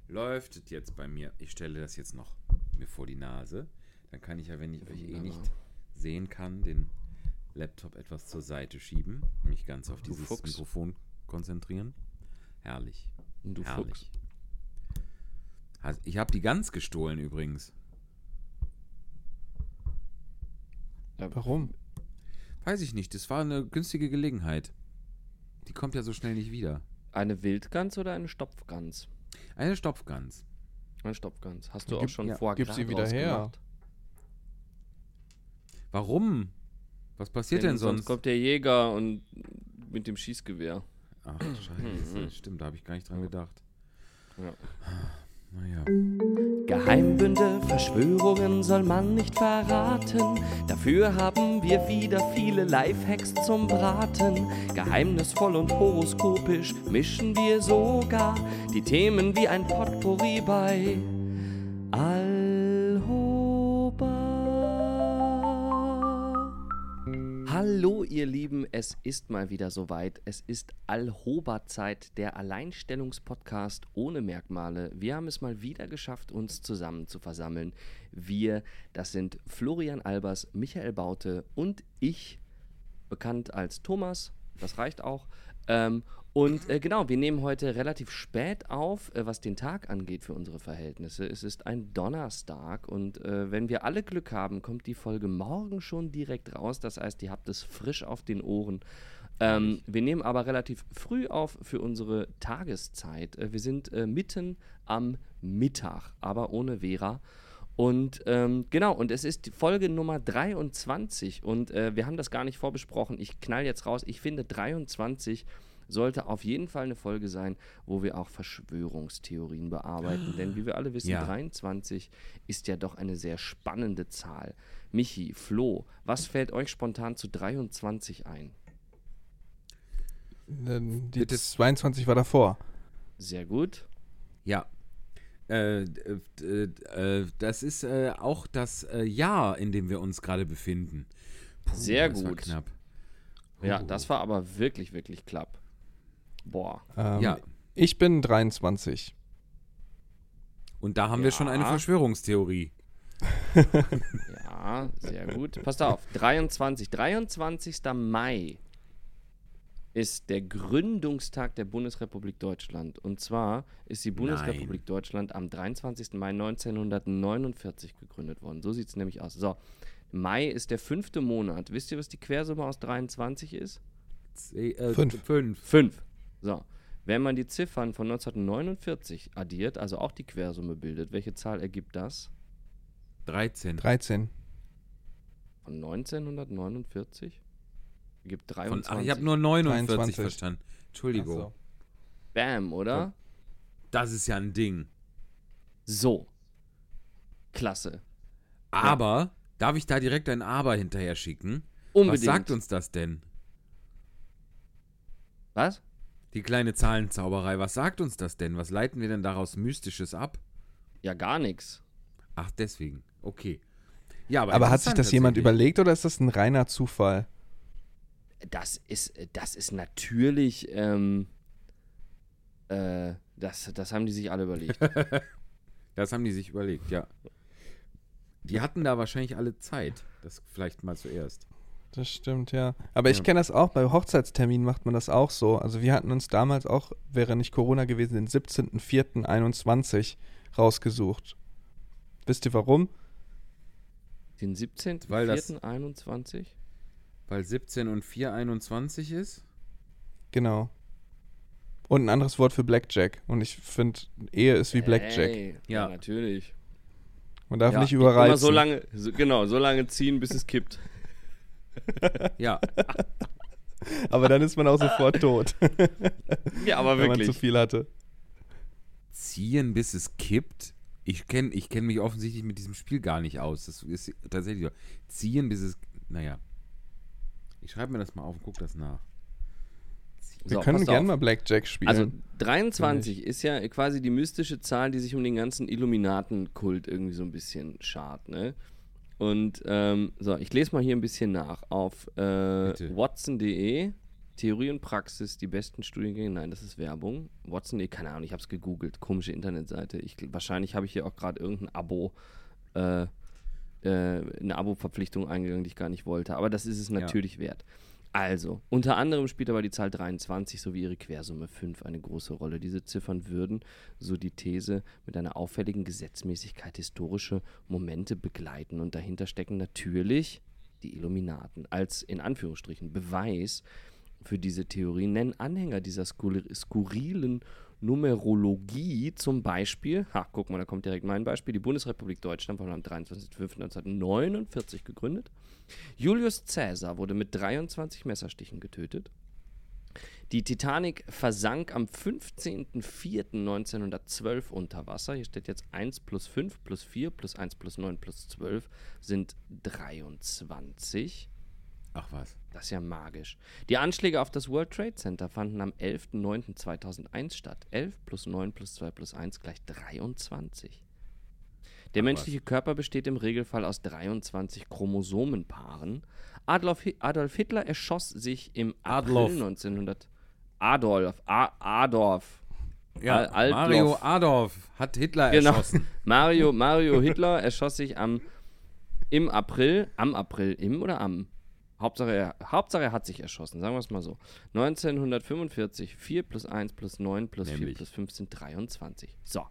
läuft es jetzt bei mir. Ich stelle das jetzt noch mir vor die Nase. Dann kann ich ja, wenn ich euch nicht sehen kann, den Laptop etwas zur Seite schieben. Mich ganz auf dieses Mikrofon konzentrieren. Herrlich. Du Herrlich. Ich habe die Gans gestohlen übrigens. Warum? Weiß ich nicht. Das war eine günstige Gelegenheit. Die kommt ja so schnell nicht wieder. Eine Wildgans oder eine Stopfgans? Eine Stopfgans. Eine Stopfgans. Hast du auch schon vorher Gib sie wieder her. gemacht? Warum? Was passiert denn sonst? Sonst kommt der Jäger und mit dem Schießgewehr. Ach, scheiße. Stimmt, da habe ich gar nicht dran gedacht. Ja. Naja. Geheimbünde, Verschwörungen soll man nicht verraten. Dafür haben wir wieder viele Lifehacks zum Braten. Geheimnisvoll und horoskopisch mischen wir sogar die Themen wie ein Potpourri bei Alhoba. Hallo ihr Lieben, es ist mal wieder soweit. Es ist Alhoba-Zeit, der Alleinstellungspodcast ohne Merkmale. Wir haben es mal wieder geschafft, uns zusammen zu versammeln. Wir, das sind Florian Albers, Michael Baute und ich, bekannt als Thomas, das reicht auch. Genau, wir nehmen heute relativ spät auf, was den Tag angeht für unsere Verhältnisse. Es ist ein Donnerstag und wenn wir alle Glück haben, kommt die Folge morgen schon direkt raus. Das heißt, ihr habt es frisch auf den Ohren. Wir nehmen aber relativ früh auf für unsere Tageszeit. Wir sind mitten am Mittag, aber ohne Vera. Und genau, und es ist Folge Nummer 23 und wir haben das gar nicht vorbesprochen. Ich knall jetzt raus. Ich finde 23 sollte auf jeden Fall eine Folge sein, wo wir auch Verschwörungstheorien bearbeiten. Denn wie wir alle wissen, 23 ist ja doch eine sehr spannende Zahl. Michi, Flo, was fällt euch spontan zu 23 ein? Die 22 war davor. Sehr gut. Ja. Das ist auch das Jahr, in dem wir uns gerade befinden. Sehr das gut. War knapp. Ja, das war aber wirklich, wirklich knapp. Boah. Ja. Ich bin 23. Und da haben wir schon eine Verschwörungstheorie. Ja, sehr gut. Passt auf, 23. 23. Mai ist der Gründungstag der Bundesrepublik Deutschland. Und zwar ist die Bundesrepublik Deutschland am 23. Mai 1949 gegründet worden. So sieht es nämlich aus. So, Mai ist der 5. Monat. Wisst ihr, was die Quersumme aus 23 ist? 5. So, wenn man die Ziffern von 1949 addiert, also auch die Quersumme bildet, welche Zahl ergibt das? 13. Von 1949? Ergibt 23. Ich habe nur 49 23. verstanden. Entschuldigung. So. Bam, oder? Das ist ja ein Ding. So. Klasse. Aber, darf ich da direkt ein Aber hinterher schicken? Unbedingt. Was sagt uns das denn? Was? Die kleine Zahlenzauberei, was sagt uns das denn? Was leiten wir denn daraus Mystisches ab? Ja, gar nichts. Ach, deswegen. Okay. Ja, Aber hat sich das jemand überlegt oder ist das ein reiner Zufall? Das ist natürlich, das haben die sich alle überlegt. Das haben die sich überlegt, ja. Die hatten da wahrscheinlich alle Zeit. Das vielleicht mal zuerst. Das stimmt, ja. Aber ich kenne das auch, bei Hochzeitsterminen macht man das auch so. Also wir hatten uns damals auch, wäre nicht Corona gewesen, den 17.04.21 rausgesucht. Wisst ihr warum? Den 17.04.21? Weil 17 und 4 21 ist? Genau. Und ein anderes Wort für Blackjack. Und ich finde, Ehe ist wie Blackjack. Hey, Ja. natürlich. Man darf nicht Immer überreizen. so lange ziehen, bis es kippt. Ja. Aber dann ist man auch sofort tot. Ja, aber wenn man wirklich. zu viel hatte. Ziehen, bis es kippt? Ich kenn mich offensichtlich mit diesem Spiel gar nicht aus. Das ist tatsächlich so. Ziehen, bis es... Naja. Ich schreibe mir das mal auf und gucke das nach. Wir können gerne mal Blackjack spielen. Also 23 ist ja quasi die mystische Zahl, die sich um den ganzen Illuminatenkult irgendwie so ein bisschen schart, ne? Und so, ich lese mal hier ein bisschen nach. Auf watson.de Theorie und Praxis, die besten Studiengänge. Nein, das ist Werbung. Watson, keine Ahnung, ich habe es gegoogelt. Komische Internetseite. Wahrscheinlich habe ich hier auch gerade irgendein Abo, eine Abo-Verpflichtung eingegangen, die ich gar nicht wollte. Aber das ist es natürlich wert. Also, unter anderem spielt aber die Zahl 23 sowie ihre Quersumme 5 eine große Rolle. Diese Ziffern würden, so die These, mit einer auffälligen Gesetzmäßigkeit historische Momente begleiten. Und dahinter stecken natürlich die Illuminaten. Als, in Anführungsstrichen, Beweis für diese Theorie nennen Anhänger dieser skurrilen Numerologie zum Beispiel, guck mal, da kommt direkt mein Beispiel, die Bundesrepublik Deutschland wurde am 23.05.1949 gegründet. Julius Caesar wurde mit 23 Messerstichen getötet. Die Titanic versank am 15.04.1912 unter Wasser. Hier steht jetzt 1 plus 5 plus 4 plus 1 plus 9 plus 12 sind 23. Ach was. Das ist ja magisch. Die Anschläge auf das World Trade Center fanden am 11.09.2001 statt. 11 plus 9 plus 2 plus 1 gleich 23. Der menschliche Körper besteht im Regelfall aus 23 Chromosomenpaaren. Adolf Hitler erschoss sich im April 1900... Adolf. Ja, Mario Adolf hat Hitler erschossen. Mario Hitler erschoss sich im April, Hauptsache er hat sich erschossen, sagen wir es mal so. 1945, 4 plus 1 plus 9 plus 4 plus 5 sind 23. So.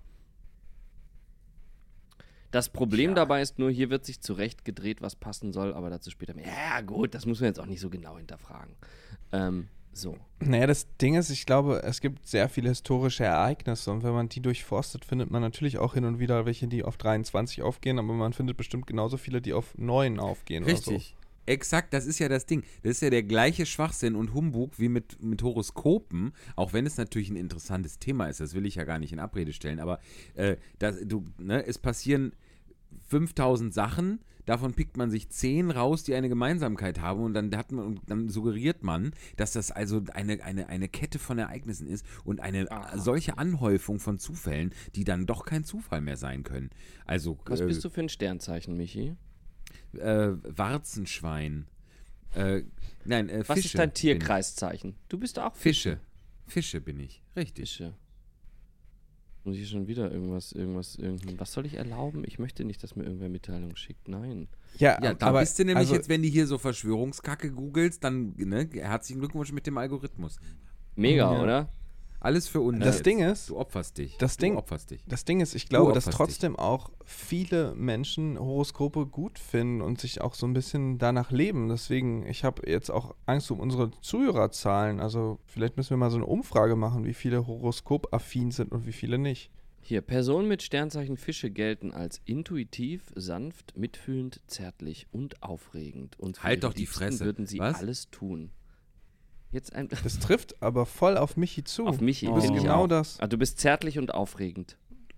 Das Problem dabei ist nur, hier wird sich zurecht gedreht, was passen soll, aber dazu später mehr. Ja gut, das muss man jetzt auch nicht so genau hinterfragen. So. Naja, das Ding ist, ich glaube, es gibt sehr viele historische Ereignisse und wenn man die durchforstet, findet man natürlich auch hin und wieder welche, die auf 23 aufgehen, aber man findet bestimmt genauso viele, die auf 9 aufgehen. Richtig. Oder so. Exakt, das ist ja das Ding. Das ist ja der gleiche Schwachsinn und Humbug wie mit Horoskopen, auch wenn es natürlich ein interessantes Thema ist, das will ich ja gar nicht in Abrede stellen, aber es passieren 5000 Sachen, davon pickt man sich 10 raus, die eine Gemeinsamkeit haben und dann suggeriert man, dass das also eine Kette von Ereignissen ist und eine solche Anhäufung von Zufällen, die dann doch kein Zufall mehr sein können. Also, was bist du für ein Sternzeichen, Michi? Warzenschwein. Fische. Was ist dein Tierkreiszeichen? Du bist auch Fische. Fische bin ich, richtig. Fische. Muss ich schon wieder irgendwas, was soll ich erlauben? Ich möchte nicht, dass mir irgendwer Mitteilungen schickt, nein. Ja, da bist du nämlich jetzt, wenn du hier so Verschwörungskacke googelst, dann, herzlichen Glückwunsch mit dem Algorithmus. Mega, oder? Alles für uns. Das Ding ist, du opferst dich. Das Ding ist, ich glaube, dass trotzdem auch viele Menschen Horoskope gut finden und sich auch so ein bisschen danach leben. Deswegen, ich habe jetzt auch Angst um unsere Zuhörerzahlen. Also vielleicht müssen wir mal so eine Umfrage machen, wie viele horoskopaffin sind und wie viele nicht. Hier, Personen mit Sternzeichen Fische gelten als intuitiv, sanft, mitfühlend, zärtlich und aufregend. Und für halt doch die Fresse. Würden sie alles tun. Das trifft aber voll auf Michi zu. Auf Michi, du bist genau das. Du bist zärtlich und aufregend.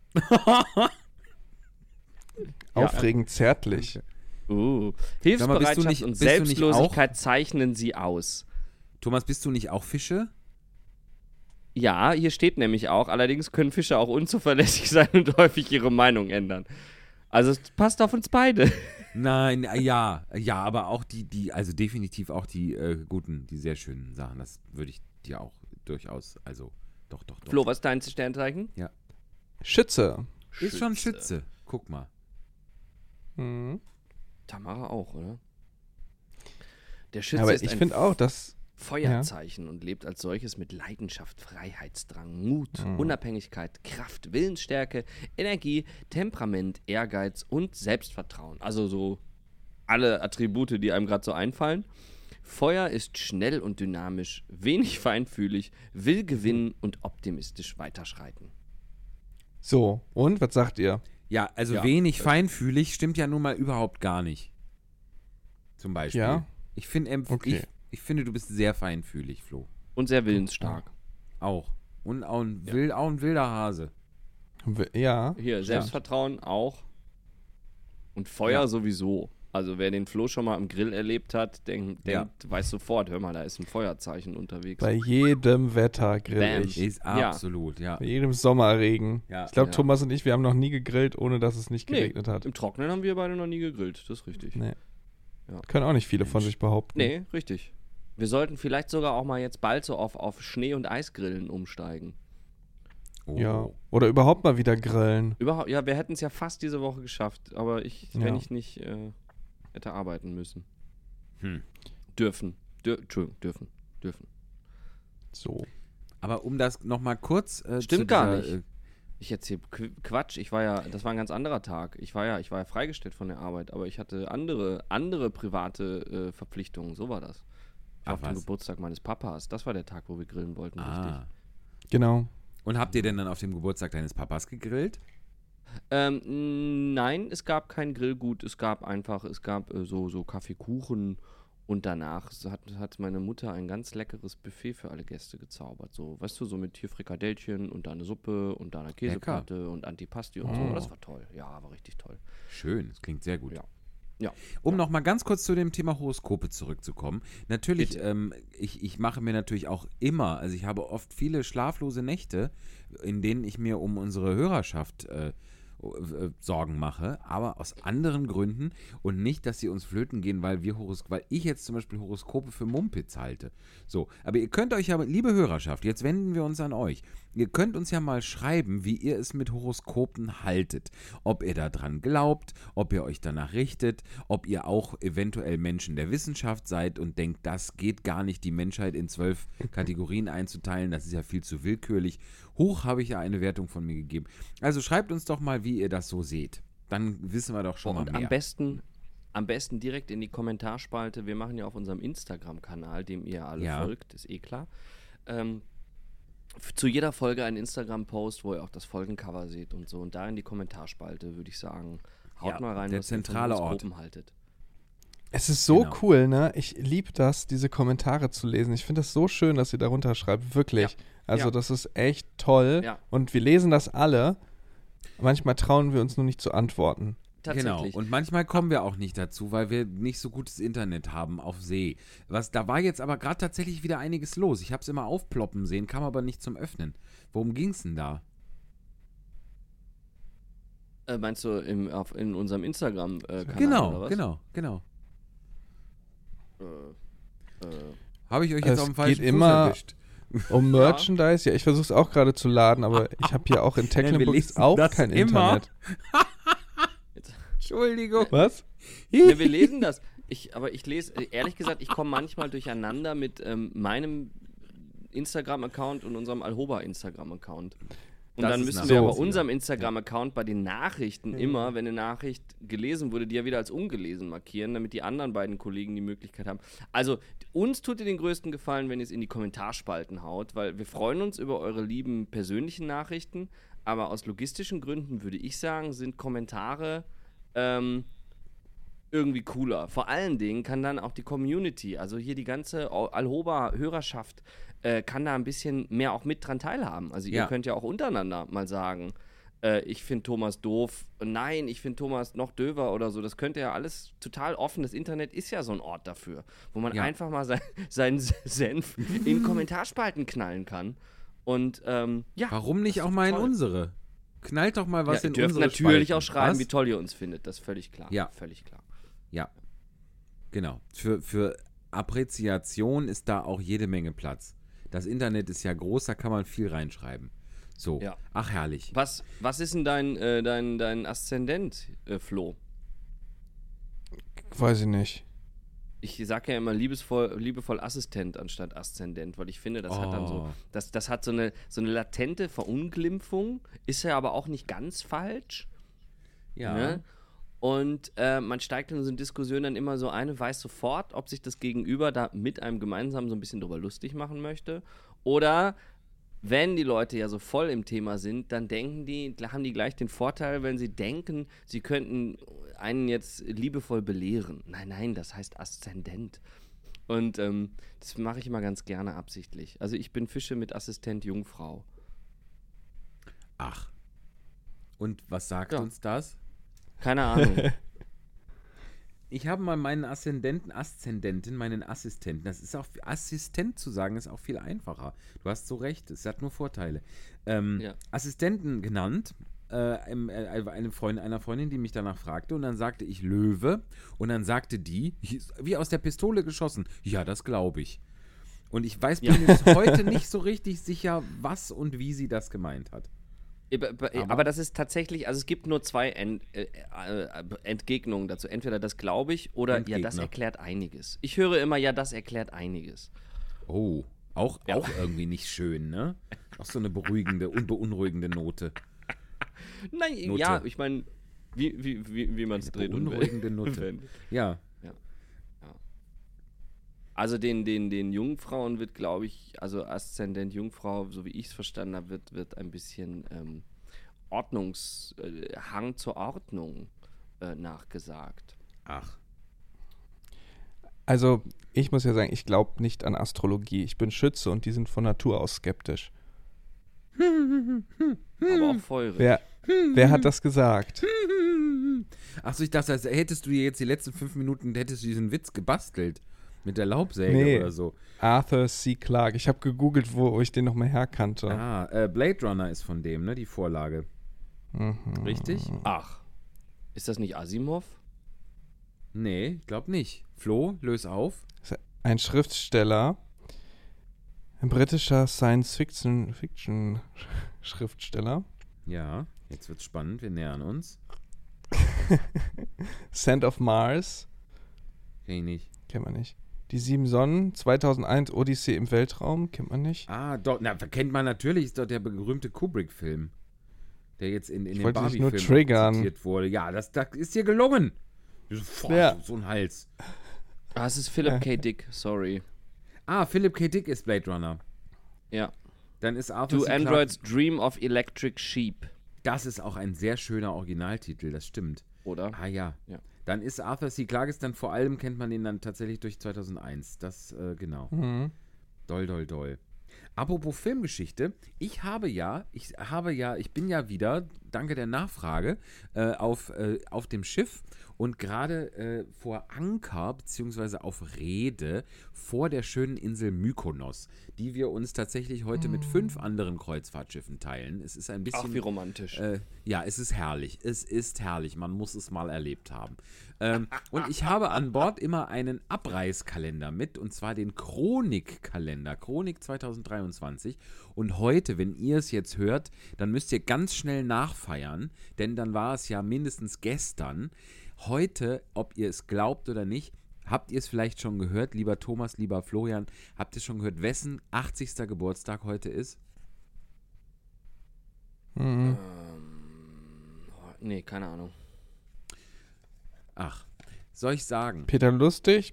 Aufregend, zärtlich. Hilfsbereitschaft und Selbstlosigkeit zeichnen sie aus. Thomas, bist du nicht auch Fische? Ja, hier steht nämlich auch, allerdings können Fische auch unzuverlässig sein und häufig ihre Meinung ändern. Also es passt auf uns beide. Nein, ja, aber auch also definitiv auch die guten, die sehr schönen Sachen, das würde ich dir auch durchaus, also doch. Flo, was ist dein Sternzeichen? Ja. Schütze. Ist schon Schütze, guck mal. Mhm. Tamara auch, oder? Der Schütze aber ist ich finde auch, dass Feuerzeichen und lebt als solches mit Leidenschaft, Freiheitsdrang, Mut, Unabhängigkeit, Kraft, Willensstärke, Energie, Temperament, Ehrgeiz und Selbstvertrauen. Also so alle Attribute, die einem gerade so einfallen. Feuer ist schnell und dynamisch, wenig feinfühlig, will gewinnen und optimistisch weiterschreiten. So, und was sagt ihr? Ja, also wenig feinfühlig stimmt ja nun mal überhaupt gar nicht. Zum Beispiel. Ja? Ich finde, du bist sehr feinfühlig, Flo. Und sehr willensstark. Auch. Und auch ein wilder Hase. Ja. Hier, Selbstvertrauen auch. Und Feuer sowieso. Also wer den Flo schon mal am Grill erlebt hat, weiß sofort, hör mal, da ist ein Feuerzeichen unterwegs. Bei jedem Wetter grill ich. Ist absolut, ja. Bei jedem Sommerregen. Ja. Ich glaube, Thomas und ich, wir haben noch nie gegrillt, ohne dass es nicht geregnet hat. Im Trockenen haben wir beide noch nie gegrillt, das ist richtig. Nee. Ja. Können auch nicht viele von sich behaupten. Nee, richtig. Wir sollten vielleicht sogar auch mal jetzt bald so auf Schnee- und Eisgrillen umsteigen. Oh. Ja. Oder überhaupt mal wieder grillen. Ja, wir hätten es ja fast diese Woche geschafft, aber wenn ich nicht hätte arbeiten müssen. Dürfen. So. Aber um das nochmal kurz Stimmt gar nicht. Ich erzähle Quatsch. Das war ein ganz anderer Tag. Ich war ja freigestellt von der Arbeit, aber ich hatte andere private Verpflichtungen. So war das. Ich war auf dem Geburtstag meines Papas. Das war der Tag, wo wir grillen wollten, richtig. Genau. Und habt ihr denn dann auf dem Geburtstag deines Papas gegrillt? Nein, es gab kein Grillgut. Es gab so Kaffeekuchen. Und danach hat meine Mutter ein ganz leckeres Buffet für alle Gäste gezaubert. So, weißt du, so mit hier Frikadellchen und da eine Suppe und da eine Käseplatte und Antipasti und so. Das war toll. Ja, war richtig toll. Schön, das klingt sehr gut. Ja. Um nochmal ganz kurz zu dem Thema Horoskope zurückzukommen. Natürlich, ich mache mir natürlich auch immer, also ich habe oft viele schlaflose Nächte, in denen ich mir um unsere Hörerschaft Sorgen mache, aber aus anderen Gründen und nicht, dass sie uns flöten gehen, weil ich jetzt zum Beispiel Horoskope für Mumpitz halte. So, aber ihr könnt euch ja, liebe Hörerschaft, jetzt wenden wir uns an euch. Ihr könnt uns ja mal schreiben, wie ihr es mit Horoskopen haltet. Ob ihr daran glaubt, ob ihr euch danach richtet, ob ihr auch eventuell Menschen der Wissenschaft seid und denkt, das geht gar nicht, die Menschheit in 12 Kategorien einzuteilen, das ist ja viel zu willkürlich. Hoch habe ich ja eine Wertung von mir gegeben. Also schreibt uns doch mal, wie ihr das so seht. Dann wissen wir doch schon mal mehr. Am besten direkt in die Kommentarspalte. Wir machen ja auf unserem Instagram-Kanal, dem ihr alle folgt, ist eh klar. Zu jeder Folge einen Instagram-Post, wo ihr auch das Folgencover seht und so. Und da in die Kommentarspalte würde ich sagen, haut mal rein, der was ihr zentrale von Ort Horoskopen haltet. Es ist so cool, ne? Ich liebe das, diese Kommentare zu lesen. Ich finde das so schön, dass ihr darunter schreibt. Wirklich. Ja. Also das ist echt toll. Ja. Und wir lesen das alle. Manchmal trauen wir uns nur nicht zu antworten. Genau, und manchmal kommen wir auch nicht dazu, weil wir nicht so gutes Internet haben auf See. Da war jetzt aber gerade tatsächlich wieder einiges los. Ich habe es immer aufploppen sehen, kam aber nicht zum Öffnen. Worum ging es denn da? Meinst du in unserem Instagram-Kanal genau, oder was? Genau. Habe ich euch jetzt auf dem falschen Fuß erwischt? Um Merchandise? Ja, ich versuche es auch gerade zu laden, aber ich habe hier auch in Tecklenburg auch kein Internet. Entschuldigung. Was? Ja, wir lesen das. Aber ich lese, ehrlich gesagt, ich komme manchmal durcheinander mit meinem Instagram-Account und unserem Alhoba-Instagram-Account. Und dann müssen wir aber unserem Instagram-Account bei den Nachrichten immer, wenn eine Nachricht gelesen wurde, die ja wieder als ungelesen markieren, damit die anderen beiden Kollegen die Möglichkeit haben. Also uns tut ihr den größten Gefallen, wenn ihr es in die Kommentarspalten haut, weil wir freuen uns über eure lieben persönlichen Nachrichten, aber aus logistischen Gründen würde ich sagen, sind Kommentare irgendwie cooler. Vor allen Dingen kann dann auch die Community, also hier die ganze Alhoba-Hörerschaft, kann da ein bisschen mehr auch mit dran teilhaben. Also ihr könnt ja auch untereinander mal sagen, ich finde Thomas doof, nein, ich finde Thomas noch döver oder so. Das könnt ihr ja alles total offen. Das Internet ist ja so ein Ort dafür, wo man einfach mal seinen Senf in Kommentarspalten knallen kann. Und warum nicht auch mal in unsere? Knallt doch mal was in unsere Spalten. Ihr dürft natürlich auch schreiben, was? Wie toll ihr uns findet. Das ist völlig klar. Ja. Völlig klar. Ja, genau. Für Appreciation ist da auch jede Menge Platz. Das Internet ist ja groß, da kann man viel reinschreiben. So, ach herrlich. Was ist denn dein Aszendent, Flo? Weiß ich nicht. Ich sage ja immer liebevoll Assistent anstatt Aszendent, weil ich finde, das hat dann so, das hat so eine latente Verunglimpfung, ist ja aber auch nicht ganz falsch. Ja. Ne? Und man steigt in so eine Diskussion dann immer so ein, weiß sofort, ob sich das Gegenüber da mit einem gemeinsam so ein bisschen drüber lustig machen möchte. Oder wenn die Leute ja so voll im Thema sind, dann haben die gleich den Vorteil, wenn sie denken, sie könnten einen jetzt liebevoll belehren. Nein, das heißt Aszendent. Und das mache ich immer ganz gerne absichtlich. Also ich bin Fische mit Assistent Jungfrau. Ach. Und was sagt uns das? Keine Ahnung. Ich habe mal meinen meinen Assistenten, das ist auch, Assistent zu sagen, ist auch viel einfacher. Du hast so recht, es hat nur Vorteile. Assistenten genannt, einer Freundin, die mich danach fragte, und dann sagte ich Löwe, und dann sagte die, wie aus der Pistole geschossen, ja, das glaube ich. Und ich bin mir bis heute nicht so richtig sicher, was und wie sie das gemeint hat. Aber das ist tatsächlich, also es gibt nur zwei Entgegnungen dazu. Entweder das glaube ich oder ja, das erklärt einiges. Ich höre immer, ja, das erklärt einiges. Oh, auch irgendwie nicht schön, ne? Auch so eine beruhigende, unbeunruhigende Note. Nein, Note. Ja, ich meine, wie man es dreht. Beunruhigende Note. Ja. Also den Jungfrauen wird, glaube ich, also Aszendent Jungfrau, so wie ich es verstanden habe, wird ein bisschen Hang zur Ordnung nachgesagt. Ach. Also, ich muss ja sagen, ich glaube nicht an Astrologie. Ich bin Schütze und die sind von Natur aus skeptisch. Aber auch feurig. Wer hat das gesagt? Achso, ich dachte, hättest du jetzt die letzten 5 Minuten, hättest du diesen Witz gebastelt. Mit der Laubsäge oder so. Arthur C. Clarke. Ich habe gegoogelt, wo ich den nochmal herkannte. Blade Runner ist von dem, ne? Die Vorlage. Mhm. Richtig? Ach. Ist das nicht Asimov? Nee, ich glaube nicht. Flo, löse auf. Ein Schriftsteller. Ein britischer Science-Fiction-Schriftsteller. Ja, jetzt wird's spannend. Wir nähern uns. Scent of Mars. Kenn ich nicht. Kennt man nicht. Die 7 Sonnen, 2001 Odyssee im Weltraum, kennt man nicht. Doch, kennt man natürlich, ist doch der berühmte Kubrick-Film, der jetzt in den Barbie-Film zitiert wurde. Ja, das ist dir gelungen. So ein Hals. Es ist Philip K. Dick, sorry. Philip K. Dick ist Blade Runner. Ja. Dann ist Arthur Do C. Androids Dream of Electric Sheep. Das ist auch ein sehr schöner Originaltitel, das stimmt. Oder? Ja. Dann ist Arthur C. Clarke, vor allem kennt man ihn dann tatsächlich durch 2001. Das, genau. Mhm. Doll. Apropos Filmgeschichte, ich bin ja wieder, danke der Nachfrage, auf dem Schiff und gerade vor Anker bzw. auf Reede vor der schönen Insel Mykonos, die wir uns tatsächlich heute mit 5 anderen Kreuzfahrtschiffen teilen. Es ist ein bisschen... Ach, wie romantisch. Ja, es ist herrlich. Man muss es mal erlebt haben. Und ich habe an Bord immer einen Abreißkalender mit, und zwar den Chronik-Kalender, Chronik 2023. Und heute, wenn ihr es jetzt hört, dann müsst ihr ganz schnell nachfeiern, denn dann war es ja mindestens gestern. Heute, ob ihr es glaubt oder nicht, habt ihr es vielleicht schon gehört, lieber Thomas, lieber Florian, habt ihr schon gehört, wessen 80. Geburtstag heute ist? Nee, keine Ahnung. Ach, soll ich sagen? Peter Lustig?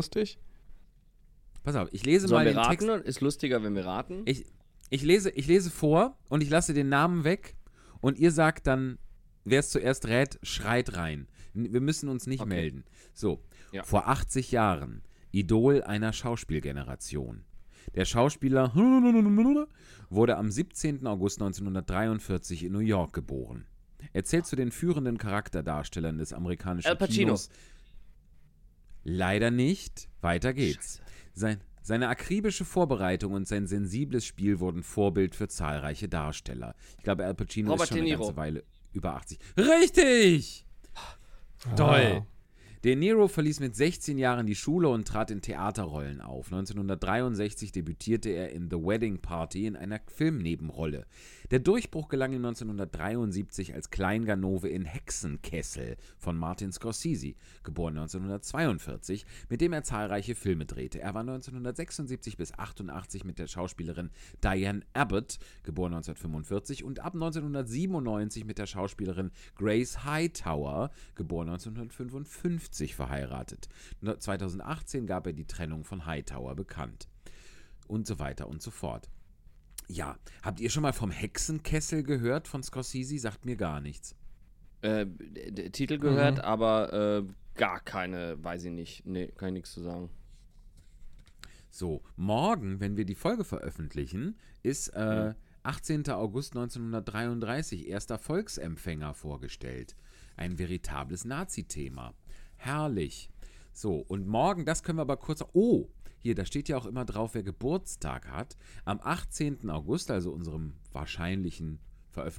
Pass auf, ich lese Sollen mal wir den raten? Text. Ist lustiger, wenn wir raten? Ich lese vor und ich lasse den Namen weg und ihr sagt dann, wer es zuerst rät, schreit rein. Wir müssen uns nicht melden. So, Vor 80 Jahren, Idol einer Schauspielgeneration. Der Schauspieler wurde am 17. August 1943 in New York geboren. Er zählt zu den führenden Charakterdarstellern des amerikanischen Al Pacino. Kinos. Leider nicht. Weiter geht's. Seine akribische Vorbereitung und sein sensibles Spiel wurden Vorbild für zahlreiche Darsteller. Ich glaube, Al Pacino ist schon eine ganze Weile über 80. Richtig! Toll! De Niro verließ mit 16 Jahren die Schule und trat in Theaterrollen auf. 1963 debütierte er in The Wedding Party in einer Filmnebenrolle. Der Durchbruch gelang ihm 1973 als Kleinganove in Hexenkessel von Martin Scorsese, geboren 1942, mit dem er zahlreiche Filme drehte. Er war 1976 bis 1988 mit der Schauspielerin Diane Abbott, geboren 1945, und ab 1997 mit der Schauspielerin Grace Hightower, geboren 1955, verheiratet. 2018 gab er die Trennung von Hightower bekannt. Und so weiter und so fort. Ja, habt ihr schon mal vom Hexenkessel gehört von Scorsese? Sagt mir gar nichts. Titel gehört, aber gar keine, weiß ich nicht. Nee, kann ich nichts zu sagen. So, morgen, wenn wir die Folge veröffentlichen, ist 18. August 1933 erster Volksempfänger vorgestellt. Ein veritables Nazi-Thema. Herrlich. So, und morgen, das können wir aber kurz... Oh, hier, da steht ja auch immer drauf, wer Geburtstag hat. Am 18. August, also unserem wahrscheinlichen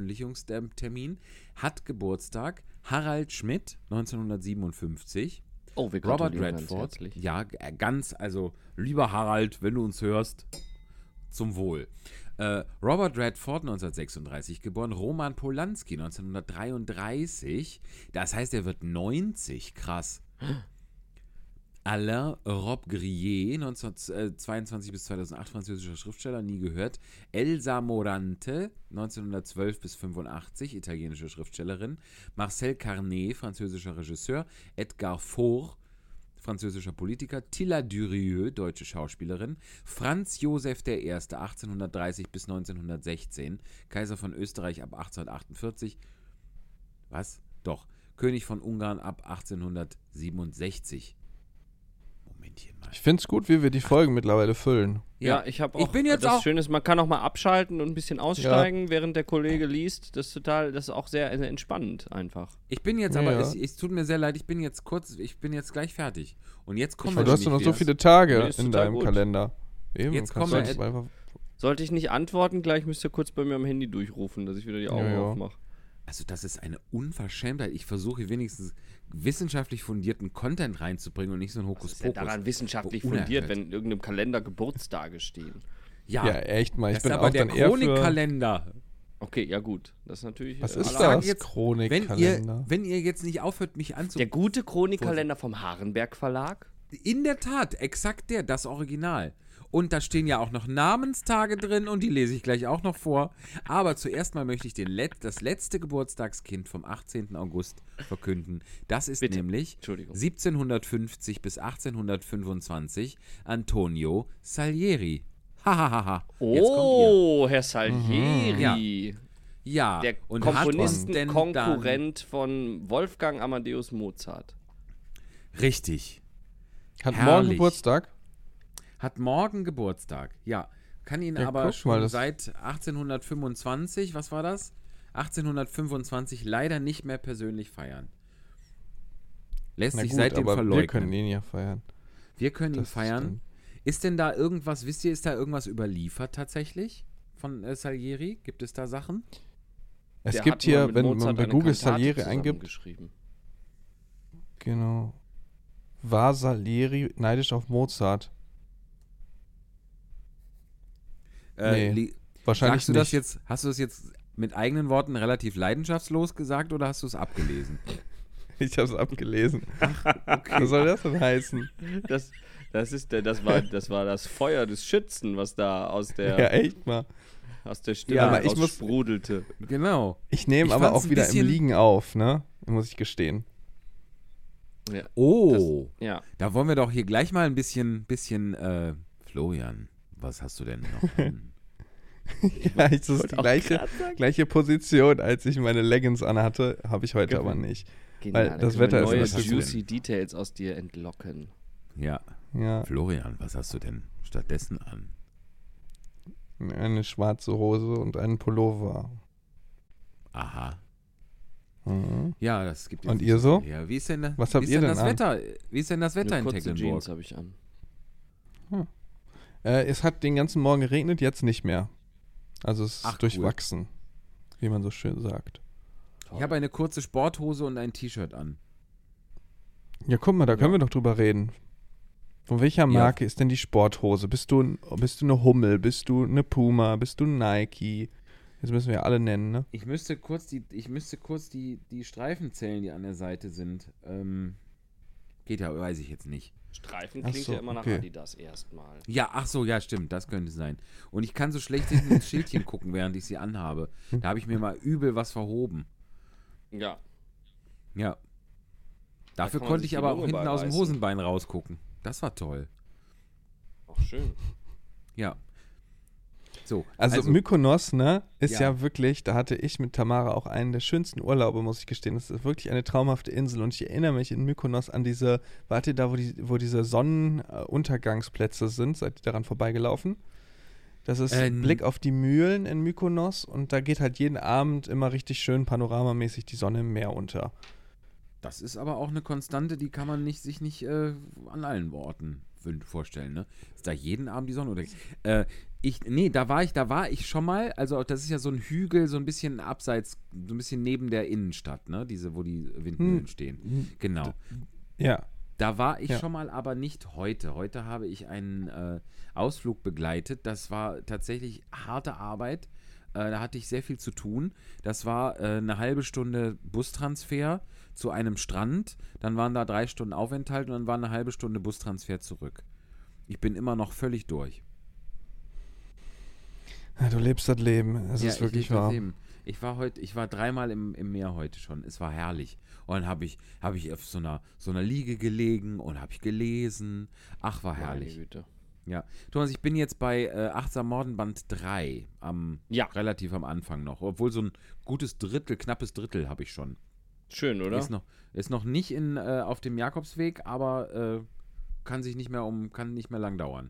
Veröffentlichungstermin, hat Geburtstag Harald Schmidt, 1957. Oh, wir Robert gratulieren ganz Redford. herzlich. Ja, ganz, also lieber Harald, wenn du uns hörst, zum Wohl. Robert Redford, 1936 geboren, Roman Polanski, 1933, das heißt, er wird 90, krass. Alain Robbe-Grillet, 1922 bis 2008, französischer Schriftsteller, nie gehört. Elsa Morante, 1912 bis 85, italienische Schriftstellerin. Marcel Carnet, französischer Regisseur. Edgar Faure, französischer Politiker. Tilla Durieux, deutsche Schauspielerin. Franz Josef I., 1830 bis 1916, Kaiser von Österreich ab 1848. Was? Doch. König von Ungarn ab 1867. Momentchen mal. Ich finde es gut, wie wir die Folgen mittlerweile füllen. Ja, ich habe auch. Ich bin jetzt das auch. Schöne ist, man kann auch mal abschalten und ein bisschen aussteigen, während der Kollege liest. Das ist auch sehr, sehr entspannend einfach. Ich bin jetzt Ja. aber, es tut mir sehr leid, ich bin jetzt gleich fertig. Und jetzt kommen Aber du hast doch noch so wieder. viele Tage Nee, ist in total deinem gut. Kalender. Eben, Jetzt kannst kommen du wir- einfach. Sollte ich nicht antworten, gleich müsst ihr kurz bei mir am Handy durchrufen, dass ich wieder die Augen Ja. aufmache. Also das ist eine Unverschämtheit. Ich versuche hier wenigstens wissenschaftlich fundierten Content reinzubringen und nicht so ein Das ist ja Hokuspokus. daran wissenschaftlich Unerhört. fundiert, wenn in irgendeinem Kalender Geburtstage stehen. Ja, echt mal. Ich das bin ist aber auch der dann eher für. Chronikkalender. Okay, ja gut. Das ist natürlich. Was ist alle- das? jetzt- Chronikkalender. Wenn ihr jetzt nicht aufhört, mich Der anzugucken. gute Chronikkalender vom Harenberg Verlag. In der Tat, exakt das Original. Und da stehen ja auch noch Namenstage drin und die lese ich gleich auch noch vor. Aber zuerst mal möchte ich das letzte Geburtstagskind vom 18. August verkünden. Das ist Bitte. nämlich Entschuldigung. 1750 bis 1825 Antonio Salieri. Hahaha. Jetzt kommt Oh, Herr Salieri. ihr. Ja, Der und hat uns denn Komponistenkonkurrent von Wolfgang Amadeus Mozart. dann, richtig. Hat herrlich. morgen Geburtstag? Hat morgen Geburtstag, ja. Kann ihn Ja, aber guck schon mal, das- seit 1825, was war das? 1825 leider nicht mehr persönlich feiern. Lässt Na sich gut, seitdem aber verleugnen. wir können ihn ja feiern. Wir können ihn Das feiern. stimmt. Ist denn da irgendwas, wisst ihr, ist da irgendwas überliefert tatsächlich von Salieri? Gibt es da Sachen? Es Der gibt hat mal hier, mit wenn Mozart man bei eine Google Kantate Salieri eingibt, zusammengeschrieben. genau. War Salieri neidisch auf Mozart? Nee, Wahrscheinlich sagst du das nicht. jetzt, hast du das jetzt mit eigenen Worten relativ leidenschaftslos gesagt oder hast du es abgelesen? Ich habe es abgelesen. Was soll das denn heißen? Das war das Feuer des Schützen, was da aus der, Ja, echt mal. aus der Stimme Ja, aber ich muss- sprudelte. Genau. Ich nehme Ich aber fand's auch ein wieder bisschen- im Liegen auf, ne? Muss ich gestehen. Ja, Oh, ja. da wollen wir doch hier gleich mal ein bisschen Florian, was hast du denn noch? Ja, das ist die gleiche Position, als ich meine Leggings anhatte, habe ich heute aber nicht. Genial, Weil da das können wir Wetter ist neue was hast du denn? juicy Details aus dir entlocken. Ja, Ja, Florian, was hast du denn stattdessen an? eine schwarze Hose und einen Pullover. Aha. Mhm. Ja, das gibt jetzt Und nicht ihr so? viel her. Wie ist denn, Was habt wie ist ihr denn denn das an? Wetter? Wie ist denn das Wetter Eine in kurze Tecklenburg? Jeans habe ich an. Es hat den ganzen Morgen geregnet, jetzt nicht mehr. Also es ist Ach, cool. durchwachsen, wie man so schön sagt. Ich habe eine kurze Sporthose und ein T-Shirt an. Ja, guck mal, da können wir doch drüber reden. Von welcher Marke ist denn die Sporthose? Bist du eine Hummel? Bist du eine Puma? Bist du ein Nike? Jetzt müssen wir ja alle nennen, ne? Ich müsste kurz die Streifen zählen, die an der Seite sind. Geht ja, weiß ich jetzt nicht. Streifen Ach klingt so, ja immer nach okay. Adidas erstmal. Ja, ach so, ja, stimmt, das könnte sein. Und ich kann so schlecht hinten ins Schildchen gucken, während ich sie anhabe. Da habe ich mir mal übel was verhoben. Ja. Ja. Dafür kann man konnte sich ich die aber auch Lunge hinten aus dem beireißen. Hosenbein rausgucken. Das war toll. Auch schön. Ja. So, Also Mykonos, ne, ist Ja. ja wirklich, da hatte ich mit Tamara auch einen der schönsten Urlaube, muss ich gestehen. Das ist wirklich eine traumhafte Insel und ich erinnere mich in Mykonos an diese, wart ihr da, wo diese Sonnenuntergangsplätze sind? Seid ihr daran vorbeigelaufen? Das ist Blick auf die Mühlen in Mykonos und da geht halt jeden Abend immer richtig schön panoramamäßig die Sonne im Meer unter. das ist aber auch eine Konstante, die kann man sich nicht an allen Orten vorstellen, ne? Ist da jeden Abend die Sonne oder? Da war ich schon mal, also das ist ja so ein Hügel, so ein bisschen abseits, so ein bisschen neben der Innenstadt, ne? Wo die Windmühlen stehen. Genau. Ja. Da war ich schon mal, aber nicht heute. Heute habe ich einen Ausflug begleitet. Das war tatsächlich harte Arbeit. Da hatte ich sehr viel zu tun. Das war eine halbe Stunde Bustransfer zu einem Strand. Dann waren da 3 Stunden Aufenthalt und dann war eine halbe Stunde Bustransfer zurück. Ich bin immer noch völlig durch. Ja, du lebst das Leben. Es ist wirklich wahr. Ich war 3-mal im Meer heute schon. Es war herrlich. Und dann habe ich auf so einer Liege gelegen und habe ich gelesen. Ach, war herrlich. Meine Güte. Ja. Thomas, ich bin jetzt bei Achtsam Morden Band 3. Relativ am Anfang noch. Obwohl so ein knappes Drittel habe ich schon. Schön, oder? Ist noch nicht auf dem Jakobsweg, aber kann nicht mehr lang dauern.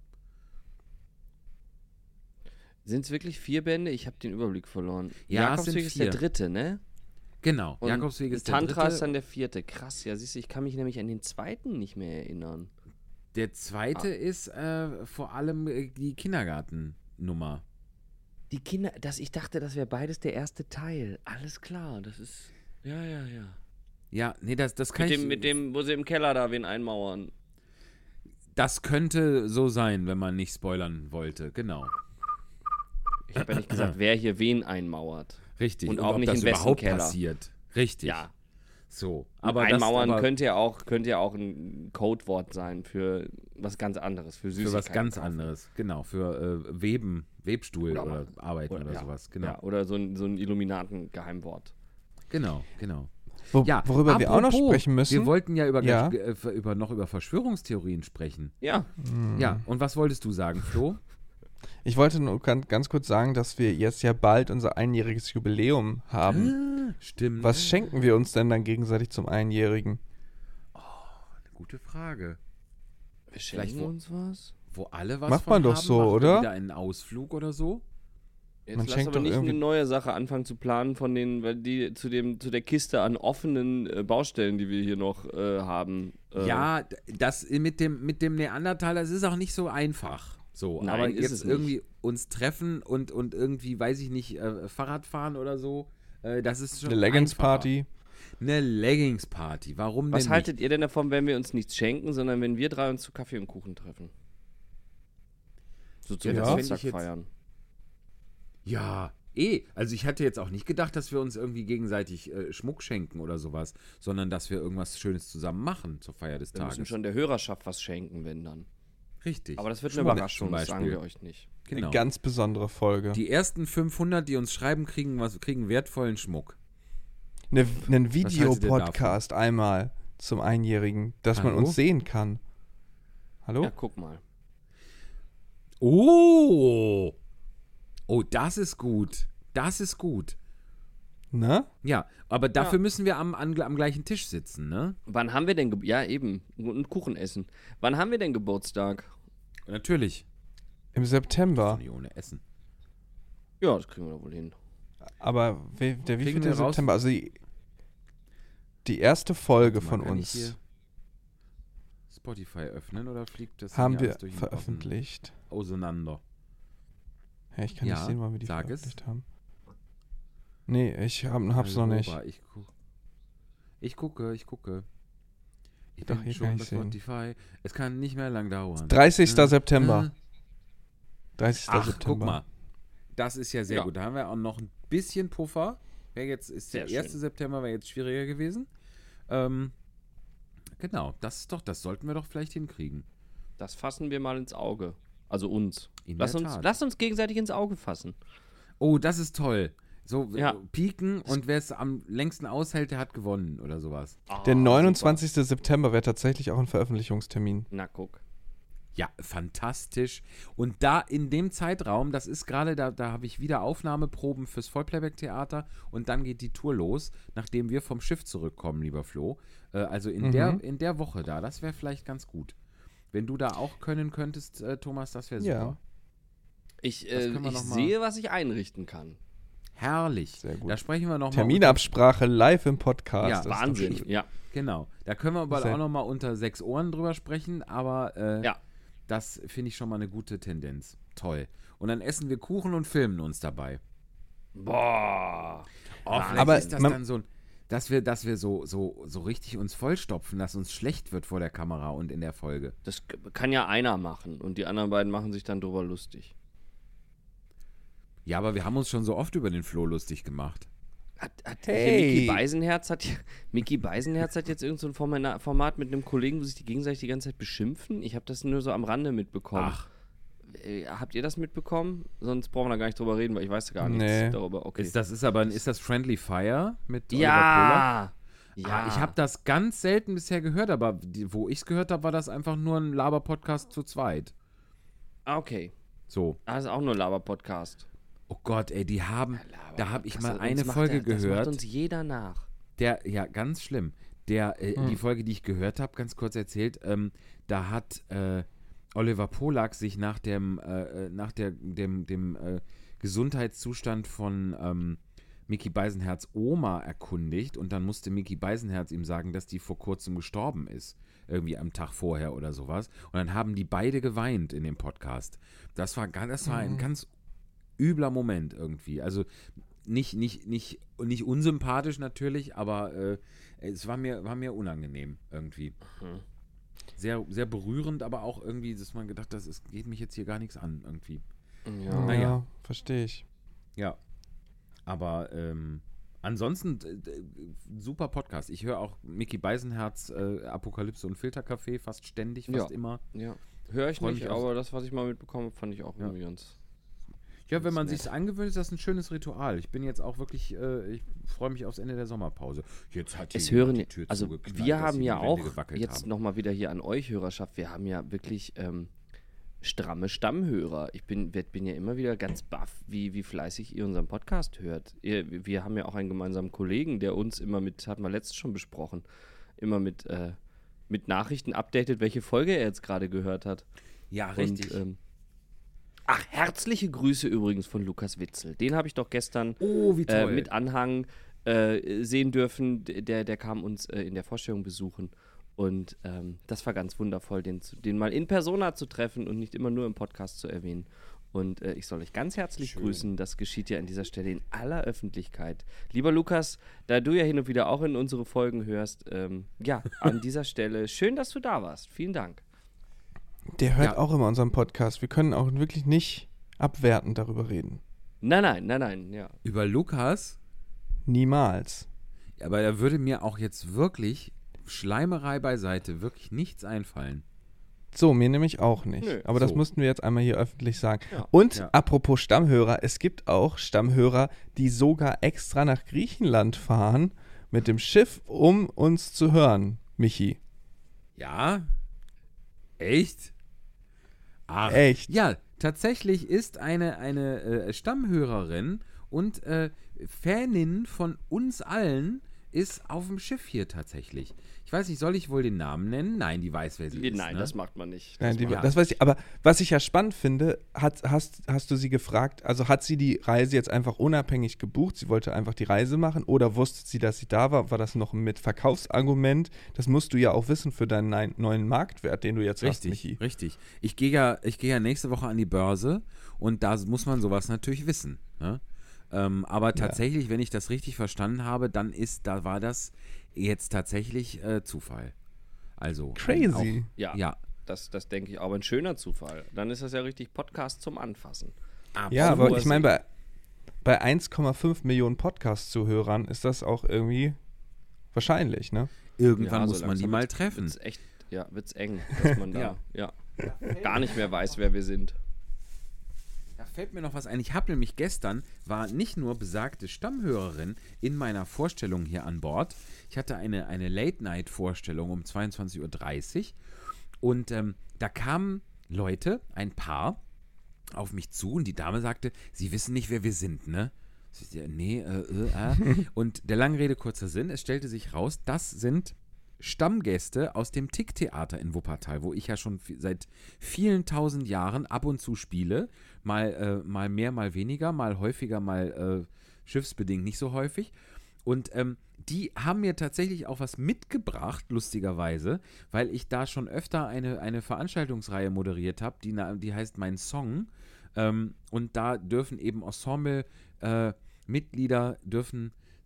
Sind es wirklich 4 Bände? Ich habe den Überblick verloren. Ja, Jakobsweg ist der 3., ne? Genau, Und Jakobsweg ist der 3. Tantra ist dann der 4. Krass, ja, siehst du, ich kann mich nämlich an den 2. nicht mehr erinnern. Der 2. ist vor allem die Kindergartennummer. Die Kinder, ich dachte, das wäre beides der erste Teil. Alles klar, das ist. Ja. Ja, nee, das kann mit dem, wo sie im Keller da wen einmauern. Das könnte so sein, wenn man nicht spoilern wollte, genau. Ich habe ja nicht gesagt, wer hier wen einmauert. Richtig. Und auch ob nicht das in wessen überhaupt Keller passiert. Richtig. Ja. So. Aber einmauern könnte ja auch ein Codewort sein für was ganz anderes, für Süßigkeiten. Für was ganz anderes, genau. Für Webstuhl oder Arbeiten oder sowas, genau. Ja, oder so ein Illuminaten-Geheimwort. Genau. Worüber wir auch noch sprechen müssen. Wir wollten ja über Verschwörungstheorien sprechen. Ja. Ja, und was wolltest du sagen, Flo? Ich wollte nur ganz kurz sagen, dass wir jetzt ja bald unser einjähriges Jubiläum haben. Stimmt. Was schenken wir uns denn dann gegenseitig zum Einjährigen? Oh, eine gute Frage. Wir schenken uns was? Wo alle was Macht von man doch haben, so, machen wir oder? Wieder einen Ausflug oder so? Jetzt Man lass schenkt aber doch nicht irgendwie- eine neue Sache anfangen zu planen weil die zu der Kiste an offenen Baustellen, die wir hier noch haben. Ja, das mit dem Neandertaler, das ist auch nicht so einfach. So, Nein, aber ist jetzt es nicht. irgendwie uns treffen und irgendwie, weiß ich nicht, Fahrrad fahren oder so, das ist schon Eine Leggings-Party. Eine Leggings-Party, warum Was denn haltet ihr denn davon, wenn wir uns nichts schenken, sondern wenn wir 3 uns zu Kaffee und Kuchen treffen? So zum Ja, das Geburtstag fänd ich jetzt- feiern. Ja, also ich hatte jetzt auch nicht gedacht, dass wir uns irgendwie gegenseitig Schmuck schenken oder sowas, sondern dass wir irgendwas Schönes zusammen machen zur Feier des Wir müssen Tages. schon der Hörerschaft was schenken, wenn dann. Richtig. Aber das wird eine Schmuck Überraschung, zum das sagen Beispiel. wir euch nicht. Genau. Eine ganz besondere Folge. Die ersten 500, die uns schreiben, kriegen wertvollen Schmuck. Einen haltet ihr Videopodcast einmal zum Einjährigen, dass man Hallo? uns sehen kann. Hallo? Ja, guck mal. Oh, das ist gut. Das ist gut. Ne? Ja, aber dafür müssen wir am gleichen Tisch sitzen, ne? Wann haben wir denn Ja, eben. Und Kuchen essen. Wann haben wir denn Geburtstag? Natürlich. Im September. Nicht ohne Essen. Ja, das kriegen wir doch wohl hin. Aber der Kriegen wievielte wir raus? September? Also die erste Folge Warte von mal, kann ich uns hier Spotify öffnen oder fliegt das haben hier wir alles durch den veröffentlicht. auseinander? Ja, ich kann Ja, nicht sehen, wann wir die sag es. veröffentlicht haben. Nee, ich hab's noch nicht. Ich gucke. Ich Doch, bin hier schon kann bei ich sehen. Spotify. Es kann nicht mehr lang dauern. 30. Äh, September. 30. Ach, September. guck mal. Das ist ja sehr Ja. gut. Da haben wir auch noch ein bisschen Puffer. Der Sehr 1. schön. September wäre jetzt schwieriger gewesen. Genau, das sollten wir doch vielleicht hinkriegen. Das fassen wir mal ins Auge. Also uns. In Lass der uns, Tat. lass uns gegenseitig ins Auge fassen. Oh, das ist toll. So Ja. pieken und wer es am längsten aushält, der hat gewonnen oder sowas. Der Ah, 29. September wäre tatsächlich auch ein Veröffentlichungstermin. super. Na, guck. Ja, fantastisch. Und da in dem Zeitraum, das ist gerade, da habe ich wieder Aufnahmeproben fürs Vollplayback-Theater und dann geht die Tour los, nachdem wir vom Schiff zurückkommen, lieber Flo. Also in der Woche da, das wäre vielleicht ganz gut. Wenn du da auch können könntest, Thomas, das wäre super. Ja. Ich können wir noch mal- sehe, was ich einrichten kann. Herrlich. Sehr gut. Da sprechen wir nochmal. Terminabsprache live im Podcast. Ja, Das ist doch Wahnsinn. schön. Ja. Genau. Da können wir aber Sehr- auch nochmal unter 6 Ohren drüber sprechen, aber Ja. das finde ich schon mal eine gute Tendenz. Toll. Und dann essen wir Kuchen und filmen uns dabei. Boah. Oh, vielleicht Aber ist das man- dann so dass wir so richtig uns vollstopfen, dass uns schlecht wird vor der Kamera und in der Folge. Das kann ja einer machen und die anderen beiden machen sich dann drüber lustig. Ja, aber wir haben uns schon so oft über den Flo lustig gemacht. Micky Beisenherz hat jetzt irgend so ein Format mit einem Kollegen, wo sich die gegenseitig die ganze Zeit beschimpfen. Ich habe das nur so am Rande mitbekommen. Ach. Habt ihr das mitbekommen? Sonst brauchen wir da gar nicht drüber reden, weil ich weiß gar nichts darüber. Okay. Ist das Friendly Fire mit Oliver Ja. Pollack? Ja. Ich habe das ganz selten bisher gehört, aber wo ich es gehört habe, war das einfach nur ein Laber-Podcast zu zweit. Okay. So. Das ist auch nur ein Laber-Podcast. Oh Gott, ey, da habe ich mal eine Das Folge gehört. Das macht uns jeder nach. Ja, ganz schlimm. Die Folge, die ich gehört habe, ganz kurz erzählt, da hat Oliver Pollack sich nach dem Gesundheitszustand von Micky Beisenherz Oma erkundigt und dann musste Micky Beisenherz ihm sagen, dass die vor kurzem gestorben ist. Irgendwie am Tag vorher oder sowas. Und dann haben die beide geweint in dem Podcast. Das war ein ganz übler Moment irgendwie. Also nicht unsympathisch natürlich, aber es war mir unangenehm irgendwie. Sehr, sehr berührend, aber auch irgendwie, dass man gedacht hat, es geht mich jetzt hier gar nichts an irgendwie. Ja, naja. Verstehe ich. Ja, aber ansonsten super Podcast. Ich höre auch Micky Beisenherz, Apokalypse und Filtercafé fast ständig, fast immer. Ja, höre ich nicht, aber das, was ich mal mitbekommen habe, fand ich auch irgendwie ganz... Ja, wenn man sich angewöhnt, ist das ein schönes Ritual. Ich bin jetzt auch wirklich, ich freue mich aufs Ende der Sommerpause. Jetzt hat die Tür zugeknallt. Wir haben ja auch, jetzt nochmal wieder hier an euch Hörerschaft, wir haben ja wirklich stramme Stammhörer. Ich bin ja immer wieder ganz baff, wie fleißig ihr unseren Podcast hört. Wir haben ja auch einen gemeinsamen Kollegen, der uns immer hatten wir letztens schon besprochen, immer mit Nachrichten updatet, welche Folge er jetzt gerade gehört hat. Ja, richtig. Und, herzliche Grüße übrigens von Lukas Witzel. Den habe ich doch gestern wie toll. mit Anhang sehen dürfen. Der kam uns in der Vorstellung besuchen. Und das war ganz wundervoll, den mal in Persona zu treffen und nicht immer nur im Podcast zu erwähnen. Und ich soll euch ganz herzlich grüßen. Das geschieht ja an dieser Stelle in aller Öffentlichkeit. Lieber Lukas, da du ja hin und wieder auch in unsere Folgen hörst, an dieser Stelle schön, dass du da warst. Vielen Dank. Der hört auch immer unseren Podcast. Wir können auch wirklich nicht abwertend darüber reden. Nein, ja. Über Lukas? Niemals. Aber da würde mir auch jetzt wirklich, Schleimerei beiseite, wirklich nichts einfallen. So, mir nämlich auch nicht. Nö, aber das mussten wir jetzt einmal hier öffentlich sagen. Ja. Und apropos Stammhörer, es gibt auch Stammhörer, die sogar extra nach Griechenland fahren mit dem Schiff, um uns zu hören, Michi. Ja? Echt? Ach, echt? Ja, tatsächlich ist eine Stammhörerin und Fanin von uns allen ist auf dem Schiff hier tatsächlich. Ich weiß nicht, soll ich wohl den Namen nennen? Nein, die weiß, wer sie ist. Nein, das macht man nicht. Das weiß ich. Aber was ich ja spannend finde, hast du sie gefragt, also hat sie die Reise jetzt einfach unabhängig gebucht? Sie wollte einfach die Reise machen oder wusste sie, dass sie da war? War das noch mit Verkaufsargument? Das musst du ja auch wissen für deinen neuen Marktwert, den du jetzt hast, Michi. Richtig. Ich gehe ja nächste Woche an die Börse und da muss man sowas natürlich wissen. Ne? Aber tatsächlich, wenn ich das richtig verstanden habe, dann war das jetzt tatsächlich Zufall. Also crazy. Ja. Das denke ich, aber ein schöner Zufall. Dann ist das ja richtig Podcast zum Anfassen. Ja, aber ich meine, bei 1,5 Millionen Podcast-Zuhörern ist das auch irgendwie wahrscheinlich, ne? Irgendwann muss man die mal treffen. Wird's eng, dass man da gar nicht mehr weiß, wer wir sind. Da fällt mir noch was ein. Ich habe nämlich gestern, war nicht nur besagte Stammhörerin in meiner Vorstellung hier an Bord. Ich hatte eine Late-Night-Vorstellung um 22.30 Uhr und da kamen Leute, ein Paar, auf mich zu und die Dame sagte, sie wissen nicht, wer wir sind, ne? Nee, Und der lange Rede, kurzer Sinn, es stellte sich raus, das sind Stammgäste aus dem Tick-Theater in Wuppertal, wo ich ja schon seit vielen tausend Jahren ab und zu spiele. Mal mehr, mal weniger, mal häufiger, mal schiffsbedingt nicht so häufig. Und die haben mir tatsächlich auch was mitgebracht, lustigerweise, weil ich da schon öfter eine Veranstaltungsreihe moderiert habe, die heißt Mein Song. Und da dürfen eben Ensemble-Mitglieder dürfen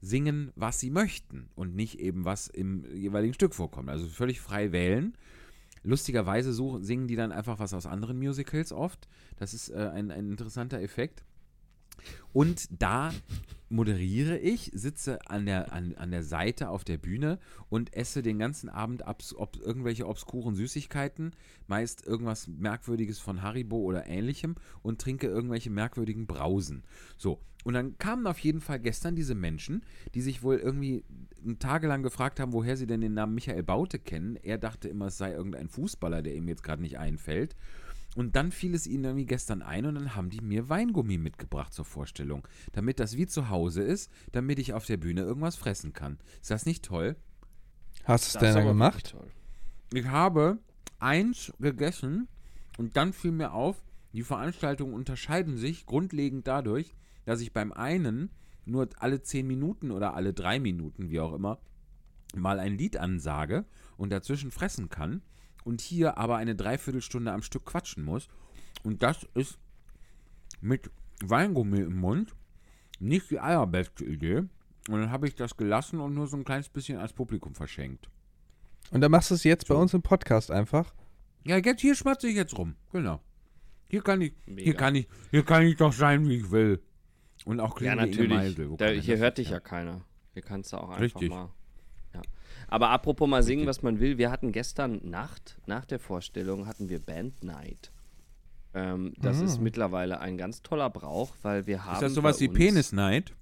singen, was sie möchten und nicht eben, was im jeweiligen Stück vorkommt. Also völlig frei wählen. Lustigerweise singen die dann einfach was aus anderen Musicals oft. Das ist ein interessanter Effekt. Und da moderiere ich, sitze an der Seite auf der Bühne und esse den ganzen Abend irgendwelche obskuren Süßigkeiten, meist irgendwas Merkwürdiges von Haribo oder ähnlichem und trinke irgendwelche merkwürdigen Brausen. So, und dann kamen auf jeden Fall gestern diese Menschen, die sich wohl irgendwie tagelang gefragt haben, woher sie denn den Namen Michael Baute kennen. Er dachte immer, es sei irgendein Fußballer, der ihm jetzt gerade nicht einfällt. Und dann fiel es ihnen irgendwie gestern ein und dann haben die mir Weingummi mitgebracht zur Vorstellung, damit das wie zu Hause ist, damit ich auf der Bühne irgendwas fressen kann. Ist das nicht toll? Hast du es denn dann gemacht? Ich habe eins gegessen und dann fiel mir auf, die Veranstaltungen unterscheiden sich grundlegend dadurch, dass ich beim einen nur alle 10 Minuten oder alle 3 Minuten, wie auch immer, mal ein Lied ansage und dazwischen fressen kann. Und hier aber eine Dreiviertelstunde am Stück quatschen muss. Und das ist mit Weingummi im Mund nicht die allerbeste Idee. Und dann habe ich das gelassen und nur so ein kleines bisschen als Publikum verschenkt. Und dann machst du es jetzt bei uns im Podcast einfach? Ja, jetzt hier schmatze ich jetzt rum. Genau. Hier kann ich doch sein, wie ich will. Und auch klingen ja, natürlich. Meisel, hier hört dich ja keiner. Hier kannst du auch einfach mal... Ja. Aber apropos mal singen, was man will, wir hatten gestern Nacht, nach der Vorstellung, hatten wir Band Night. Das ist mittlerweile ein ganz toller Brauch, weil wir haben. Ist das sowas wie Penis Night?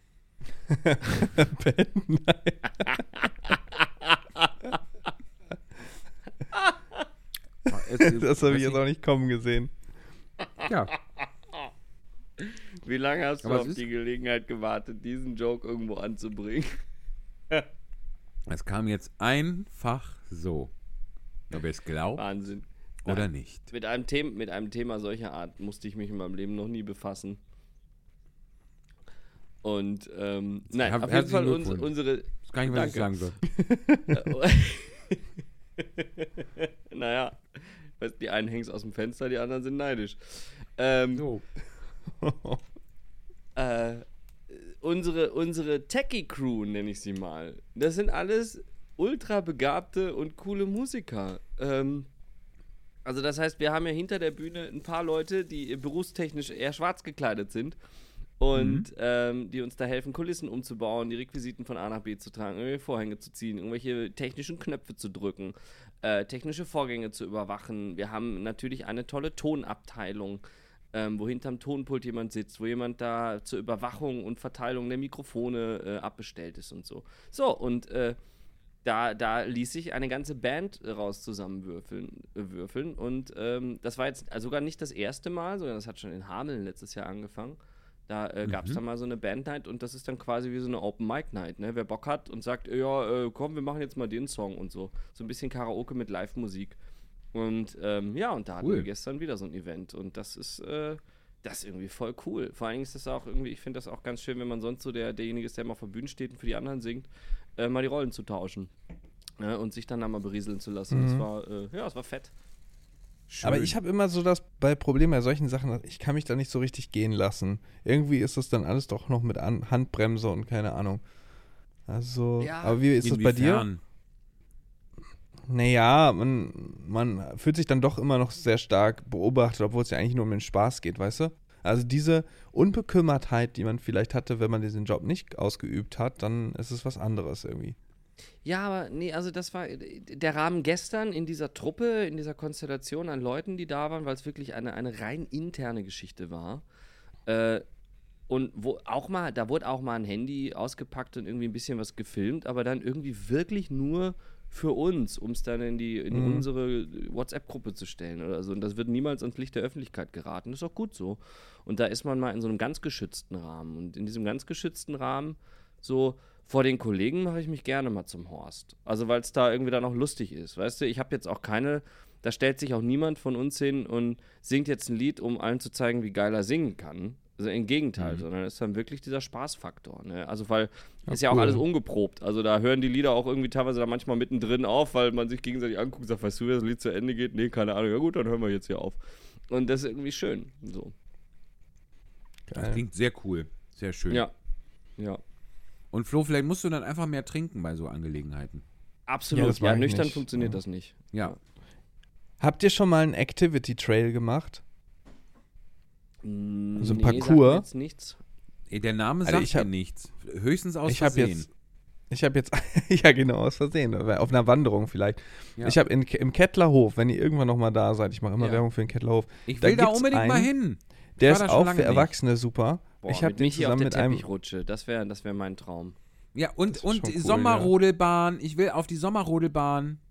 Band Night. Das habe ich jetzt auch nicht kommen gesehen. Ja. Wie lange hast du auf die Gelegenheit gewartet, diesen Joke irgendwo anzubringen? Es kam jetzt einfach so. Ob ihr es glaubt Wahnsinn. Oder nicht. Mit einem Thema solcher Art musste ich mich in meinem Leben noch nie befassen. Und, nein, auf jeden Fall unsere... Das kann ich, was ich sagen soll. Naja, die einen hängen aus dem Fenster, die anderen sind neidisch. So. Unsere Techie-Crew, nenne ich sie mal, das sind alles ultra begabte und coole Musiker. Also das heißt, wir haben ja hinter der Bühne ein paar Leute, die berufstechnisch eher schwarz gekleidet sind und die uns da helfen, Kulissen umzubauen, die Requisiten von A nach B zu tragen, irgendwelche Vorhänge zu ziehen, irgendwelche technischen Knöpfe zu drücken, technische Vorgänge zu überwachen. Wir haben natürlich eine tolle Tonabteilung, wo hinterm Tonpult jemand sitzt, wo jemand da zur Überwachung und Verteilung der Mikrofone abbestellt ist und so. So, und da ließ sich eine ganze Band raus zusammenwürfeln und das war jetzt sogar nicht das erste Mal, sondern das hat schon in Hameln letztes Jahr angefangen. Da gab es dann mal so eine Band-Night und das ist dann quasi wie so eine Open-Mic-Night, ne? Wer Bock hat und sagt, ja, komm, wir machen jetzt mal den Song und so. So ein bisschen Karaoke mit Live-Musik. Und ja, und da hatten wir gestern wieder so ein Event und das ist irgendwie voll cool. Vor allen Dingen ist das auch irgendwie, ich finde das auch ganz schön, wenn man sonst so derjenige ist, der mal auf der Bühne steht und für die anderen singt, mal die Rollen zu tauschen und sich dann da mal berieseln zu lassen. Das war, das war fett. Schön. Aber ich habe immer so das Problem bei solchen Sachen, ich kann mich da nicht so richtig gehen lassen. Irgendwie ist das dann alles doch noch mit Handbremse und keine Ahnung. Also, ja, aber wie ist das bei dir? Naja, man fühlt sich dann doch immer noch sehr stark beobachtet, obwohl es ja eigentlich nur um den Spaß geht, weißt du? Also diese Unbekümmertheit, die man vielleicht hatte, wenn man diesen Job nicht ausgeübt hat, dann ist es was anderes irgendwie. Ja, aber nee, also das war der Rahmen gestern in dieser Truppe, in dieser Konstellation an Leuten, die da waren, weil es wirklich eine rein interne Geschichte war. Und da wurde auch mal ein Handy ausgepackt und irgendwie ein bisschen was gefilmt, aber dann irgendwie wirklich nur für uns, um es dann in unsere WhatsApp-Gruppe zu stellen oder so. Und das wird niemals ans Licht der Öffentlichkeit geraten. Das ist auch gut so. Und da ist man mal in so einem ganz geschützten Rahmen. Und in diesem ganz geschützten Rahmen, so vor den Kollegen mache ich mich gerne mal zum Horst. Also weil es da irgendwie dann auch lustig ist. Weißt du, ich habe jetzt auch da stellt sich auch niemand von uns hin und singt jetzt ein Lied, um allen zu zeigen, wie geil er singen kann. Also im Gegenteil, sondern es ist dann wirklich dieser Spaßfaktor. Ne? Also weil ist ja auch alles ungeprobt. Also da hören die Lieder auch irgendwie teilweise da manchmal mittendrin auf, weil man sich gegenseitig anguckt und sagt, weißt du, wie das Lied zu Ende geht? Nee, keine Ahnung. Ja gut, dann hören wir jetzt hier auf. Und das ist irgendwie schön. So. Das klingt sehr cool. Sehr schön. Ja. Und Flo, vielleicht musst du dann einfach mehr trinken bei so Angelegenheiten. Absolut, ja, nüchtern nicht. Funktioniert das nicht. Ja. Habt ihr schon mal einen Activity Trail gemacht? So ein Parcours? Sagt mir jetzt nichts. Der Name sagt mir nichts. Höchstens aus Versehen. Ich habe jetzt, ja genau, aus Versehen, auf einer Wanderung vielleicht. Ja. Ich habe im Kettlerhof, wenn ihr irgendwann nochmal da seid, ich mache immer Werbung für den Kettlerhof. Ich will da unbedingt mal hin. Der ist auch für Erwachsene super. Boah, ich habe den zusammen mit einem Teppichrutsche, das wär mein Traum. Ja, und cool, Sommerrodelbahn, ich will auf die Sommerrodelbahn.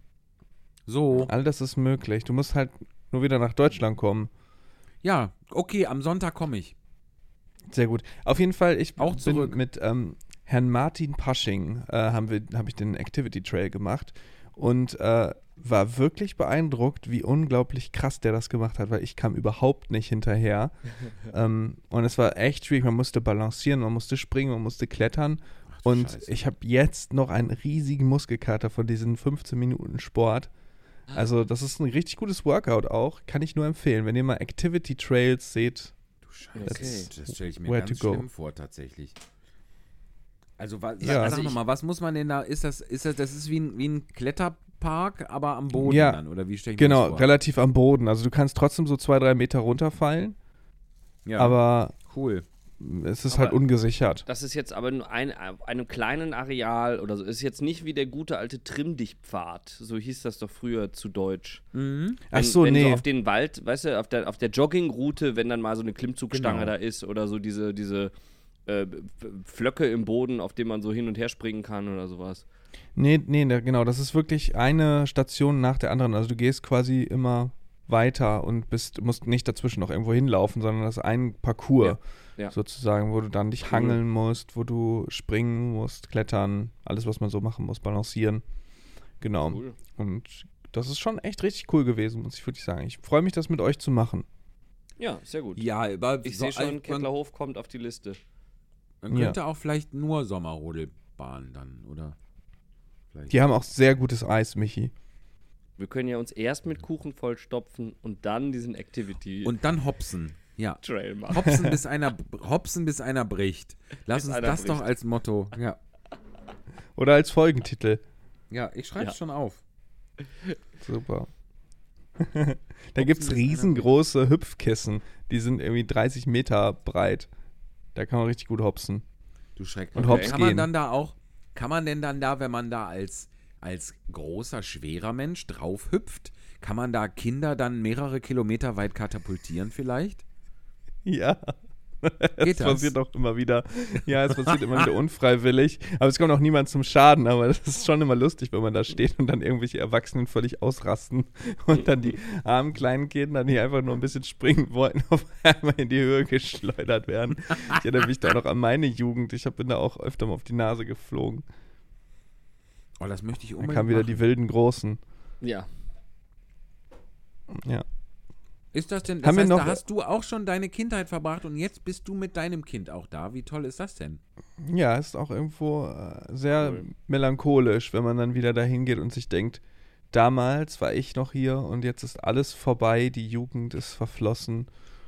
So. All das ist möglich, du musst halt nur wieder nach Deutschland kommen. Ja, okay, am Sonntag komme ich. Sehr gut. Auf jeden Fall, ich auch zurück. Bin mit Herrn Martin Pasching habe ich den Activity Trail gemacht und war wirklich beeindruckt, wie unglaublich krass der das gemacht hat, weil ich kam überhaupt nicht hinterher. Und es war echt schwierig, man musste balancieren, man musste springen, man musste klettern. Und Scheiße. Ich habe jetzt noch einen riesigen Muskelkater von diesen 15 Minuten Sport. Also das ist ein richtig gutes Workout auch, kann ich nur empfehlen. Wenn ihr mal Activity Trails seht. Du Scheiße, das stelle ich mir ganz schlimm vor tatsächlich. Also, sag nochmal, was muss man denn da, das ist wie ein Kletterpark, aber am Boden dann, oder wie stelle ich mir das vor? Genau, relativ am Boden. Also du kannst trotzdem so 2-3 Meter runterfallen, aber cool. Es ist halt ungesichert. Das ist jetzt aber nur einem kleinen Areal oder so. Ist jetzt nicht wie der gute alte Trimm-dich-Pfad. So hieß das doch früher zu Deutsch. Mhm. Wenn so auf den Wald, weißt du, auf der Joggingroute, wenn dann mal so eine Klimmzugstange da ist oder so diese Pflöcke im Boden, auf denen man so hin und her springen kann oder sowas. Nee, genau. Das ist wirklich eine Station nach der anderen. Also du gehst quasi immer weiter und musst nicht dazwischen noch irgendwo hinlaufen, sondern das ist ein Parcours sozusagen, wo du dann dich hangeln musst, wo du springen musst, klettern, alles, was man so machen muss, balancieren. Genau. Cool. Und das ist schon echt richtig cool gewesen, muss ich wirklich sagen. Ich freue mich, das mit euch zu machen. Ja, sehr gut. Ja, aber ich sehe schon, Kettlerhof kommt auf die Liste. Man könnte auch vielleicht nur Sommerrodelbahn dann, oder? Vielleicht. Die haben auch sehr gutes Eis, Michi. Wir können ja uns erst mit Kuchen vollstopfen und dann diesen Activity. Und dann hopsen. Ja. Trail machen. Hopsen bis einer bricht. Lass uns das doch als Motto. Ja. Oder als Folgentitel. Ja, ich schreibe es schon auf. Super. Da gibt es riesengroße Hüpfkissen. Die sind irgendwie 30 Meter breit. Da kann man richtig gut hopsen. Du Schreck. Und hops kann man denn dann da, wenn man da als großer, schwerer Mensch drauf hüpft, kann man da Kinder dann mehrere Kilometer weit katapultieren vielleicht? Ja. Es passiert auch immer wieder. Ja, es passiert immer wieder unfreiwillig. Aber es kommt auch niemand zum Schaden. Aber das ist schon immer lustig, wenn man da steht und dann irgendwelche Erwachsenen völlig ausrasten und dann die armen kleinen Kinder, die einfach nur ein bisschen springen wollten, auf einmal in die Höhe geschleudert werden. Ich erinnere mich da noch an meine Jugend. Ich bin da auch öfter mal auf die Nase geflogen. Oh, das möchte ich unbedingt Dann kamen wieder die wilden Großen. Ja. Ja. Ist das denn, das heißt, da hast du auch schon deine Kindheit verbracht und jetzt bist du mit deinem Kind auch da. Wie toll ist das denn? Ja, ist auch irgendwo sehr melancholisch, wenn man dann wieder dahin geht und sich denkt, damals war ich noch hier und jetzt ist alles vorbei, die Jugend ist verflossen.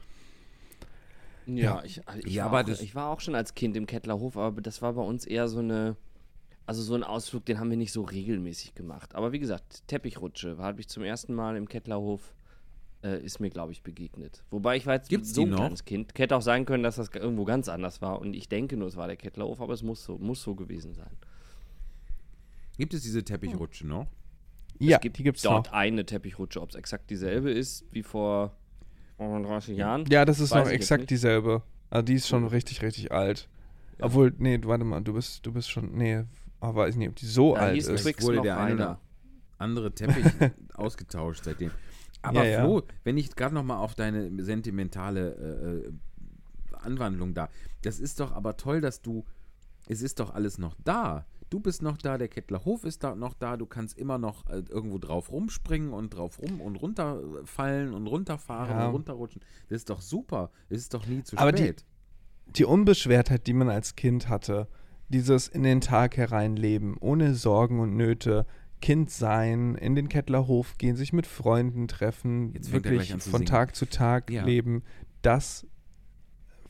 Ja, ich war auch schon als Kind im Kettlerhof, aber das war bei uns eher so ein Ausflug, den haben wir nicht so regelmäßig gemacht. Aber wie gesagt, Teppichrutsche habe ich zum ersten Mal im Kettlerhof, ist mir, glaube ich, begegnet. Wobei ich war jetzt so ein kleines Kind. Hätte auch sein können, dass das irgendwo ganz anders war. Und ich denke nur, es war der Kettlerhof, aber es muss so gewesen sein. Gibt es diese Teppichrutsche noch? Ja, die gibt es dort noch. Eine Teppichrutsche. Ob es exakt dieselbe ist wie vor 30 Jahren? Ja, das ist noch exakt dieselbe. Also die ist schon richtig, richtig alt. Ja. Obwohl, nee, warte mal, du bist schon, nee, aber weiß nicht, ob die so alt ist. Twix wurde der eine oder andere Teppich ausgetauscht seitdem. Aber Flo, wenn ich gerade noch mal auf deine sentimentale Anwandlung da, das ist doch aber toll, es ist doch alles noch da. Du bist noch da, der Kettlerhof ist da noch da, du kannst immer noch irgendwo drauf rumspringen und drauf rum und runterfallen und runterfahren und runterrutschen. Das ist doch super, es ist doch nie zu spät. Aber die Unbeschwertheit, die man als Kind hatte, dieses in den Tag hereinleben, ohne Sorgen und Nöte, Kind sein, in den Kettlerhof gehen, sich mit Freunden treffen, wirklich von Tag zu Tag leben, das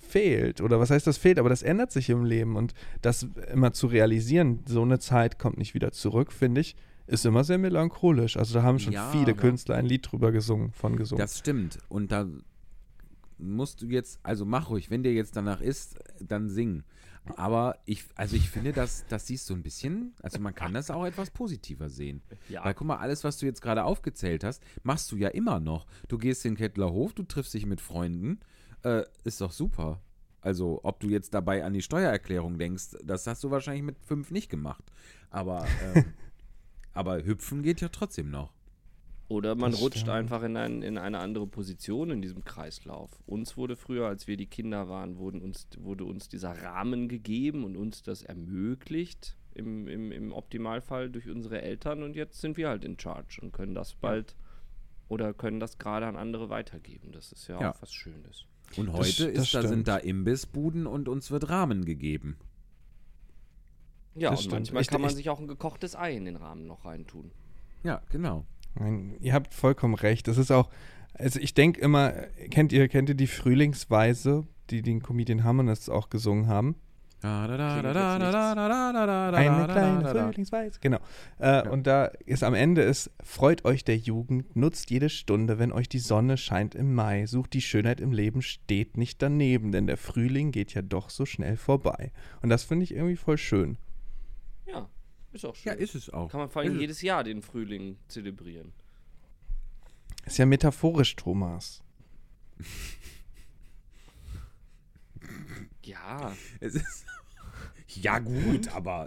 fehlt. Oder was heißt, das fehlt? Aber das ändert sich im Leben. Und das immer zu realisieren, so eine Zeit kommt nicht wieder zurück, finde ich, ist immer sehr melancholisch. Also da haben schon viele Künstler ein Lied drüber gesungen. Das stimmt. Und da musst du jetzt, also mach ruhig, wenn dir jetzt danach ist, dann sing. Aber ich finde, das siehst du ein bisschen, also man kann das auch etwas positiver sehen. Ja. Weil guck mal, alles, was du jetzt gerade aufgezählt hast, machst du ja immer noch. Du gehst in den Kettlerhof, du triffst dich mit Freunden, ist doch super. Also ob du jetzt dabei an die Steuererklärung denkst, das hast du wahrscheinlich mit 5 nicht gemacht. Aber hüpfen geht ja trotzdem noch. Oder man rutscht einfach in eine andere Position in diesem Kreislauf. Uns wurde früher, als wir die Kinder waren, wurde uns dieser Rahmen gegeben und uns das ermöglicht, im Optimalfall durch unsere Eltern. Und jetzt sind wir halt in charge und können das bald oder können das gerade an andere weitergeben. Das ist ja auch was Schönes. Und heute sind da Imbissbuden und uns wird Rahmen gegeben. Ja, und manchmal kann man sich auch ein gekochtes Ei in den Rahmen noch reintun. Ja, genau. Ihr habt vollkommen recht. Das ist auch, also ich denke immer, kennt ihr die Frühlingsweise, die den Comedian Harmonists auch gesungen haben? Eine kleine Frühlingsweise. Genau. Und da ist am Ende freut euch der Jugend, nutzt jede Stunde, wenn euch die Sonne scheint im Mai, sucht die Schönheit im Leben, steht nicht daneben, denn der Frühling geht ja doch so schnell vorbei. Und das finde ich irgendwie voll schön. Ja. Ist auch schön. Ja, ist es auch. Kann man vor allem jedes Jahr den Frühling zelebrieren. Ist ja metaphorisch, Thomas. Ja. Es ist. Ja, gut, aber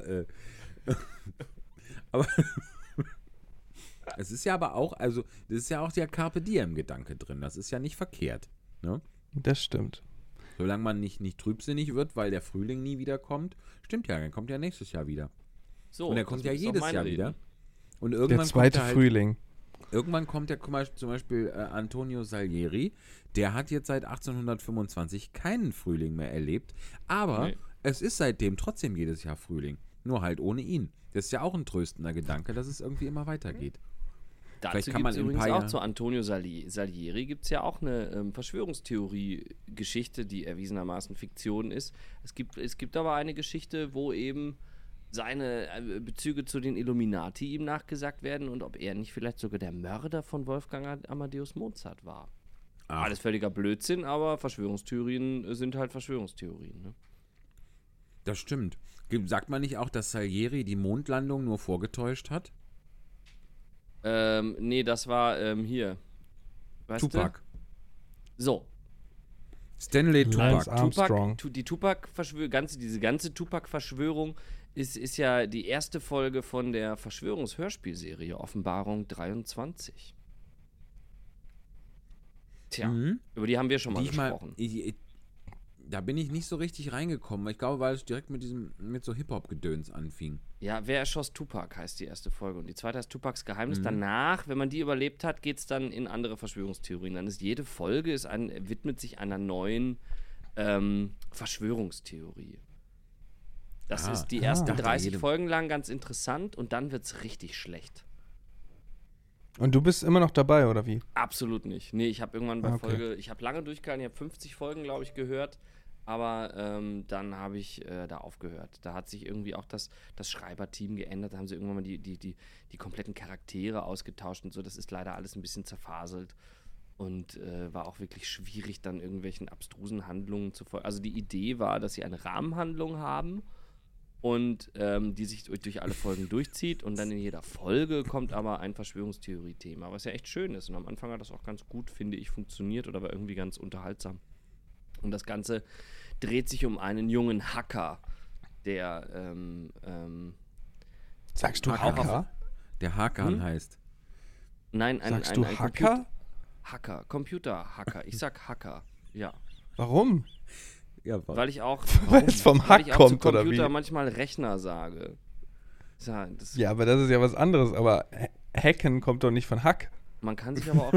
es ist ja aber auch, also, das ist ja auch der Carpe Diem-Gedanke drin. Das ist ja nicht verkehrt. Ne? Das stimmt. Solange man nicht trübsinnig wird, weil der Frühling nie wiederkommt. Stimmt ja, dann kommt ja nächstes Jahr wieder. So, und er kommt ja jedes Jahr wieder. Und irgendwann der zweite kommt Frühling. Irgendwann kommt ja zum Beispiel Antonio Salieri, der hat jetzt seit 1825 keinen Frühling mehr erlebt, aber es ist seitdem trotzdem jedes Jahr Frühling, nur halt ohne ihn. Das ist ja auch ein tröstender Gedanke, dass es irgendwie immer weitergeht. Dazu gibt es übrigens auch zu Antonio Salieri gibt es ja auch eine Verschwörungstheorie-Geschichte, die erwiesenermaßen Fiktion ist. Es gibt aber eine Geschichte, wo eben seine Bezüge zu den Illuminati ihm nachgesagt werden und ob er nicht vielleicht sogar der Mörder von Wolfgang Amadeus Mozart war. Ach. Alles völliger Blödsinn, aber Verschwörungstheorien sind halt Verschwörungstheorien. Ne? Das stimmt. Sagt man nicht auch, dass Salieri die Mondlandung nur vorgetäuscht hat? Nee, das war hier. Weißt Tupac. Du? So. Stanley Tupac. Armstrong. Diese ganze Tupac-Verschwörung ist ja die erste Folge von der Verschwörungshörspielserie Offenbarung 23. Tja, über die haben wir schon mal gesprochen. Da bin ich nicht so richtig reingekommen. Ich glaube, weil es direkt mit so Hip-Hop-Gedöns anfing. Ja, Wer erschoss Tupac heißt die erste Folge. Und die zweite heißt Tupacs Geheimnis. Danach, wenn man die überlebt hat, geht es dann in andere Verschwörungstheorien. Dann ist jede Folge widmet sich einer neuen Verschwörungstheorie. Das ist die ersten 30 Folgen lang ganz interessant und dann wird es richtig schlecht. Und du bist immer noch dabei, oder wie? Absolut nicht. Nee, ich habe irgendwann ich habe lange durchgehalten, ich habe 50 Folgen, glaube ich, gehört, aber dann habe ich da aufgehört. Da hat sich irgendwie auch das Schreiberteam geändert, da haben sie irgendwann mal die kompletten Charaktere ausgetauscht und so. Das ist leider alles ein bisschen zerfaselt und war auch wirklich schwierig, dann irgendwelchen abstrusen Handlungen zu folgen. Also die Idee war, dass sie eine Rahmenhandlung haben und die sich durch alle Folgen durchzieht und dann in jeder Folge kommt aber ein Verschwörungstheorie-Thema, was ja echt schön ist und am Anfang hat das auch ganz gut, finde ich, funktioniert oder war irgendwie ganz unterhaltsam. Und das Ganze dreht sich um einen jungen Hacker, der Sagst du Hacker? Der Hakan heißt. Nein, Sagst du Hacker? Computerhacker. Ich sag Hacker, ja. Warum? Ja, weil ich auch weil es vom Hack kommt, oder wie? Computer manchmal Rechner sage. Ja, aber das ist ja was anderes. Aber Hacken kommt doch nicht von Hack. Man kann sich aber auch...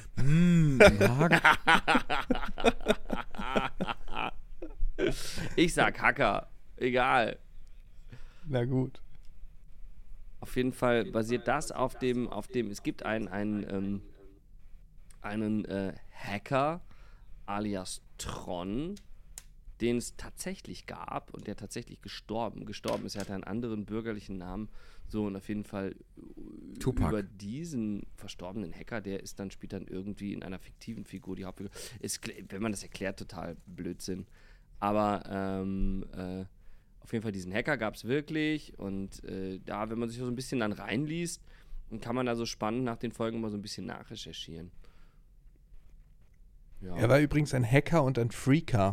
Ich sag Hacker. Egal. Na gut. Auf jeden Fall basiert das auf dem es gibt einen Hacker alias Tron, den es tatsächlich gab und der tatsächlich gestorben ist. Er hatte einen anderen bürgerlichen Namen. So, und auf jeden Fall Tupac. über diesen verstorbenen Hacker, der ist dann später irgendwie in einer fiktiven Figur, die Hauptfigur. Ist, wenn man das erklärt, total Blödsinn. Aber auf jeden Fall diesen Hacker gab es wirklich und da, wenn man sich so ein bisschen dann reinliest, dann kann man da so spannend nach den Folgen mal so ein bisschen nachrecherchieren. Ja. Er war übrigens ein Hacker und ein Freaker.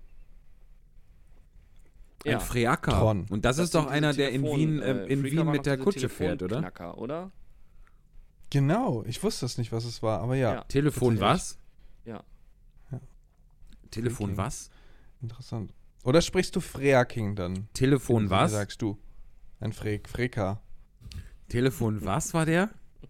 Ein Freaker. Tron. Und das ist doch einer, der in Wien mit der Kutsche fährt, oder? Knacker, oder? Genau, ich wusste es nicht, was es war, aber ja. Telefon was? Ja. Telefon Freaking. was? Interessant. Oder sprichst du Freaking dann? Telefon Wie was? sagst du? Ein Freaker. Telefon was war der?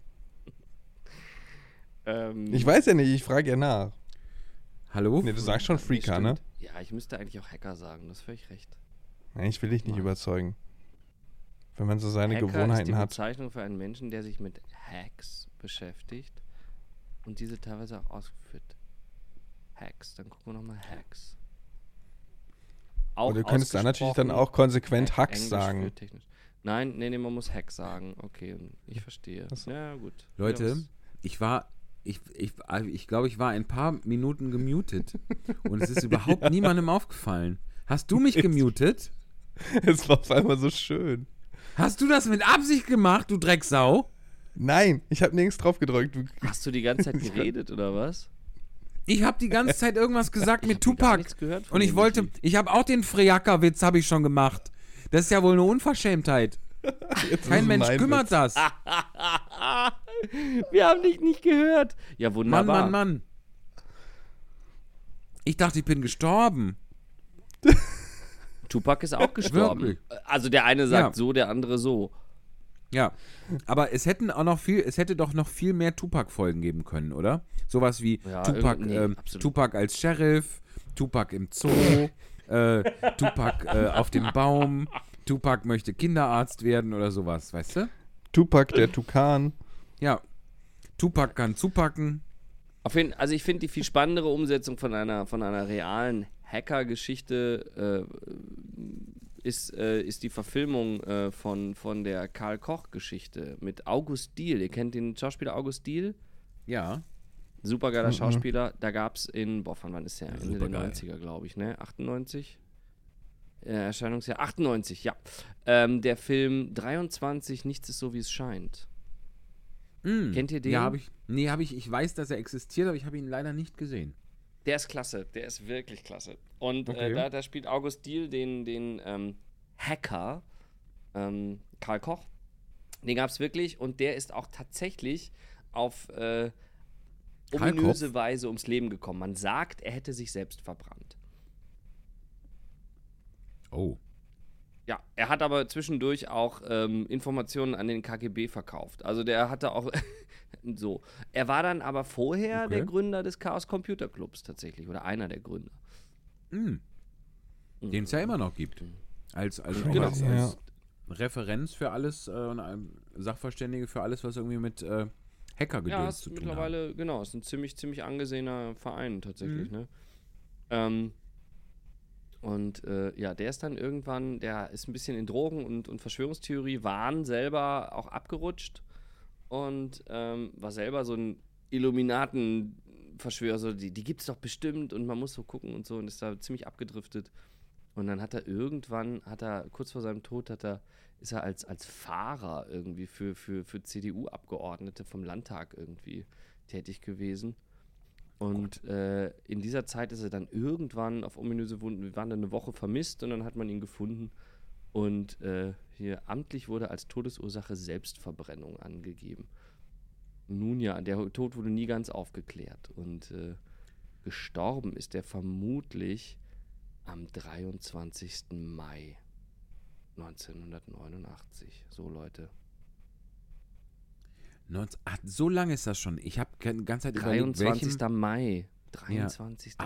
Ich weiß ja nicht, ich frage ja nach. Hallo? Nee, du sagst schon Freaker, ne? Ja, ich müsste eigentlich auch Hacker sagen, das ist völlig recht. Nee, ich will dich nicht überzeugen. Wenn man so seine Hacker Gewohnheiten ist die hat. Bezeichnung für einen Menschen, der sich mit Hacks beschäftigt und diese teilweise auch ausgeführt. Hacks, dann gucken wir nochmal Hacks. Auch Und du könntest da natürlich dann auch konsequent Hacks sagen. Nein, man muss Hack sagen. Okay, ich verstehe. Ja, gut. Leute, ich glaube, ich war ein paar Minuten gemutet und es ist überhaupt niemandem aufgefallen. Hast du mich gemutet? Es war auf einmal so schön. Hast du das mit Absicht gemacht, du Drecksau? Nein, ich habe nirgends drauf gedrückt. Hast du die ganze Zeit geredet, oder was? Ich habe die ganze Zeit irgendwas gesagt mit Tupac. Und ich habe auch den Freaker-Witz habe ich schon gemacht. Das ist ja wohl eine Unverschämtheit. Kein Mensch kümmert das. Wir haben dich nicht gehört. Ja, wunderbar. Mann. Ich dachte, ich bin gestorben. Tupac ist auch gestorben. Wirklich? Also der eine sagt so, der andere so. Ja, aber es hätte doch noch viel mehr Tupac-Folgen geben können, oder? Sowas wie Tupac als Sheriff, Tupac im Zoo, Tupac auf dem Baum, Tupac möchte Kinderarzt werden oder sowas, weißt du? Tupac, der Tukan. Ja, Tupac kann zupacken. Also ich finde die viel spannendere Umsetzung von einer realen Hacker-Geschichte ist die Verfilmung von der Karl-Koch-Geschichte mit August Diehl. Ihr kennt den Schauspieler August Diehl? Ja. Supergeiler Schauspieler. Da gab es von wann ist der? Ende der 90er, glaube ich, ne? 98? Erscheinungsjahr 98, ja. Der Film 23, Nichts ist so, wie es scheint. Kennt ihr den? Ja, ich weiß, dass er existiert, aber ich habe ihn leider nicht gesehen. Der ist klasse, der ist wirklich klasse. Und da spielt August Diehl den Hacker, Karl Koch. Den gab es wirklich und der ist auch tatsächlich auf ominöse Weise ums Leben gekommen. Man sagt, er hätte sich selbst verbrannt. Oh. Ja, er hat aber zwischendurch auch Informationen an den KGB verkauft. Also der hatte auch so. Er war dann aber vorher der Gründer des Chaos Computer Clubs tatsächlich oder einer der Gründer. Den es ja immer noch gibt. Als Referenz für alles und Sachverständige für alles, was irgendwie mit Hackergedöns zu tun hat. Mittlerweile, genau, ist ein ziemlich angesehener Verein tatsächlich, ne? Der ist dann irgendwann, der ist ein bisschen in Drogen und Verschwörungstheorie, Wahn selber auch abgerutscht und war selber so ein Illuminaten-Verschwörer, so die gibt es doch bestimmt und man muss so gucken und so und ist da ziemlich abgedriftet. Und dann kurz vor seinem Tod ist er als Fahrer irgendwie für CDU-Abgeordnete vom Landtag irgendwie tätig gewesen. Und in dieser Zeit ist er dann irgendwann auf ominöse Wunden, wir waren dann eine Woche vermisst und dann hat man ihn gefunden und hier amtlich wurde als Todesursache Selbstverbrennung angegeben. Nun ja, der Tod wurde nie ganz aufgeklärt und gestorben ist er vermutlich am 23. Mai 1989. So, Leute. So lange ist das schon. Ich habe die ganze Zeit 23. Mai. 23.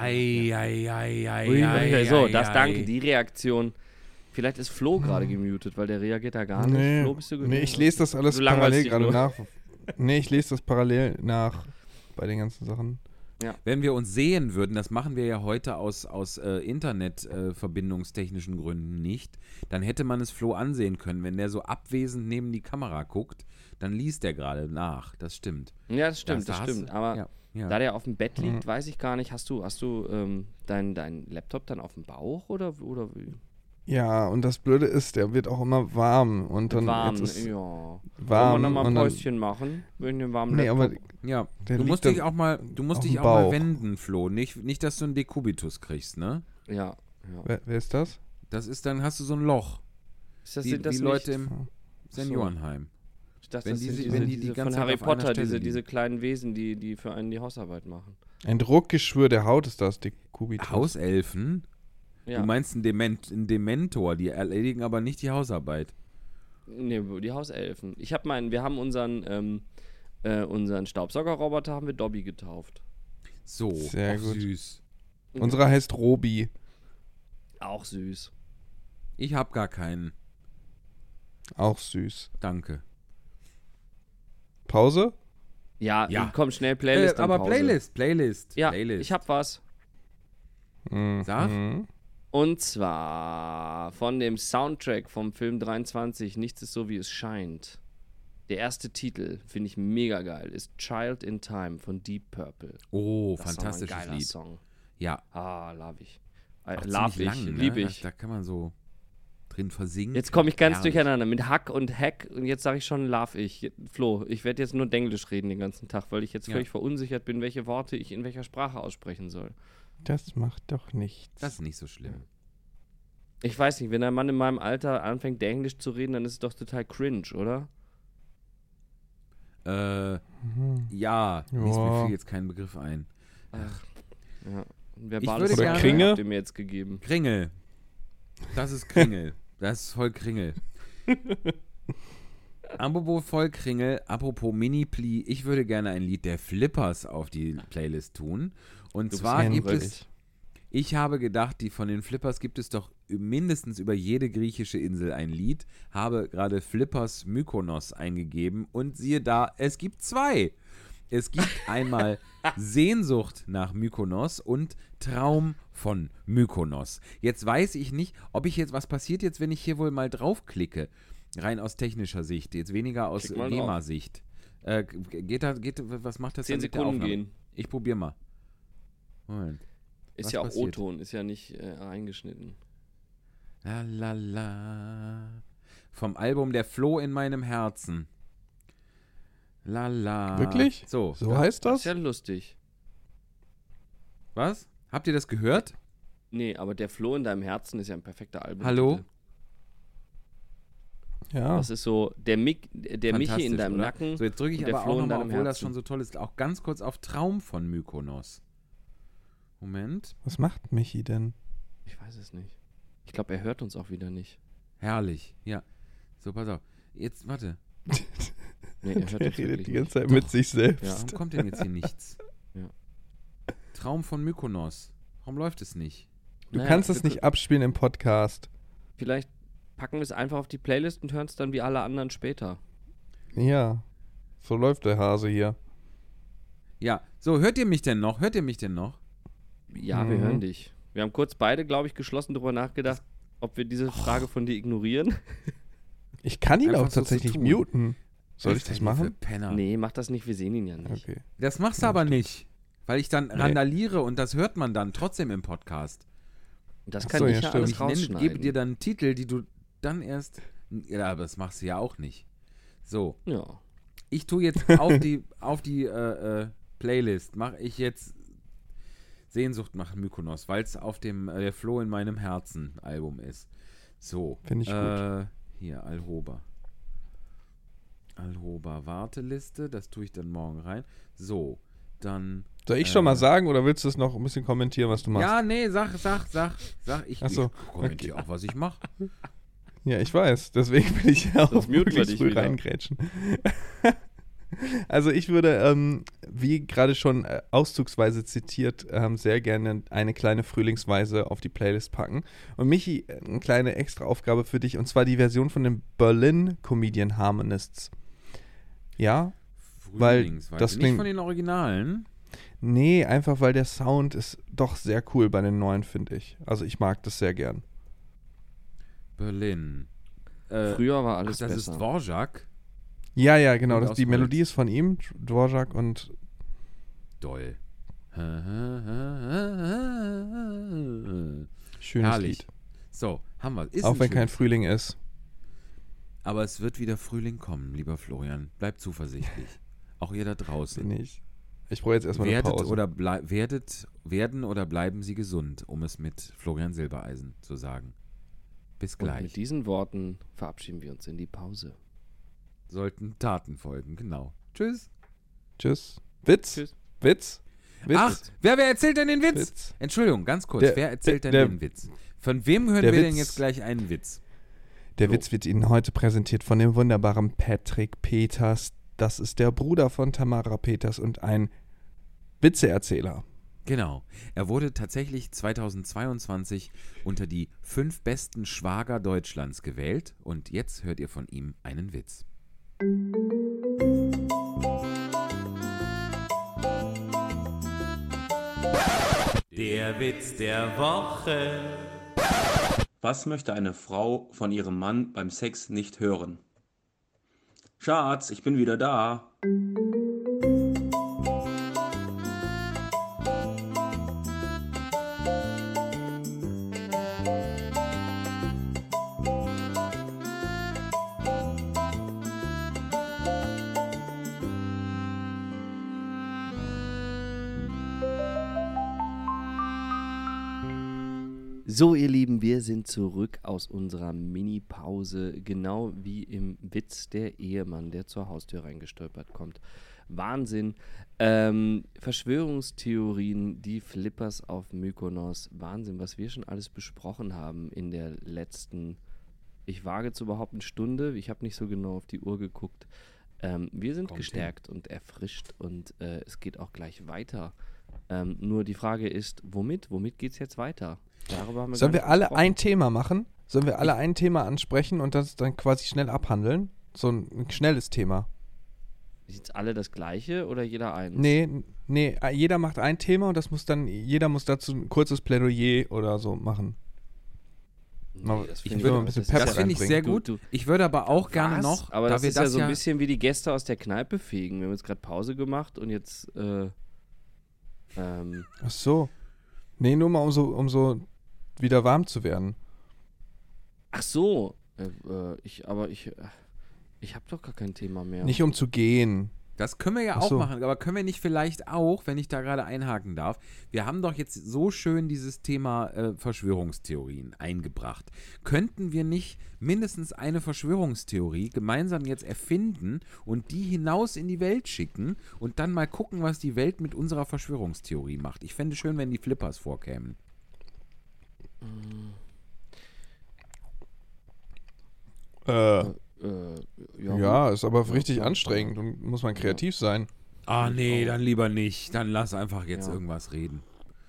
Mai. So, danke. Die Reaktion. Vielleicht ist Flo gerade gemutet, weil der reagiert da gar nicht. Flo, bist du gemutet? Nee, ich lese das alles parallel gerade nach. Nee, ich lese das parallel nach bei den ganzen Sachen. Wenn wir uns sehen würden, das machen wir ja heute aus Internetverbindungstechnischen Gründen nicht, dann hätte man es Flo ansehen können. Wenn der so abwesend neben die Kamera guckt, dann liest der gerade nach. Das stimmt. Ja, das stimmt. Aber da der auf dem Bett liegt, weiß ich gar nicht, hast du deinen Laptop dann auf dem Bauch oder wie? Ja, und das Blöde ist, der wird auch immer warm. Und dann warm, jetzt ist ja. warm. Wollen wir nochmal ein Päuschen machen? Wegen dem warmen Laptop? Aber ja, der du musst liegt dich auch mal Bauch. wenden, Flo. Nicht, dass du einen Dekubitus kriegst, ne? Ja. Wer ist das? Das ist, dann hast du so ein Loch. Sind das wie Leute nicht? im Seniorenheim. Ich dachte, Wenn das die sind die diese ganze von Zeit Harry auf einer Potter, Stelle diese kleinen Wesen, die für einen die Hausarbeit machen. Ein Druckgeschwür der Haut ist das, Dekubitus. Hauselfen? Ja. Du meinst einen Dementor, die erledigen aber nicht die Hausarbeit. Nee, die Hauselfen. Wir haben unseren Staubsaugerroboter haben wir Dobby getauft. So, Sehr auch gut. süß. Unserer heißt Robi. Auch süß. Ich hab gar keinen. Auch süß. Danke. Pause? Ja. Ja. Komm, schnell Playlist. Aber Pause. Playlist. Ja, Playlist. ich hab was. Sag. Und zwar von dem Soundtrack vom Film 23, Nichts ist so, wie es scheint. Der erste Titel, finde ich mega geil, ist Child in Time von Deep Purple. Oh, Das ist fantastisches ein geiler Lied. Song. Ja. Love ich. Auch Love ziemlich ich, lang, ne? liebe ich. Da kann man so drin versinken. Jetzt komme ich ganz Herrlich. durcheinander mit Hack und Hack und jetzt sage ich schon Love ich. Flo, ich werde jetzt nur Denglisch reden den ganzen Tag, weil ich jetzt völlig verunsichert bin, welche Worte ich in welcher Sprache aussprechen soll. Das macht doch nichts. Das ist nicht so schlimm. Ich weiß nicht, wenn ein Mann in meinem Alter anfängt, Englisch zu reden, dann ist es doch total cringe, oder? Ja, mir fiel jetzt kein Begriff ein. Ach, ja. Ein würde verbales gerne- Kringe? habt ihr mir jetzt gegeben. Kringel. Das ist Kringel. Das ist voll Kringel. Apropos voll Kringel, apropos Mini-Pli, ich würde gerne ein Lied der Flippers auf die Playlist tun. Und zwar gibt es, ich habe gedacht, von den Flippers gibt es doch mindestens über jede griechische Insel ein Lied, habe gerade Flippers Mykonos eingegeben und siehe da, es gibt 2. Es gibt einmal Sehnsucht nach Mykonos und Traum von Mykonos. Jetzt weiß ich nicht, was passiert jetzt, wenn ich hier wohl mal draufklicke. Rein aus technischer Sicht, jetzt weniger aus GEMA-Sicht. Was macht das 10 dann mit der Sekunden Aufnahme? gehen. Ich probiere mal. Moment. Ist Was ja auch passiert? O-Ton, ist ja nicht reingeschnitten. La la la. Vom Album Der Floh in meinem Herzen. La la. Wirklich? So heißt Das das? ist ja lustig. Was? Habt ihr das gehört? Nee, aber der Floh in deinem Herzen ist ja ein perfekter Album. Hallo? Ja. Das ist so, der Michi in Fantastisch, deinem oder? Nacken. So, jetzt drücke ich und der aber Floh auch in nochmal, deinem obwohl das Herzen. schon so toll ist, auch ganz kurz auf Traum von Mykonos. Moment. Was macht Michi denn? Ich weiß es nicht. Ich glaube, er hört uns auch wieder nicht. Herrlich. Ja. So, pass auf. Jetzt, warte. Nee, er hört Er uns redet wirklich die nicht. ganze Zeit mit sich selbst. Ja. Warum kommt denn jetzt hier nichts? Ja. Traum von Mykonos. Warum läuft es nicht? Du Naja, kannst es nicht abspielen im Podcast. Vielleicht packen wir es einfach auf die Playlist und hören es dann wie alle anderen später. Ja. So läuft der Hase hier. Ja. So, hört ihr mich denn noch? Ja, wir hören dich. Wir haben kurz beide, glaube ich, geschlossen darüber nachgedacht, ob wir diese Frage von dir ignorieren. Ich kann ihn Einfach auch so zu tatsächlich tun. muten. Soll ich Was das seid ihr für machen? Penner? Nee, mach das nicht, wir sehen ihn ja nicht. Okay. Das machst du aber nicht. Weil ich dann randaliere und das hört man dann trotzdem im Podcast. Das Ach kann so, ich ja, ja stimmt. alles Ich rausschneiden. gebe dir dann einen Titel, die du dann erst. Ja, aber das machst du ja auch nicht. So, Ja. ich tue jetzt auf die Playlist, mache ich jetzt Sehnsucht nach Mykonos, weil es auf dem Der Floh in meinem Herzen Album ist. So. Finde ich gut. Hier, Alhoba, Warteliste, das tue ich dann morgen rein. So, dann. Soll ich schon mal sagen oder willst du es noch ein bisschen kommentieren, was du machst? Ja, nee, sag. Ich, Ach so, ich kommentiere auch, was ich mache. Ja, ich weiß. Deswegen will ich ja auch Sonst muten wir möglichst dich früh wieder. reingrätschen. Also ich würde, wie gerade schon auszugsweise zitiert, sehr gerne eine kleine Frühlingsweise auf die Playlist packen. Und Michi, eine kleine extra Aufgabe für dich, und zwar die Version von den Berlin Comedian Harmonists. Ja? Weil Frühlingsweise. das Nicht klingt- von den Originalen. Nee, einfach weil der Sound ist doch sehr cool bei den neuen, finde ich. Also ich mag das sehr gern. Berlin. Früher war alles das besser. ist Dvorak. Ja, genau. Und aus Die Holz. Melodie ist von ihm, Dvorak, und Doll. schönes Herrlich. Lied. So, haben wir. Ist Auch ein wenn kein schönes Frühling ist. Aber es wird wieder Frühling kommen, lieber Florian. Bleibt zuversichtlich. Auch ihr da draußen. Bin ich. Ich brauche jetzt erstmal eine Werdet Pause. oder werden oder bleiben Sie gesund, um es mit Florian Silbereisen zu sagen. Bis Und gleich. mit diesen Worten verabschieden wir uns in die Pause. Sollten Taten folgen, genau. Tschüss. Tschüss. Witz? Tschüss. Witz? Witz? Ach, wer erzählt denn den Witz? Witz. Entschuldigung, ganz kurz. Der- wer erzählt der- denn den Witz? Von wem hören der wir denn Witz- jetzt gleich einen Witz? Der So. Witz wird Ihnen heute präsentiert von dem wunderbaren Patrick Peters. Das ist der Bruder von Tamara Peters und ein Witzeerzähler. Genau. Er wurde tatsächlich 2022 unter die 5 besten Schwager Deutschlands gewählt. Und jetzt hört ihr von ihm einen Witz. Der Witz der Woche. Was möchte eine Frau von ihrem Mann beim Sex nicht hören? Schatz, ich bin wieder da. So, ihr Lieben, wir sind zurück aus unserer Mini-Pause, genau wie im Witz der Ehemann, der zur Haustür reingestolpert kommt. Wahnsinn. Verschwörungstheorien, die Flippers auf Mykonos. Wahnsinn, was wir schon alles besprochen haben in der letzten, ich wage zu behaupten, Stunde. Ich habe nicht so genau auf die Uhr geguckt. Wir sind Kommt gestärkt und erfrischt und es geht auch gleich weiter. Nur die Frage ist, womit? Womit geht es jetzt weiter? Darüber haben wir Sollen gar wir nicht alle gesprochen. ein Thema machen? Sollen wir alle ein Thema ansprechen und das dann quasi schnell abhandeln? So ein schnelles Thema. Sind alle das gleiche oder jeder eins? Nee, jeder macht ein Thema und das muss dann, jeder muss dazu ein kurzes Plädoyer oder so machen. Nee, das Ich finde würde auch- ein bisschen das ist Pep Das finde ich reinbringen. sehr Du- gut. du- Ich würde aber auch gerne Was? noch, Aber da das wir ist ja das so ein bisschen wie die Gäste aus der Kneipe fegen. Wir haben jetzt gerade Pause gemacht und jetzt Ach so. Nee, nur mal um so wieder warm zu werden. ach so. Ich habe doch gar kein Thema mehr. Nicht um zu gehen. Das können wir ja Ach auch so. machen, aber können wir nicht vielleicht auch, wenn ich da gerade einhaken darf, wir haben doch jetzt so schön dieses Thema Verschwörungstheorien eingebracht. Könnten wir nicht mindestens eine Verschwörungstheorie gemeinsam jetzt erfinden und die hinaus in die Welt schicken und dann mal gucken, was die Welt mit unserer Verschwörungstheorie macht? Ich fände schön, wenn die Flippers vorkämen. Ja, ist aber Ja, richtig klar. anstrengend und muss man kreativ sein. Ah nee, dann lieber nicht. Dann lass einfach jetzt Ja. irgendwas reden.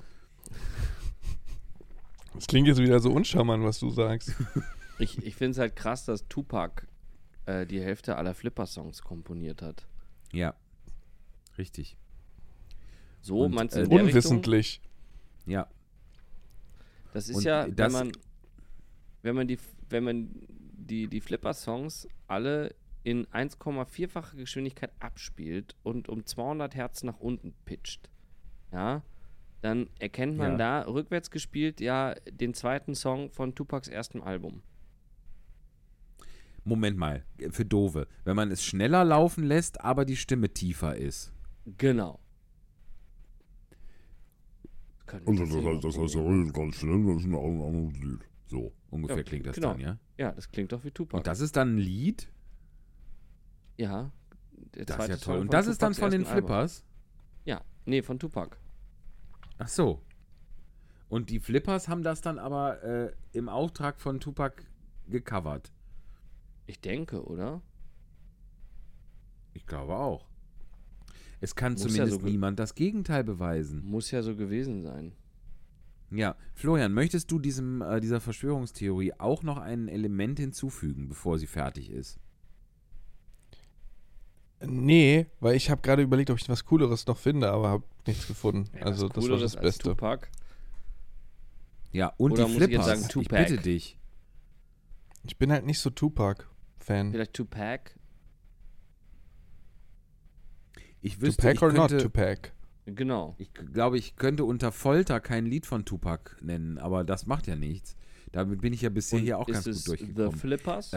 Das klingt jetzt wieder so uncharmant, was du sagst. Ich finde es halt krass, dass Tupac die Hälfte aller Flipper-Songs komponiert hat. Ja, richtig. So, Und, meinst du in der Richtung? Unwissentlich. Ja, Das ist Und ja, das- wenn man die Flipper-Songs alle in 1,4-fache Geschwindigkeit abspielt und um 200 Hertz nach unten pitcht, ja, dann erkennt man Ja. da rückwärts gespielt ja den zweiten Song von Tupacs erstem Album. Moment mal, für Dove. Wenn man es schneller laufen lässt, aber die Stimme tiefer ist. Genau. Können wir tatsächlich mal probieren. ganz schnell, das ist ein anderes Lied. So, ungefähr Ja, klingt das genau. dann, ja? Ja, das klingt doch wie Tupac. Und das ist dann ein Lied? ja. Der Das ist zweite ja toll. Song Und von das ist dann Tupacs von den ersten Album. Flippers? Ja, nee, von Tupac. Ach so. Und die Flippers haben das dann aber im Auftrag von Tupac gecovert. Ich denke, oder? Ich glaube auch. Es kann Muss ja zumindest so niemand das Gegenteil beweisen. Muss ja so gewesen sein. Ja, Florian, möchtest du dieser Verschwörungstheorie auch noch ein Element hinzufügen, bevor sie fertig ist? Nee, weil ich habe gerade überlegt, ob ich was Cooleres noch finde, aber habe nichts gefunden. Ja, also was das war das Cooleres als Beste. Tupac. Ja, und Oder die muss ich jetzt Flippers. sagen Ich Tupac? bitte dich. Ich bin halt nicht so Tupac-Fan. Vielleicht Tupac? Ich wüsste, Tupac or not könnte, Tupac? Genau. ich glaube, ich könnte unter Folter kein Lied von Tupac nennen, aber das macht ja nichts. Damit bin ich ja bisher Und hier auch ist ganz es gut durchgekommen. The Flippers?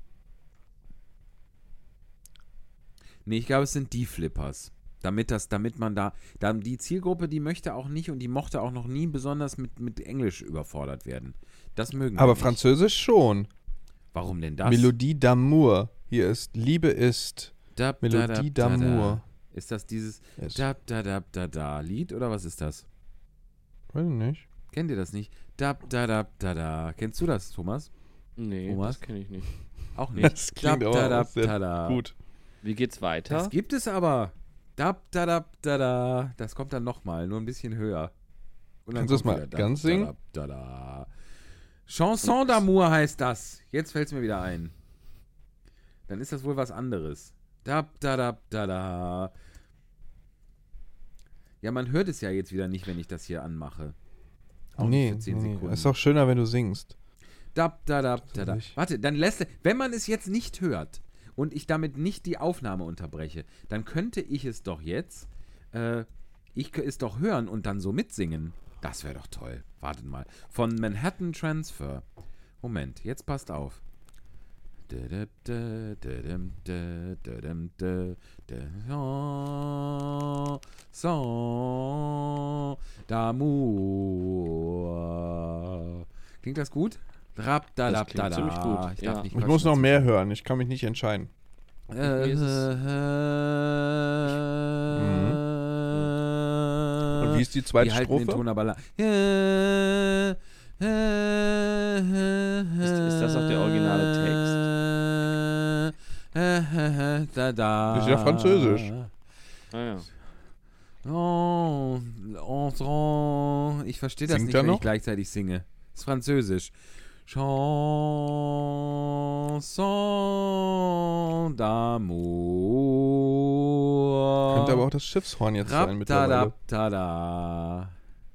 Nee, ich glaube, es sind die Flippers. Damit man da die Zielgruppe, die möchte auch nicht und die mochte auch noch nie besonders mit Englisch überfordert werden. Das mögen wir Aber nicht. Französisch schon. Warum denn das? Melodie d'amour. Hier ist Liebe ist Dab, Melodie da, da, da, d'amour. da. Ist das dieses Yes. Dab, da, da, da, da Lied oder was ist das? Weiß ich nicht. Kennt ihr das nicht? Dab, da, da, da, da. Kennst du das, Thomas? Nee, Thomas? das kenne ich nicht. Auch nicht. Das klingt Dab, aber da, da, auch sehr da, da. gut. Wie geht's weiter? Das gibt es aber. Dab, da, da, da, da. Das kommt dann nochmal, nur ein bisschen höher. Und dann Kannst du es kommt mal wieder ganz dab, singen? Da, da, da. Chanson d'amour heißt das. Jetzt fällt es mir wieder ein. Dann ist das wohl was anderes. Dab, da, da, da, da. Ja, man hört es ja jetzt wieder nicht, wenn ich das hier anmache. Auch Nee, nicht für 10 Sekunden. ist auch schöner, wenn du singst. Dab, da, da, da, da. nicht. Warte, dann wenn man es jetzt nicht hört und ich damit nicht die Aufnahme unterbreche, dann könnte ich es doch jetzt, es doch hören und dann so mitsingen. Das wäre doch toll. Wartet mal. Von Manhattan Transfer. Moment, jetzt passt auf. Son d'amour. Klingt das gut? Rap, da, Das da, klingt da, ziemlich da. gut, Ich ja. darf nicht Ich muss noch quatschen. mehr hören. Ich kann mich nicht entscheiden. Mir ist es- Und wie ist die zweite Die halten den Strophe? Ton aber Ist das auch der originale Text? Da, da. Ist ja Französisch. Ah ja. Oh, ich verstehe das Singt nicht, er wenn noch? ich gleichzeitig singe. Ist Französisch. Chanson d'amour. Könnte aber auch das Schiffshorn jetzt sein mittlerweile. Rap-da-da-da-da.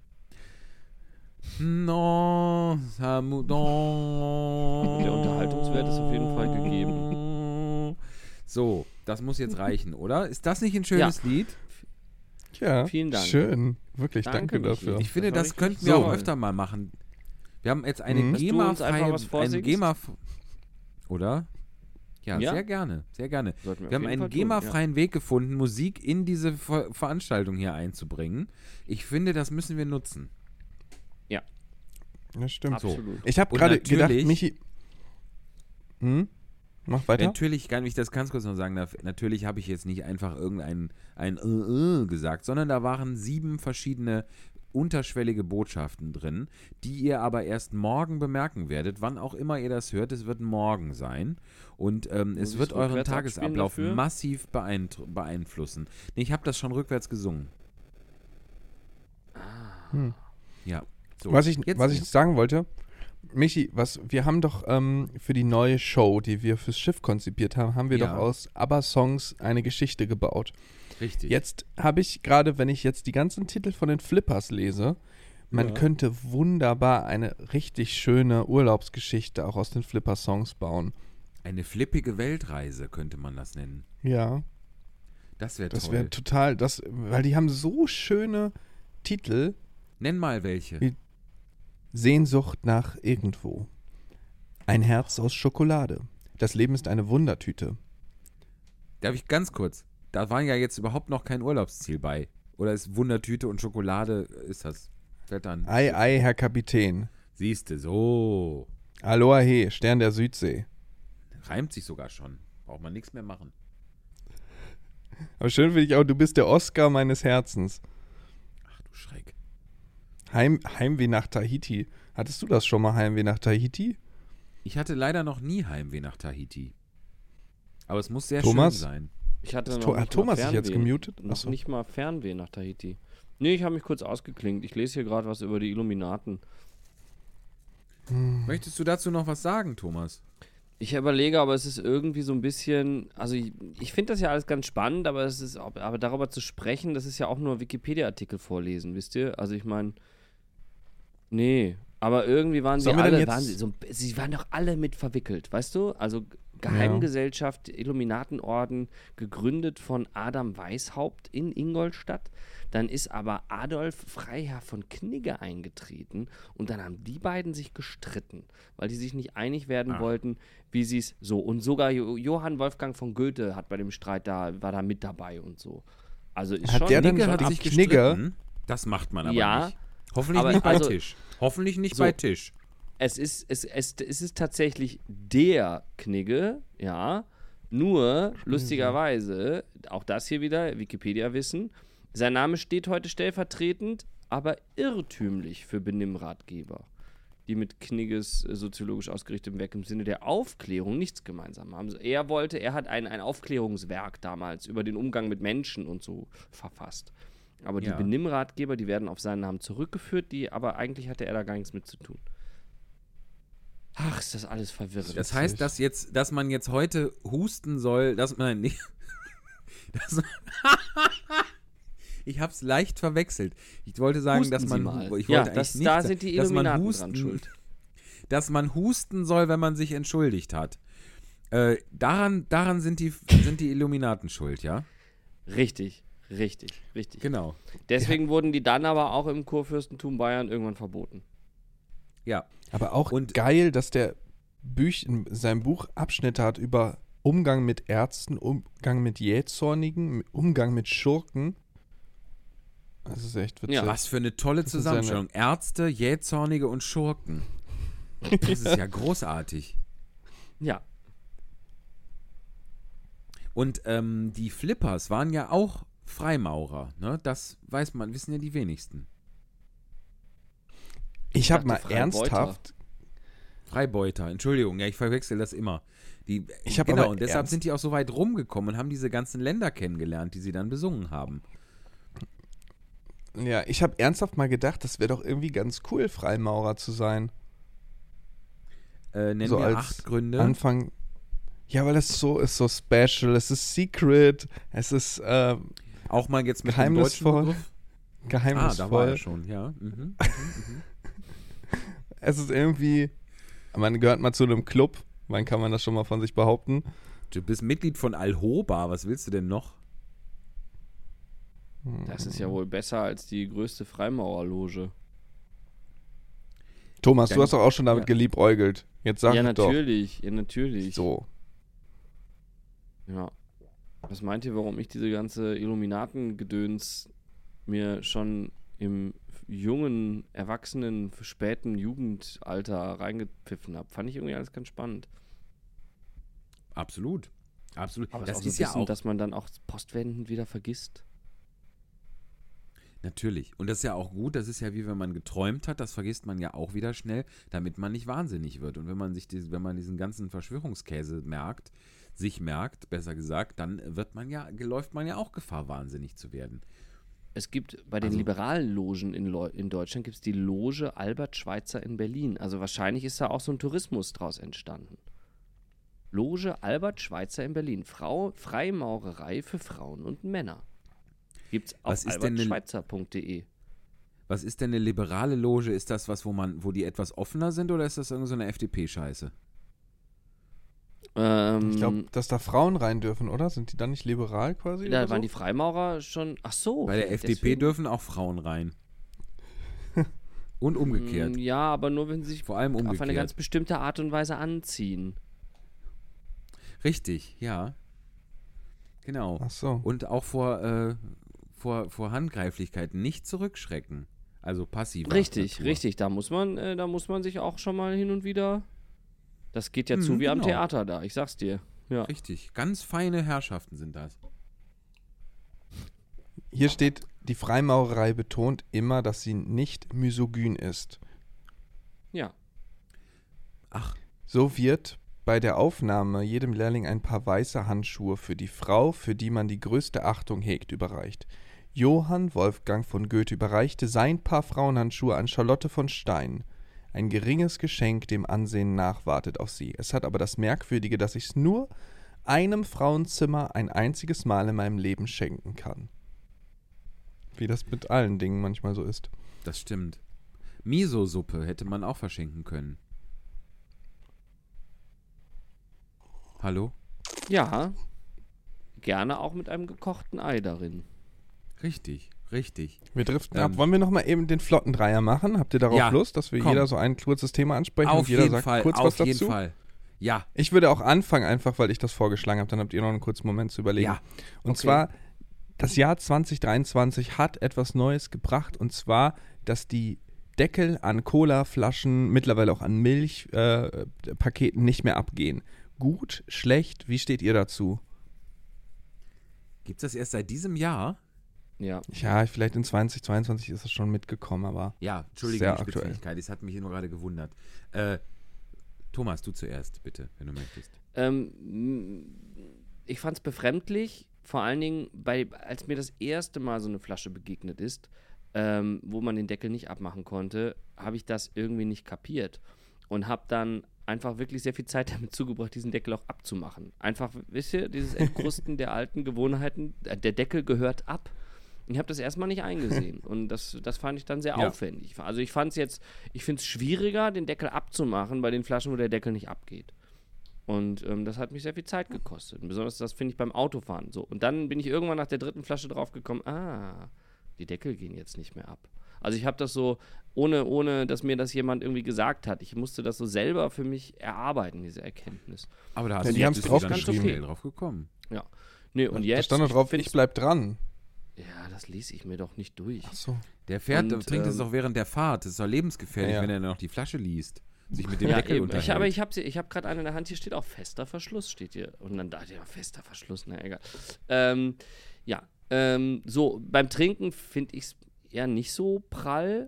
No, Der Unterhaltungswert ist auf jeden Fall gegeben. So, das muss jetzt reichen, oder? Ist das nicht ein schönes Lied? Ja, Vielen Dank. schön. Wirklich, Danke, danke Michi. dafür. Ich finde, Das war das richtig könnten wir auch toll. öfter mal machen. Wir haben jetzt eine Mhm. Dass du uns einfach was vorsingst? Oder? Ja, Ja? sehr gerne, sehr gerne. Sollten Wir auf haben jeden einen Fall tun, GEMA-freien Weg gefunden, Musik in diese Veranstaltung hier einzubringen. Ich finde, das müssen wir nutzen. Das stimmt. Absolut. Ich habe Und gerade gedacht, natürlich- Michi. Mach weiter. Natürlich kann ich das ganz kurz noch sagen, natürlich habe ich jetzt nicht einfach irgendein gesagt, sondern da waren 7 verschiedene unterschwellige Botschaften drin, die ihr aber erst morgen bemerken werdet, wann auch immer ihr das hört, es wird morgen sein und es ich wird es euren rückwärts Tagesablauf abspielen dafür? massiv beeinflussen. Nee, ich habe das schon rückwärts gesungen. Ja. So, Was ich jetzt- sagen wollte, Michi, wir haben doch für die neue Show, die wir fürs Schiff konzipiert haben, haben wir Ja. doch aus ABBA-Songs eine Geschichte gebaut. Richtig. Jetzt habe ich gerade, wenn ich jetzt die ganzen Titel von den Flippers lese, man könnte wunderbar eine richtig schöne Urlaubsgeschichte auch aus den Flipper-Songs bauen. Eine flippige Weltreise könnte man das nennen. Ja, Das wäre das toll. wäre total, weil die haben so schöne Titel. Nenn mal welche. Wie- Sehnsucht nach irgendwo. Ein Herz aus Schokolade. Das Leben ist eine Wundertüte. Darf ich ganz kurz? Da war ja jetzt überhaupt noch kein Urlaubsziel bei. Oder ist Wundertüte und Schokolade, ist das? Fällt dann. Ei, ei, Herr Kapitän. Siehste, so. Aloha he, Stern der Südsee. Reimt sich sogar schon. Braucht man nichts mehr machen. Aber schön finde ich auch, du bist der Oscar meines Herzens. Ach du Schreck. Heimweh nach Tahiti. Hattest du das schon mal, Heimweh nach Tahiti? Ich hatte leider noch nie Heimweh nach Tahiti. Aber es muss sehr Thomas? schön sein. Ich hatte Hat noch nicht Thomas mal sich jetzt Fernweh. gemutet? Noch Achso. nicht mal Fernweh nach Tahiti. Nee, ich habe mich kurz ausgeklingt. Ich lese hier gerade was über die Illuminaten. Möchtest du dazu noch was sagen, Thomas? Ich überlege, aber es ist irgendwie so ein bisschen, also ich finde das ja alles ganz spannend, aber darüber zu sprechen, das ist ja auch nur Wikipedia-Artikel vorlesen, wisst ihr? Also ich meine, nee, aber irgendwie waren sie sie waren doch alle mit verwickelt, weißt du? Also Geheimgesellschaft, Illuminatenorden, gegründet von Adam Weishaupt in Ingolstadt. Dann ist aber Adolf Freiherr von Knigge eingetreten und dann haben die beiden sich gestritten, weil die sich nicht einig werden wollten, wie sie es so. Und sogar Johann Wolfgang von Goethe hat bei dem Streit war da mit dabei und so. Also ist hat schon der denn Knigge schon hat sich Knigge? gestritten. Das macht man aber nicht. Hoffentlich nicht bei Tisch. Hoffentlich nicht bei Tisch. Es ist tatsächlich der Knigge, ja. Nur, lustigerweise, auch das hier wieder, Wikipedia-Wissen, sein Name steht heute stellvertretend, aber irrtümlich für Benimmratgeber, die mit Knigges soziologisch ausgerichtetem Werk im Sinne der Aufklärung nichts gemeinsam haben. Er hat ein Aufklärungswerk damals über den Umgang mit Menschen und so verfasst. Aber die Benimmratgeber, die werden auf seinen Namen zurückgeführt, aber eigentlich hatte er da gar nichts mit zu tun. Ach, ist das alles verwirrend. Das heißt, dass man jetzt heute husten soll, dass man nicht. Ich habe es leicht verwechselt. Ich wollte sagen, Husten dass man. Ich wollte da sind die Illuminaten dran schuld. Dass man husten soll, wenn man sich entschuldigt hat. Daran sind die Illuminaten schuld, ja? Richtig. Genau. Deswegen wurden die dann aber auch im Kurfürstentum Bayern irgendwann verboten. Ja. Aber auch geil, dass der in seinem Buch Abschnitte hat über Umgang mit Ärzten, Umgang mit Jähzornigen, Umgang mit Schurken. Das ist echt witzig. Ja, was für eine tolle Zusammenstellung. Ärzte, Jähzornige und Schurken. Das ist ja großartig. Ja. Und die Flippers waren ja auch Freimaurer. Ne? Das wissen ja die wenigsten. Ich habe mal ernsthaft... Freibeuter, Entschuldigung, ja, ich verwechsel das immer. Und deshalb sind die auch so weit rumgekommen und haben diese ganzen Länder kennengelernt, die sie dann besungen haben. Ja, ich habe ernsthaft mal gedacht, das wäre doch irgendwie ganz cool, Freimaurer zu sein. Nennen so wir als 8 Gründe. Anfang. Ja, weil es ist so special, es ist secret, es ist auch mal jetzt mit geheimnisvoll. Geheimnisvoll. Da war er schon, ja. Es ist irgendwie, man gehört mal zu einem Club, wann kann man das schon mal von sich behaupten? Du bist Mitglied von Alhoba, was willst du denn noch? Das ist ja wohl besser als die größte Freimaurerloge. Thomas, du hast doch auch schon damit geliebäugelt. Jetzt sag doch. Ja, natürlich. So. Ja. Was meint ihr, warum ich diese ganze Illuminaten-Gedöns mir schon im jungen, erwachsenen, späten Jugendalter reingepfiffen habe? Fand ich irgendwie alles ganz spannend. Absolut. Aber das ist ist so ja Wissen, auch, dass man dann auch postwendend wieder vergisst. Natürlich. Und das ist ja auch gut, das ist ja wie wenn man geträumt hat, das vergisst man ja auch wieder schnell, damit man nicht wahnsinnig wird. Und wenn man diesen ganzen Verschwörungskäse merkt, besser gesagt, dann läuft man ja auch Gefahr, wahnsinnig zu werden. Es gibt bei den liberalen Logen in Deutschland gibt es die Loge Albert Schweitzer in Berlin. Also wahrscheinlich ist da auch so ein Tourismus draus entstanden. Loge Albert Schweitzer in Berlin. Freimaurerei für Frauen und Männer. Gibt's auf albertschweitzer.de. Was ist denn eine liberale Loge? Ist das was, wo die etwas offener sind, oder ist das irgend so eine FDP-Scheiße? Ich glaube, dass da Frauen rein dürfen, oder? Sind die dann nicht liberal quasi? Da waren die Freimaurer schon. Ach so. Bei der FDP dürfen auch Frauen rein. Und umgekehrt. Ja, aber nur, wenn sie sich vor allem umgekehrt auf eine ganz bestimmte Art und Weise anziehen. Richtig, ja. Genau. Ach so. Und auch vor Handgreiflichkeiten nicht zurückschrecken. Also passiv. Richtig. Da muss man sich auch schon mal hin und wieder. Das geht ja zu wie am Theater da, ich sag's dir. Ja. Richtig, ganz feine Herrschaften sind das. Hier steht, die Freimaurerei betont immer, dass sie nicht misogyn ist. Ja. Ach. So wird bei der Aufnahme jedem Lehrling ein paar weiße Handschuhe für die Frau, für die man die größte Achtung hegt, überreicht. Johann Wolfgang von Goethe überreichte sein Paar Frauenhandschuhe an Charlotte von Stein. Ein geringes Geschenk dem Ansehen nach wartet auf sie. Es hat aber das Merkwürdige, dass ich es nur einem Frauenzimmer ein einziges Mal in meinem Leben schenken kann. Wie das mit allen Dingen manchmal so ist. Das stimmt. Miso-Suppe hätte man auch verschenken können. Hallo? Ja, gerne auch mit einem gekochten Ei darin. Richtig. Wir driften ab. Wollen wir nochmal eben den flotten Dreier machen? Habt ihr darauf Lust, dass wir jeder so ein kurzes Thema ansprechen und jeder sagt kurz was dazu? Auf jeden Fall. Ja. Ich würde auch anfangen, einfach weil ich das vorgeschlagen habe. Dann habt ihr noch einen kurzen Moment zu überlegen. Ja. Und zwar, das Jahr 2023 hat etwas Neues gebracht. Und zwar, dass die Deckel an Colaflaschen, mittlerweile auch an Milchpaketen nicht mehr abgehen. Gut, schlecht, wie steht ihr dazu? Gibt es das erst seit diesem Jahr? Ja, vielleicht in 2022 ist es schon mitgekommen, aber ja, Entschuldige die Spitzfindigkeit, das hat mich nur gerade gewundert. Thomas, du zuerst, bitte, wenn du möchtest. Ich fand es befremdlich, vor allen Dingen, als mir das erste Mal so eine Flasche begegnet ist, wo man den Deckel nicht abmachen konnte, habe ich das irgendwie nicht kapiert und habe dann einfach wirklich sehr viel Zeit damit zugebracht, diesen Deckel auch abzumachen. Einfach, wisst ihr, dieses Entkrusten der alten Gewohnheiten, der Deckel gehört ab. Ich habe das erstmal nicht eingesehen und das fand ich dann sehr aufwendig. Also ich finde es schwieriger, den Deckel abzumachen bei den Flaschen, wo der Deckel nicht abgeht. Und das hat mich sehr viel Zeit gekostet. Und besonders das finde ich beim Autofahren so. Und dann bin ich irgendwann nach der 3. Flasche drauf gekommen, die Deckel gehen jetzt nicht mehr ab. Also ich habe das so, ohne dass mir das jemand irgendwie gesagt hat. Ich musste das so selber für mich erarbeiten, diese Erkenntnis. Aber da hast du jetzt drauf geschrieben, drauf gekommen. Ja. Nee, und jetzt. Da stand noch drauf, ich bleib dran. Ja, das lese ich mir doch nicht durch. Ach so. Der trinkt es auch während der Fahrt. Das ist doch lebensgefährlich, wenn er noch die Flasche liest. Sich mit dem Deckel unterhält. Aber ich habe gerade eine in der Hand, hier steht auch fester Verschluss, steht hier. Und dann dachte ich, fester Verschluss, na egal. So, beim Trinken finde ich es eher nicht so prall.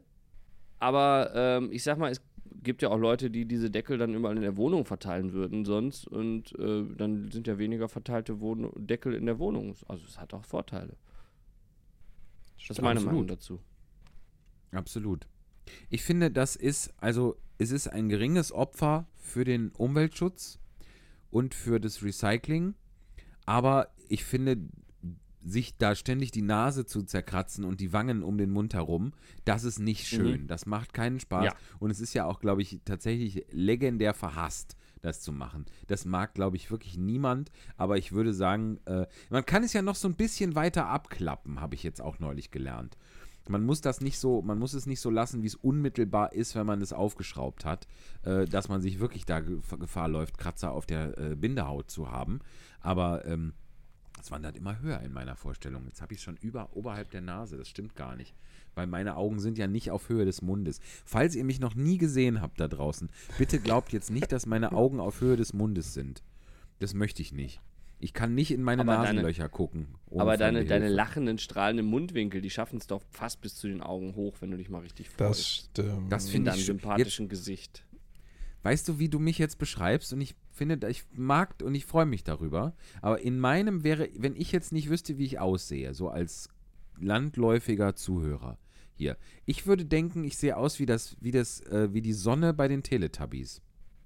Aber ich sag mal, es gibt ja auch Leute, die diese Deckel dann überall in der Wohnung verteilen würden sonst. Und dann sind ja weniger verteilte Deckel in der Wohnung. Also es hat auch Vorteile. Das ist meine Meinung dazu. Absolut. Ich finde, es ist ein geringes Opfer für den Umweltschutz und für das Recycling, aber ich finde, sich da ständig die Nase zu zerkratzen und die Wangen um den Mund herum, das ist nicht schön. Das macht keinen Spaß. Ja. Und es ist ja auch, glaube ich, tatsächlich legendär verhasst, das zu machen. Das mag, glaube ich, wirklich niemand, aber ich würde sagen, man kann es ja noch so ein bisschen weiter abklappen, habe ich jetzt auch neulich gelernt. Man muss es nicht so lassen, wie es unmittelbar ist, wenn man es aufgeschraubt hat, dass man sich wirklich da Gefahr läuft, Kratzer auf der Bindehaut zu haben. Aber es wandert immer höher in meiner Vorstellung. Jetzt habe ich es schon oberhalb der Nase. Das stimmt gar nicht. Weil meine Augen sind ja nicht auf Höhe des Mundes. Falls ihr mich noch nie gesehen habt da draußen, bitte glaubt jetzt nicht, dass meine Augen auf Höhe des Mundes sind. Das möchte ich nicht. Ich kann nicht in meine Nasenlöcher gucken. Aber deine lachenden, strahlenden Mundwinkel, die schaffen es doch fast bis zu den Augen hoch, wenn du dich mal richtig freust. Das stimmt. Das finde ich in deinem sympathischen Gesicht. Weißt du, wie du mich jetzt beschreibst? Und ich finde, ich mag und ich freue mich darüber. Aber in meinem wäre, wenn ich jetzt nicht wüsste, wie ich aussehe, so als landläufiger Zuhörer hier. Ich würde denken, ich sehe aus wie die Sonne bei den Teletubbies.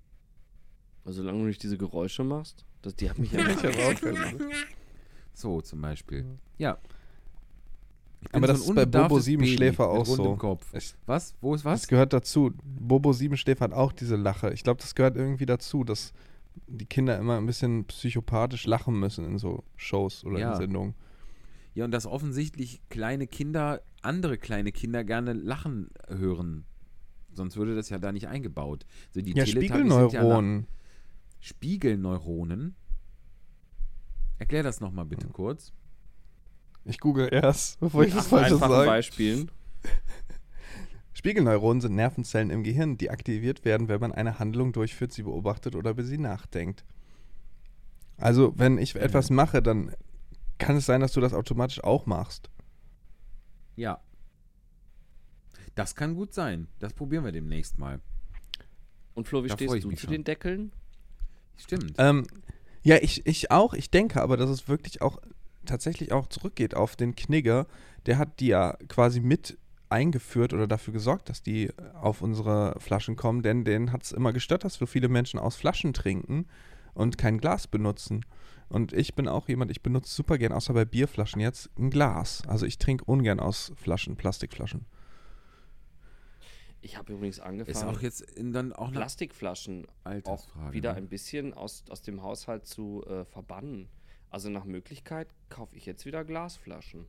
Also solange du nicht diese Geräusche machst, die hat mich ja nicht herausgehört. So zum Beispiel. Ja. Aber das ist bei Bobo Siebenschläfer auch so. Was? Wo ist was? Das gehört dazu. Bobo Siebenschläfer hat auch diese Lache. Ich glaube, das gehört irgendwie dazu, dass die Kinder immer ein bisschen psychopathisch lachen müssen in so Shows oder in Sendungen. Ja, und dass offensichtlich andere kleine Kinder gerne lachen hören. Sonst würde das ja da nicht eingebaut. Also die Spiegelneuronen. Spiegelneuronen? Erklär das nochmal bitte kurz. Ich google erst, bevor ich das Falsches sage. Beispielen. Spiegelneuronen sind Nervenzellen im Gehirn, die aktiviert werden, wenn man eine Handlung durchführt, sie beobachtet oder über sie nachdenkt. Also, wenn ich etwas mache, dann kann es sein, dass du das automatisch auch machst. Ja. Das kann gut sein. Das probieren wir demnächst mal. Und Flo, wie stehst du zu den Deckeln? Stimmt. Ja, ich auch. Ich denke aber, dass es wirklich auch tatsächlich auch zurückgeht auf den Knigge. Der hat die ja quasi mit eingeführt oder dafür gesorgt, dass die auf unsere Flaschen kommen, denn denen hat es immer gestört, dass so viele Menschen aus Flaschen trinken und kein Glas benutzen. Und ich bin auch jemand, ich benutze super gern, außer bei Bierflaschen jetzt, ein Glas. Also ich trinke ungern aus Flaschen, Plastikflaschen. Ich habe übrigens angefangen, Ist auch jetzt dann auch eine Plastikflaschen auch Altersfrage, wieder ne? ein bisschen aus dem Haushalt zu verbannen. Also nach Möglichkeit kaufe ich jetzt wieder Glasflaschen.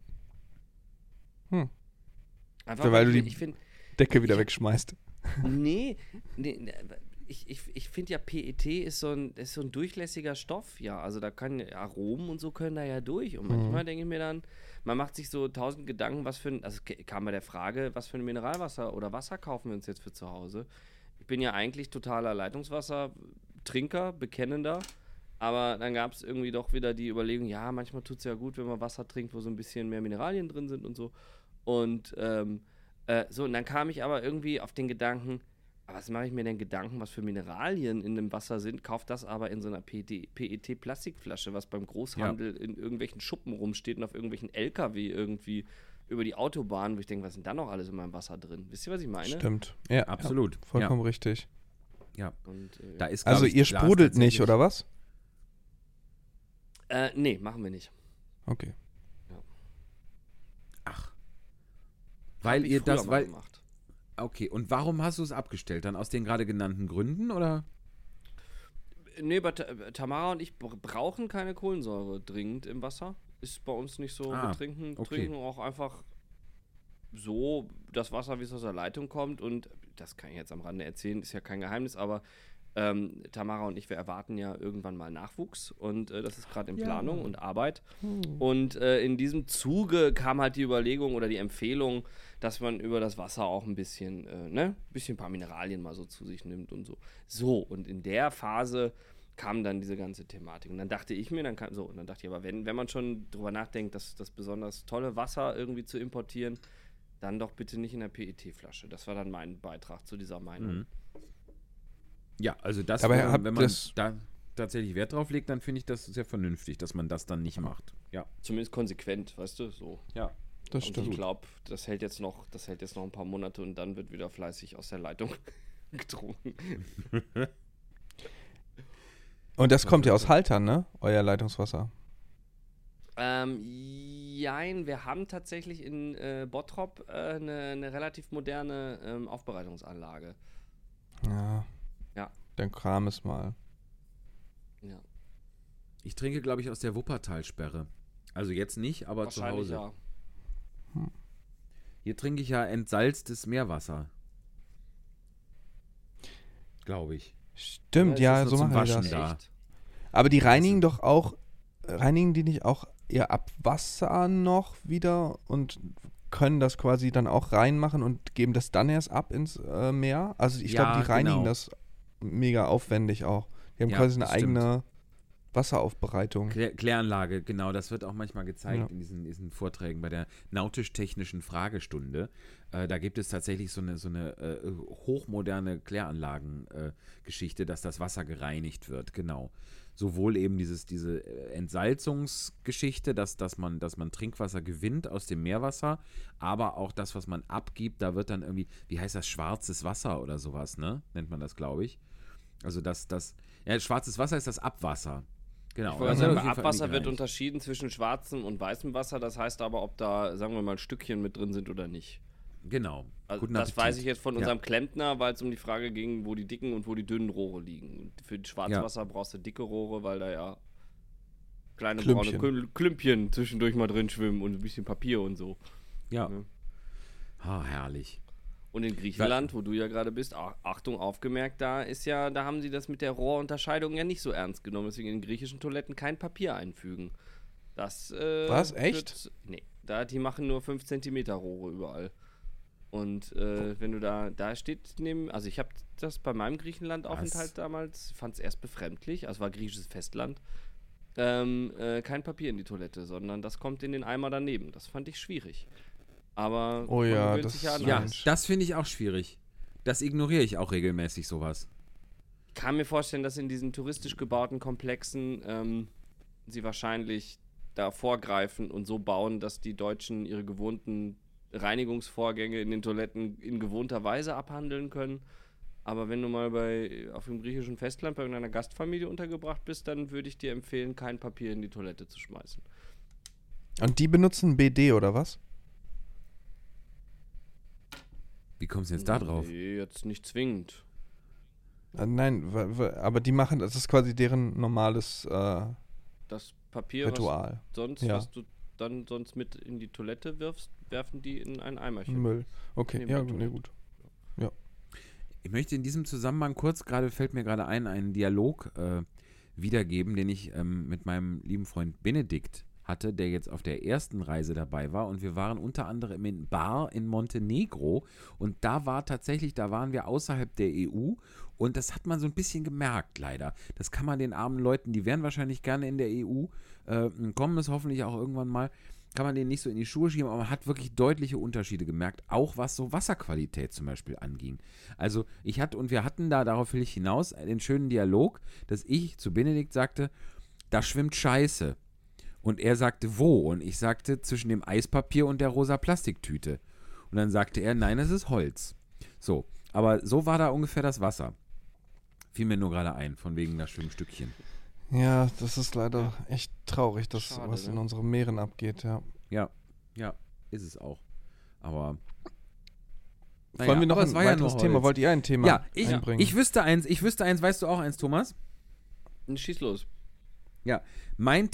Einfach, Weil du die ich finde, Decke wieder wegschmeißt. nee, ich finde ja, PET ist so ein durchlässiger Stoff, ja. Also da können Aromen und so können da ja durch. Und manchmal denke ich mir dann, man macht sich so 1000 Gedanken, also kam bei der Frage, was für ein Mineralwasser oder Wasser kaufen wir uns jetzt für zu Hause? Ich bin ja eigentlich totaler Leitungswassertrinker, bekennender. Aber dann gab es irgendwie doch wieder die Überlegung, ja, manchmal tut es ja gut, wenn man Wasser trinkt, wo so ein bisschen mehr Mineralien drin sind und so. Und und dann kam ich aber irgendwie auf den Gedanken, was mache ich mir denn Gedanken, was für Mineralien in dem Wasser sind, kauft das aber in so einer PET-Plastikflasche, was beim Großhandel in irgendwelchen Schuppen rumsteht und auf irgendwelchen LKW irgendwie über die Autobahn, wo ich denke, was ist denn da noch alles in meinem Wasser drin? Wisst ihr, was ich meine? Stimmt. Ja, Absolut. Ja, vollkommen richtig. Ja. Und, Da ist, Also glaub ich, ihr Glas sprudelt nicht, tatsächlich- oder was? nee, machen wir nicht. Okay. Ach. Hab Weil ich ihr früher das, mal weil. gemacht. Okay, und warum hast du es abgestellt? Dann aus den gerade genannten Gründen, oder? Nee, aber Tamara und ich brauchen keine Kohlensäure dringend im Wasser. Ist bei uns nicht so. Wir trinken auch einfach so das Wasser, wie es aus der Leitung kommt. Und das kann ich jetzt am Rande erzählen, ist ja kein Geheimnis, aber Tamara und ich, wir erwarten ja irgendwann mal Nachwuchs. Und das ist gerade in Planung und Arbeit. Und in diesem Zuge kam halt die Überlegung oder die Empfehlung, dass man über das Wasser auch ein bisschen ein paar Mineralien mal so zu sich nimmt und so. So, und in der Phase kam dann diese ganze Thematik. Und dann dachte ich mir, aber wenn man schon drüber nachdenkt, das besonders tolle Wasser irgendwie zu importieren, dann doch bitte nicht in der PET-Flasche. Das war dann mein Beitrag zu dieser Meinung. Mhm. Ja, also das, Aber wenn man das- da tatsächlich Wert drauf legt, dann finde ich das sehr vernünftig, dass man das dann nicht macht. Ja. Zumindest konsequent, weißt du, so. Ja. Das Und stimmt. ich glaube, das hält jetzt noch ein paar Monate und dann wird wieder fleißig aus der Leitung getrunken. Und das kommt ja aus Haltern, ne? Euer Leitungswasser. Jein, wir haben tatsächlich in Bottrop eine relativ moderne Aufbereitungsanlage. Ja. Ja. Dann kram es mal. Ja, Ich trinke, glaube ich, aus der Wuppertalsperre. Also jetzt nicht, aber zu wahrscheinlich Hause. ja. Hier trinke ich ja entsalztes Meerwasser. Glaube ich. Stimmt, Ja, ja, ist so nur zum machen die Waschen das. da. Echt? Aber die reinigen doch auch, reinigen die nicht auch ihr Abwasser noch wieder und können das quasi dann auch reinmachen und geben das dann erst ab ins Meer? Also ich Ja, glaube, die reinigen genau. das mega aufwendig auch. Die haben Ja, quasi eine das stimmt. eigene Wasseraufbereitung. Kläranlage, genau, das wird auch manchmal gezeigt Ja. in diesen Vorträgen bei der nautisch-technischen Fragestunde. Da gibt es tatsächlich so eine hochmoderne Kläranlagen-Geschichte, dass das Wasser gereinigt wird, genau. Sowohl eben diese Entsalzungsgeschichte, dass man Trinkwasser gewinnt aus dem Meerwasser, aber auch das, was man abgibt, da wird dann irgendwie, wie heißt das, schwarzes Wasser oder sowas, ne? Nennt man das, glaube ich. Also schwarzes Wasser ist das Abwasser. Genau. Ich wollte das sagen, wird auf bei jeden Fall Abwasser irgendwie wird gereinigt. unterschieden zwischen schwarzem und weißem Wasser. Das heißt aber, ob da, sagen wir mal, Stückchen mit drin sind oder nicht. Genau. Also Guten das Appetit. weiß ich jetzt von Ja. unserem Klempner, weil es um die Frage ging, wo die dicken und wo die dünnen Rohre liegen. Und für Schwarzwasser brauchst du dicke Rohre, weil da ja kleine Klümpchen. braune Klümpchen zwischendurch mal drin schwimmen und ein bisschen Papier und so. Ja. Ja. Herrlich. Und in Griechenland, wo du ja gerade bist, Achtung, aufgemerkt, da haben sie das mit der Rohrunterscheidung ja nicht so ernst genommen, deswegen in griechischen Toiletten kein Papier einfügen. Das, Was? Echt? Nee, die machen nur 5 cm Rohre überall. Und wenn du da steht also ich habe das bei meinem Griechenland-Aufenthalt damals, fand es erst befremdlich, also war griechisches Festland, kein Papier in die Toilette, sondern das kommt in den Eimer daneben. Das fand ich schwierig. Aber Oh man ja, gewöhnt das sich ja an ist- Ja, alles. das finde ich auch schwierig. Das ignoriere ich auch regelmäßig, sowas. Ich kann mir vorstellen, dass in diesen touristisch gebauten Komplexen sie wahrscheinlich da vorgreifen und so bauen, dass die Deutschen ihre gewohnten Reinigungsvorgänge in den Toiletten in gewohnter Weise abhandeln können. Aber wenn du mal auf dem griechischen Festland bei irgendeiner Gastfamilie untergebracht bist, dann würde ich dir empfehlen, kein Papier in die Toilette zu schmeißen. Und die benutzen BD oder was? Wie kommst du jetzt da drauf? Nee, jetzt nicht zwingend. Nein, aber die machen, das ist quasi deren normales Das Papier, Ritual. was du dann sonst mit in die Toilette wirfst, werfen die in ein Eimerchen. Müll. Okay, ja, nee, gut. Ja. Ich möchte in diesem Zusammenhang kurz, fällt mir gerade einen Dialog wiedergeben, den ich mit meinem lieben Freund Benedikt hatte, der jetzt auf der ersten Reise dabei war, und wir waren unter anderem in Bar in Montenegro, und da waren wir außerhalb der EU, und das hat man so ein bisschen gemerkt, leider. Das kann man den armen Leuten, die wären wahrscheinlich gerne in der EU, kommen es hoffentlich auch irgendwann mal, kann man denen nicht so in die Schuhe schieben, aber man hat wirklich deutliche Unterschiede gemerkt, auch was so Wasserqualität zum Beispiel anging. Also wir hatten da, darauf will ich hinaus, den schönen Dialog, dass ich zu Benedikt sagte, da schwimmt Scheiße. Und er sagte, wo? Und ich sagte, zwischen dem Eispapier und der rosa Plastiktüte. Und dann sagte er, nein, es ist Holz. So, aber so war da ungefähr das Wasser. Fiel mir nur gerade ein, von wegen das Schwimmstückchen. Ja, das ist leider echt traurig, Schade, was ne? in unseren Meeren abgeht, ja. Ja, ist es auch. Aber Wollen wir noch ein weiteres nur Thema? Holz. Wollt ihr ein Thema einbringen? Ich wüsste eins, weißt du auch eins, Thomas? Schieß los. Ja, mein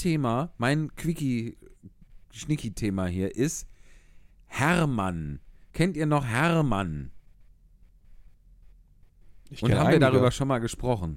Quickie-Schnicki-Thema hier ist Hermann. Kennt ihr noch Hermann? Und haben wir darüber schon mal gesprochen?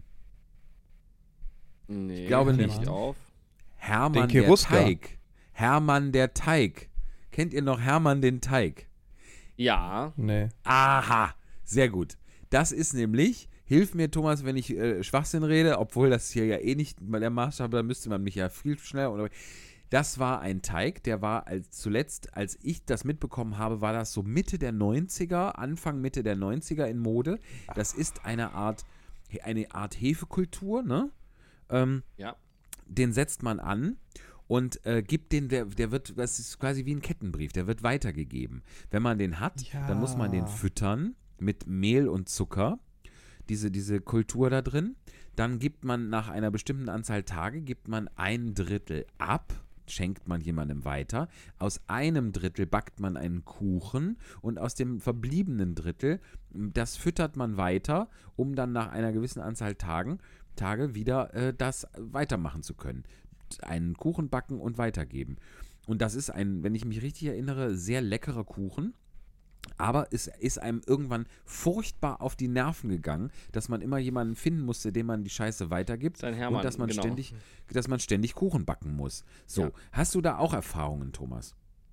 Nee, ich glaube nicht. Hermann der Teig. Hermann der Teig. Kennt ihr noch Hermann den Teig? Ja. Nee. Aha, sehr gut. Das ist nämlich, hilf mir Thomas, wenn ich Schwachsinn rede, obwohl das hier ja eh nicht der Maßstab, da müsste man mich ja viel schneller. Das war ein Teig, der war zuletzt, als ich das mitbekommen habe, war das so Mitte der 90er, Anfang Mitte der 90er in Mode. Das ist eine Art Hefekultur, ne? Ja. Den setzt man an und gibt den, der wird, das ist quasi wie ein Kettenbrief, der wird weitergegeben. Wenn man den hat, dann muss man den füttern mit Mehl und Zucker, diese Kultur da drin. Dann gibt man nach einer bestimmten Anzahl Tage, gibt man 1/3 ab, schenkt man jemandem weiter. Aus 1/3 backt man einen Kuchen und aus dem verbliebenen Drittel, das füttert man weiter, um dann nach einer gewissen Anzahl Tage wieder das weitermachen zu können. Einen Kuchen backen und weitergeben. Und das ist wenn ich mich richtig erinnere, sehr leckerer Kuchen. Aber es ist einem irgendwann furchtbar auf die Nerven gegangen, dass man immer jemanden finden musste, dem man die Scheiße weitergibt. Sein Hermann, und dass man ständig Kuchen backen muss. So, ja. Hast du da auch Erfahrungen, Thomas?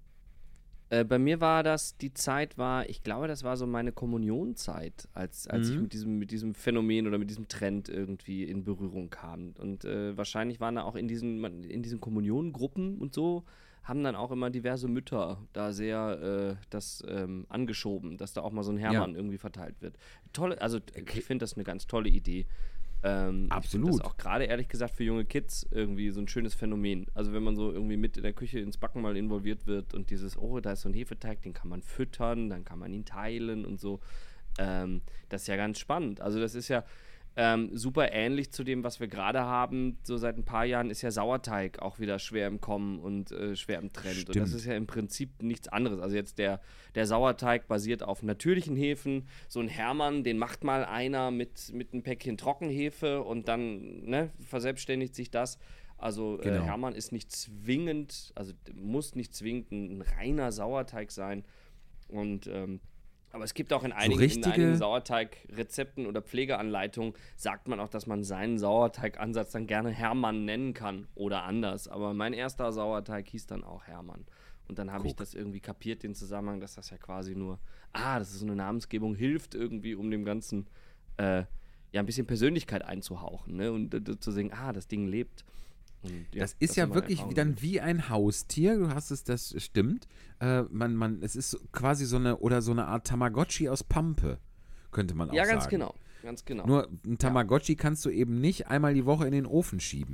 Bei mir war das, ich glaube, das war so meine Kommunionzeit, als ich mit diesem Phänomen oder mit diesem Trend irgendwie in Berührung kam. Und wahrscheinlich waren da auch in diesen Kommunionengruppen und so, haben dann auch immer diverse Mütter da sehr das angeschoben, dass da auch mal so ein Hermann irgendwie verteilt wird. Ich finde das eine ganz tolle Idee. Absolut. Ich finde das auch gerade, ehrlich gesagt, für junge Kids irgendwie so ein schönes Phänomen. Also wenn man so irgendwie mit in der Küche ins Backen mal involviert wird und da ist so ein Hefeteig, den kann man füttern, dann kann man ihn teilen und so. Das ist ja ganz spannend. Also das ist ja super ähnlich zu dem, was wir gerade haben. So seit ein paar Jahren ist ja Sauerteig auch wieder schwer im Kommen und schwer im Trend. Stimmt. Und das ist ja im Prinzip nichts anderes. Also jetzt der Sauerteig basiert auf natürlichen Hefen. So ein Hermann, den macht mal einer mit einem Päckchen Trockenhefe und dann verselbstständigt sich das. Also genau. Hermann ist nicht zwingend, also muss nicht zwingend ein reiner Sauerteig sein. Und aber es gibt auch in einigen Sauerteigrezepten oder Pflegeanleitungen, sagt man auch, dass man seinen Sauerteigansatz dann gerne Hermann nennen kann oder anders. Aber mein erster Sauerteig hieß dann auch Hermann. Und dann habe ich das irgendwie kapiert, den Zusammenhang, dass das ja quasi nur, das ist so eine Namensgebung, hilft irgendwie, um dem Ganzen ein bisschen Persönlichkeit einzuhauchen, ne? Und zu sehen, das Ding lebt. Und, das ist ja wirklich dann wie ein Haustier, du hast es, das stimmt. Es ist quasi so eine Art Tamagotchi aus Pampe, könnte man auch sagen. Ja, ganz genau. Nur ein Tamagotchi kannst du eben nicht einmal die Woche in den Ofen schieben,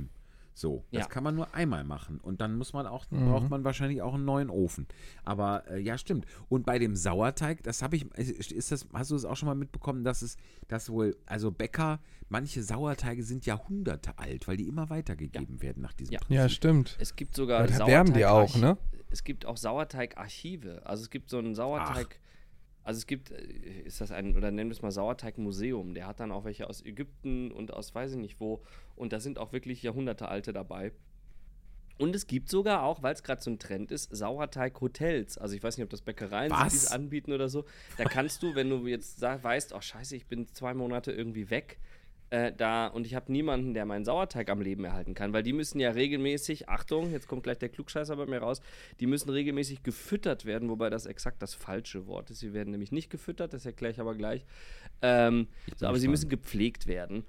So, das Ja. kann man nur einmal machen. Und dann braucht man wahrscheinlich auch einen neuen Ofen. Aber ja, stimmt. Und bei dem Sauerteig, hast du es auch schon mal mitbekommen, dass wohl, also Bäcker, manche Sauerteige sind Jahrhunderte alt, weil die immer weitergegeben werden nach diesem Ja. Prinzip. Ja, stimmt. Es gibt sogar Da werben die auch, ne? Es gibt auch Sauerteigarchive. Also es gibt so ein Sauerteig. Also es gibt, oder nennen wir es mal Sauerteigmuseum. Der hat dann auch welche aus Ägypten und aus weiß ich nicht wo. Und da sind auch wirklich Jahrhunderte alte dabei. Und es gibt sogar auch, weil es gerade so ein Trend ist, Sauerteighotels. Also ich weiß nicht, ob das Bäckereien sind, die es anbieten oder so. Da kannst du, wenn du jetzt weißt, oh scheiße, ich bin 2 Monate irgendwie weg, und ich habe niemanden, der meinen Sauerteig am Leben erhalten kann, weil die müssen ja regelmäßig, Achtung, jetzt kommt gleich der Klugscheißer bei mir raus, die müssen regelmäßig gefüttert werden, wobei das exakt das falsche Wort ist. Sie werden nämlich nicht gefüttert, das erkläre ich aber gleich. Aber sie müssen gepflegt werden.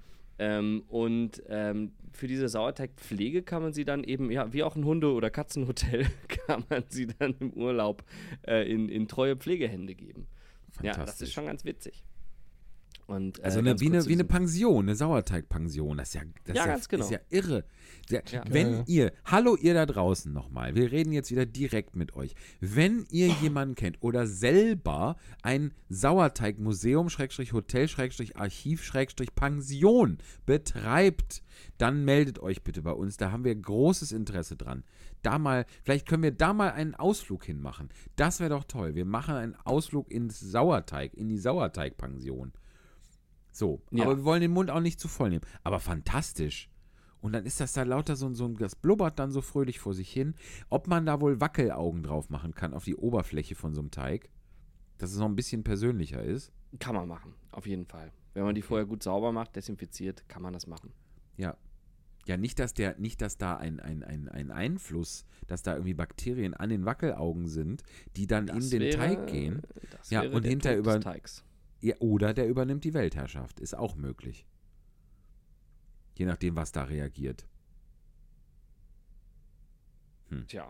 Für diese Sauerteigpflege kann man sie dann eben, ja, wie auch ein Hunde- oder Katzenhotel, kann man sie dann im Urlaub in treue Pflegehände geben. Ja, das ist schon ganz witzig. Und, Also wie eine Pension, eine Sauerteigpension. Das ganz genau. ist ja irre. Wenn hallo ihr da draußen nochmal, wir reden jetzt wieder direkt mit euch. Wenn ihr jemanden kennt oder selber ein Sauerteigmuseum, Hotel, Archiv, Pension betreibt, dann meldet euch bitte bei uns. Da haben wir großes Interesse dran. Vielleicht können wir da mal einen Ausflug hinmachen. Das wäre doch toll. Wir machen einen Ausflug in die Sauerteigpension. So, Ja. aber wir wollen den Mund auch nicht zu voll nehmen. Aber fantastisch. Und dann ist das da lauter das blubbert dann so fröhlich vor sich hin. Ob man da wohl Wackelaugen drauf machen kann auf die Oberfläche von so einem Teig, dass es noch ein bisschen persönlicher ist. Kann man machen, auf jeden Fall. Wenn man die vorher gut sauber macht, desinfiziert, kann man das machen. Ja. Ja, nicht, dass da ein Einfluss, dass da irgendwie Bakterien an den Wackelaugen sind, die dann in den Teig gehen. Ja, und hinterher Tod des Teigs. Ja, oder der übernimmt die Weltherrschaft. Ist auch möglich. Je nachdem, was da reagiert. Tja.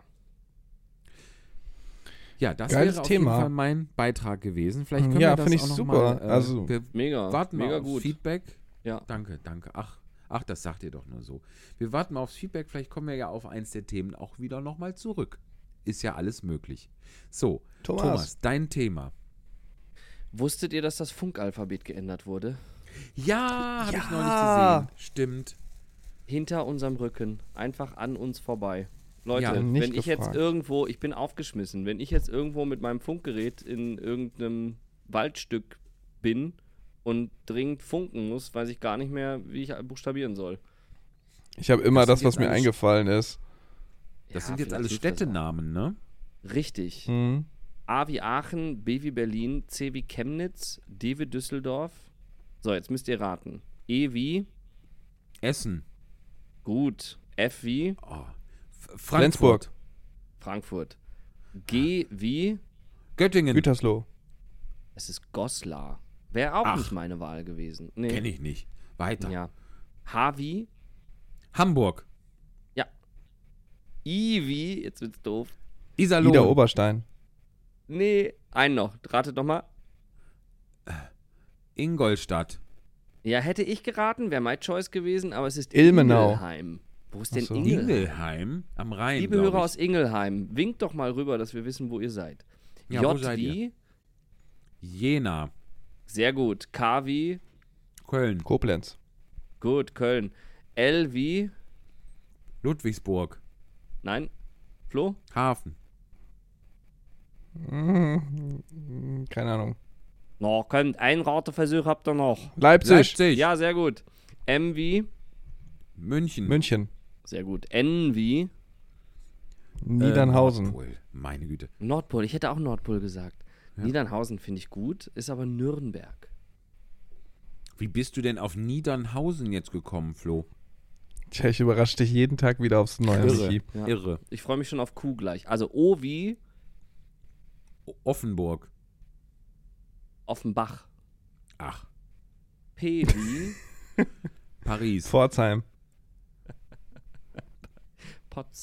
Ja, das Geiles wäre auf Thema. jeden Fall mein Beitrag gewesen. Vielleicht können Ja, wir das finde ich auch noch super. mal, wir Mega, warten mal mega aufs gut. Feedback. Ja. Danke. Ach, das sagt ihr doch nur so. Wir warten mal aufs Feedback. Vielleicht kommen wir ja auf eins der Themen auch wieder nochmal zurück. Ist ja alles möglich. So, Thomas, dein Thema. Wusstet ihr, dass das Funkalphabet geändert wurde? Ja, habe ich noch nicht gesehen. Stimmt. Hinter unserem Rücken, einfach an uns vorbei. Leute, Ja, nicht wenn ich jetzt gefragt. irgendwo, ich bin aufgeschmissen, wenn ich jetzt irgendwo mit meinem Funkgerät in irgendeinem Waldstück bin und dringend funken muss, weiß ich gar nicht mehr, wie ich buchstabieren soll. Ich habe immer Das sind das, was jetzt mir alles- eingefallen ist. Das Ja, sind jetzt vielleicht alles hilft das auch. Städtenamen, ne? Richtig. Mhm. A wie Aachen, B wie Berlin, C wie Chemnitz, D wie Düsseldorf. So, jetzt müsst ihr raten. E wie, Essen. gut. F wie, Oh. Frankfurt. Flensburg. Frankfurt. G wie, Göttingen. Gütersloh. es ist Goslar. Wäre auch Ach. nicht meine Wahl gewesen. Nee. Kenne ich nicht. Weiter. Ja. H wie, Hamburg. ja. I wie, jetzt wird's doof. Iserlohn. Ida Oberstein. Nee, einen noch. Ratet doch mal. Ingolstadt. Ja, hätte ich geraten, wäre my choice gewesen, aber es ist Ilmenau. Ingelheim. Wo ist denn Ach so. Ingelheim? Ingelheim am Rhein. Liebe glaub Hörer ich. aus Ingelheim, winkt doch mal rüber, dass wir wissen, wo ihr seid. Ja, wo J seid wie, Jena. sehr gut. K wie, Köln. Koblenz. gut. Köln. L wie, Ludwigsburg. nein. Flo? Hafen. Keine Ahnung. No, kommt, ein Rateversuch habt ihr noch. Leipzig. Ja, sehr gut. M wie, München. München. sehr gut. N wie, Niedernhausen. Nordpol. Meine Güte. Nordpol. Ich hätte auch Nordpol gesagt. Ja. Niedernhausen finde ich gut, ist aber Nürnberg. Wie bist du denn auf Niedernhausen jetzt gekommen, Flo? Tja, ich überrasche dich jeden Tag wieder aufs Neue. Irre. Michi. Ja. Irre. Ich freue mich schon auf Q gleich. Also O wie Offenburg. Offenbach. Ach. P wie Paris. Pforzheim.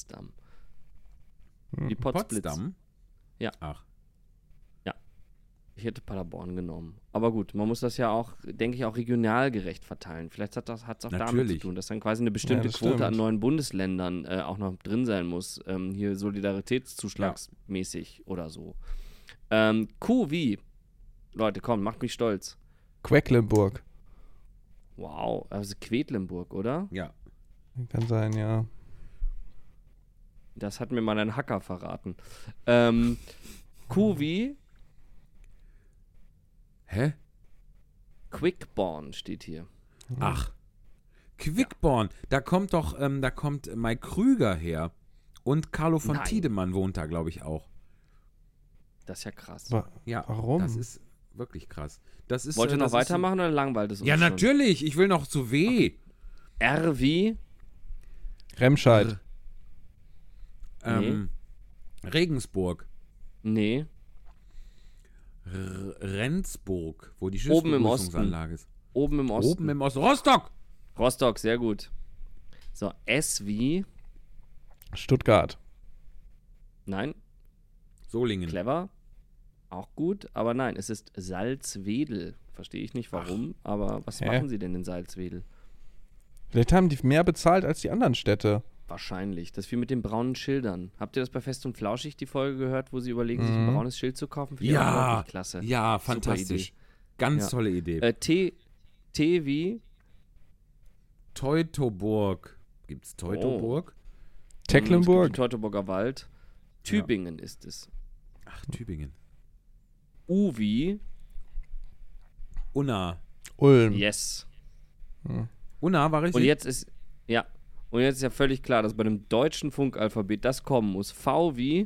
Potsdam. Wie Potsblitz. Potsdam? Ja. Ach. Ja. Ich hätte Paderborn genommen. Aber gut, man muss das ja auch, denke ich, auch regional gerecht verteilen. Vielleicht hat es auch damit zu tun, dass dann quasi eine bestimmte Quote an neuen Bundesländern auch noch drin sein muss. Hier solidaritätszuschlagsmäßig oder so. Q wie? Leute, komm, macht mich stolz. Quedlinburg. Wow, also Quedlinburg, oder? Ja. Kann sein, ja. Das hat mir mal ein Hacker verraten. Q wie? Hä? Quickborn steht hier. Ach. Quickborn. Da kommt Mike Krüger her. Und Carlo von Nein. Tiedemann wohnt da, glaube ich, auch. Das ist ja krass. Ja, Warum? Das ist wirklich krass. Wollt ihr noch weitermachen oder langweilt es uns Ja, schon? natürlich. Ich will noch zu W. R wie? Remscheid. Regensburg. Nee. Rendsburg, wo die Oben im Schiffsbegrüßungsanlage ist. Oben im Osten. Oben im Osten. Rostock! Rostock, sehr gut. So, S wie? Stuttgart. Nein. Solingen. Clever. Auch gut, aber nein, es ist Salzwedel. Verstehe ich nicht warum, aber was machen sie denn in Salzwedel? Vielleicht haben die mehr bezahlt als die anderen Städte. Wahrscheinlich. Das ist wie mit den braunen Schildern. Habt ihr das bei Fest und Flauschig, die Folge gehört, wo sie überlegen, sich ein braunes Schild zu kaufen? Finde ich auch Ja, wirklich klasse. ja, Super fantastisch. Idee. Ganz Ja. tolle Idee. T wie? Teutoburg. Gibt's Teutoburg? Tecklenburg. Es gibt den Teutoburger Wald. Tübingen ist es. Ach, Tübingen. U wie? Unna. Ulm. Yes. Unna war richtig? Und jetzt ist ja völlig klar, dass bei dem deutschen Funkalphabet das kommen muss. V wie?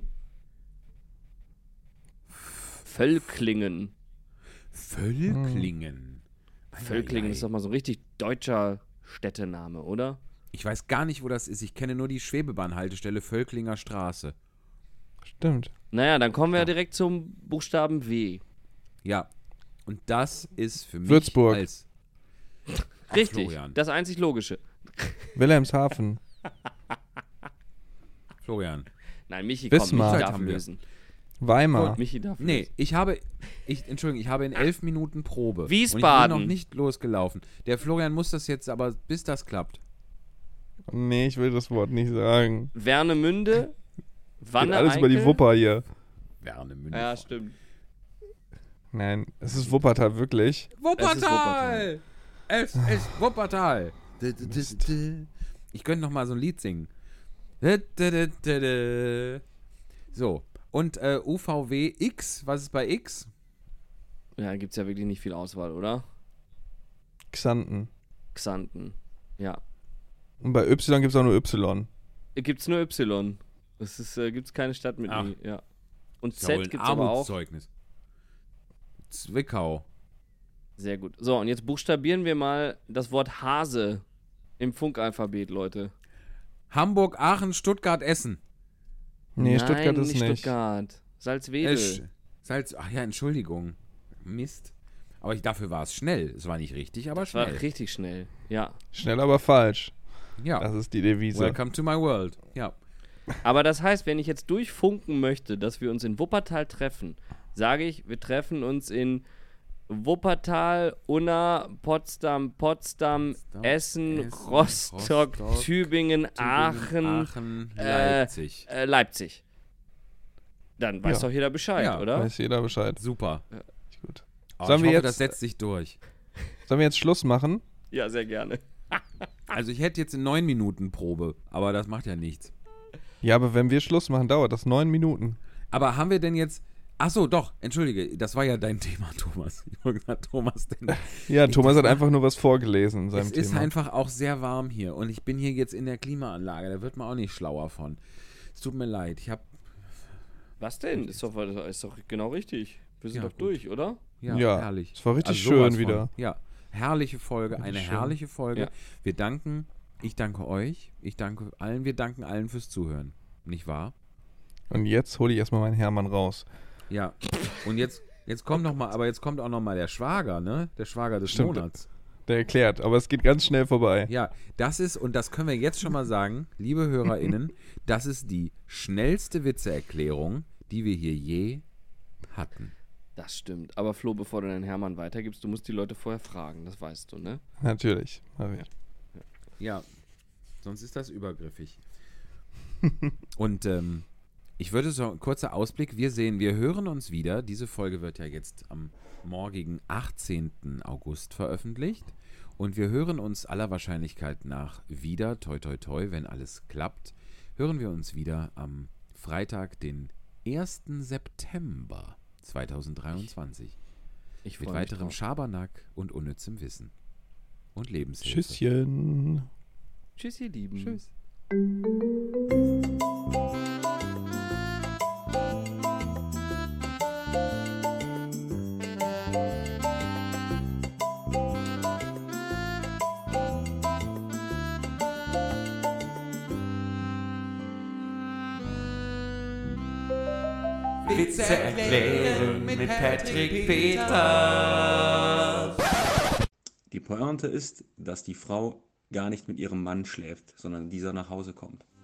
Völklingen. Völklingen. Völklingen ist doch mal so ein richtig deutscher Städtename, oder? Ich weiß gar nicht, wo das ist. Ich kenne nur die Schwebebahnhaltestelle Völklinger Straße. Stimmt. Naja, dann kommen wir ja direkt zum Buchstaben W. Ja. Und das ist für mich Würzburg. als Richtig, Florian. das einzig Logische. Wilhelmshaven. Florian. Nein, Michi, komm, Wismar. Michi darf Haben wir. lösen. Weimar. Michi darf Nee, lösen. ich habe in 11 Minuten Probe. Wiesbaden. Und ich bin noch nicht losgelaufen. Der Florian muss das jetzt aber, bis das klappt. Nee, ich will das Wort nicht sagen. Wernemünde, Geht Wanne alles über die Wupper hier. Wernemünde. Ja, stimmt. Nein, es ist Wuppertal, wirklich. Wuppertal! Es ist Wuppertal! Ich könnte noch mal so ein Lied singen. So, und UVW X, was ist bei X? Ja, gibt's ja wirklich nicht viel Auswahl, oder? Xanten. Xanten. Ja. Und bei Y gibt es auch nur Y. Gibt's nur Y. Es ist, gibt's keine Stadt mit Ach. I. Ja. Und Ist ja wohl Z ein gibt's aber auch. Armutszeugnis. Zwickau. Sehr gut. So, und jetzt buchstabieren wir mal das Wort Hase im Funkalphabet, Leute. Hamburg, Aachen, Stuttgart, Essen. Nee, Nein, Stuttgart ist nicht. Stuttgart. Salzwedel. Ach ja, Entschuldigung. Mist. Aber dafür war es schnell. Es war nicht richtig, aber Das war schnell. richtig schnell. Ja. Schnell, aber falsch. Ja. Das ist die Devise. Welcome to my world. Ja. Aber das heißt, wenn ich jetzt durchfunken möchte, dass wir uns in Wuppertal treffen, sage ich, wir treffen uns in Wuppertal, Unna, Potsdam, Essen, Rostock, Tübingen, Aachen, Leipzig. Leipzig. Dann weiß Ja. doch jeder Bescheid, Ja. oder? Weiß jeder Bescheid. Super. Gut. Oh, Sollen ich wir hoffe, jetzt- das setzt sich durch. Sollen wir jetzt Schluss machen? Ja, sehr gerne. Also ich hätte jetzt in 9 Minuten Probe, aber das macht ja nichts. Ja, aber wenn wir Schluss machen, dauert das 9 Minuten. Aber haben wir denn jetzt... Ach so, doch, entschuldige, das war ja dein Thema, Thomas. Ich habe gesagt, Thomas, denn Ja, Thomas hat einfach nur was vorgelesen in seinem es ist Thema. einfach auch sehr warm hier und ich bin hier jetzt in der Klimaanlage, da wird man auch nicht schlauer von. Es tut mir leid, ich habe... Was denn? Ist doch genau richtig. Wir sind Ja, doch gut. durch, oder? Ja, Ja, herrlich. es war richtig sowas schön von. wieder. Ja, herrliche Folge, eine schön. herrliche Folge. Ja. Ich danke euch, wir danken allen fürs Zuhören. Nicht wahr? Und jetzt hole ich erstmal meinen Hermann raus. Ja. Und jetzt kommt noch mal, aber jetzt kommt auch noch mal der Schwager, ne? Der Schwager des Stimmt. Monats. Der erklärt, aber es geht ganz schnell vorbei. Ja, das ist, und das können wir jetzt schon mal sagen, liebe HörerInnen, das ist die schnellste Witzeerklärung, die wir hier je hatten. Das stimmt. Aber Flo, bevor du deinen Hermann weitergibst, du musst die Leute vorher fragen, das weißt du, ne? Natürlich. Ja, sonst ist das übergriffig. Und ich würde so ein kurzer Ausblick, wir hören uns wieder. Diese Folge wird ja jetzt am morgigen 18. August veröffentlicht. Und wir hören uns aller Wahrscheinlichkeit nach wieder, toi toi toi, wenn alles klappt, hören wir uns wieder am Freitag, den 1. September 2023. Ich mit weiterem Schabernack und unnützem Wissen. Und Lebenshilfe. Tschüsschen. Tschüss, ihr Lieben. Tschüss. Witze erklären mit Patrick Peters. Die Pointe ist, dass die Frau gar nicht mit ihrem Mann schläft, sondern dieser nach Hause kommt.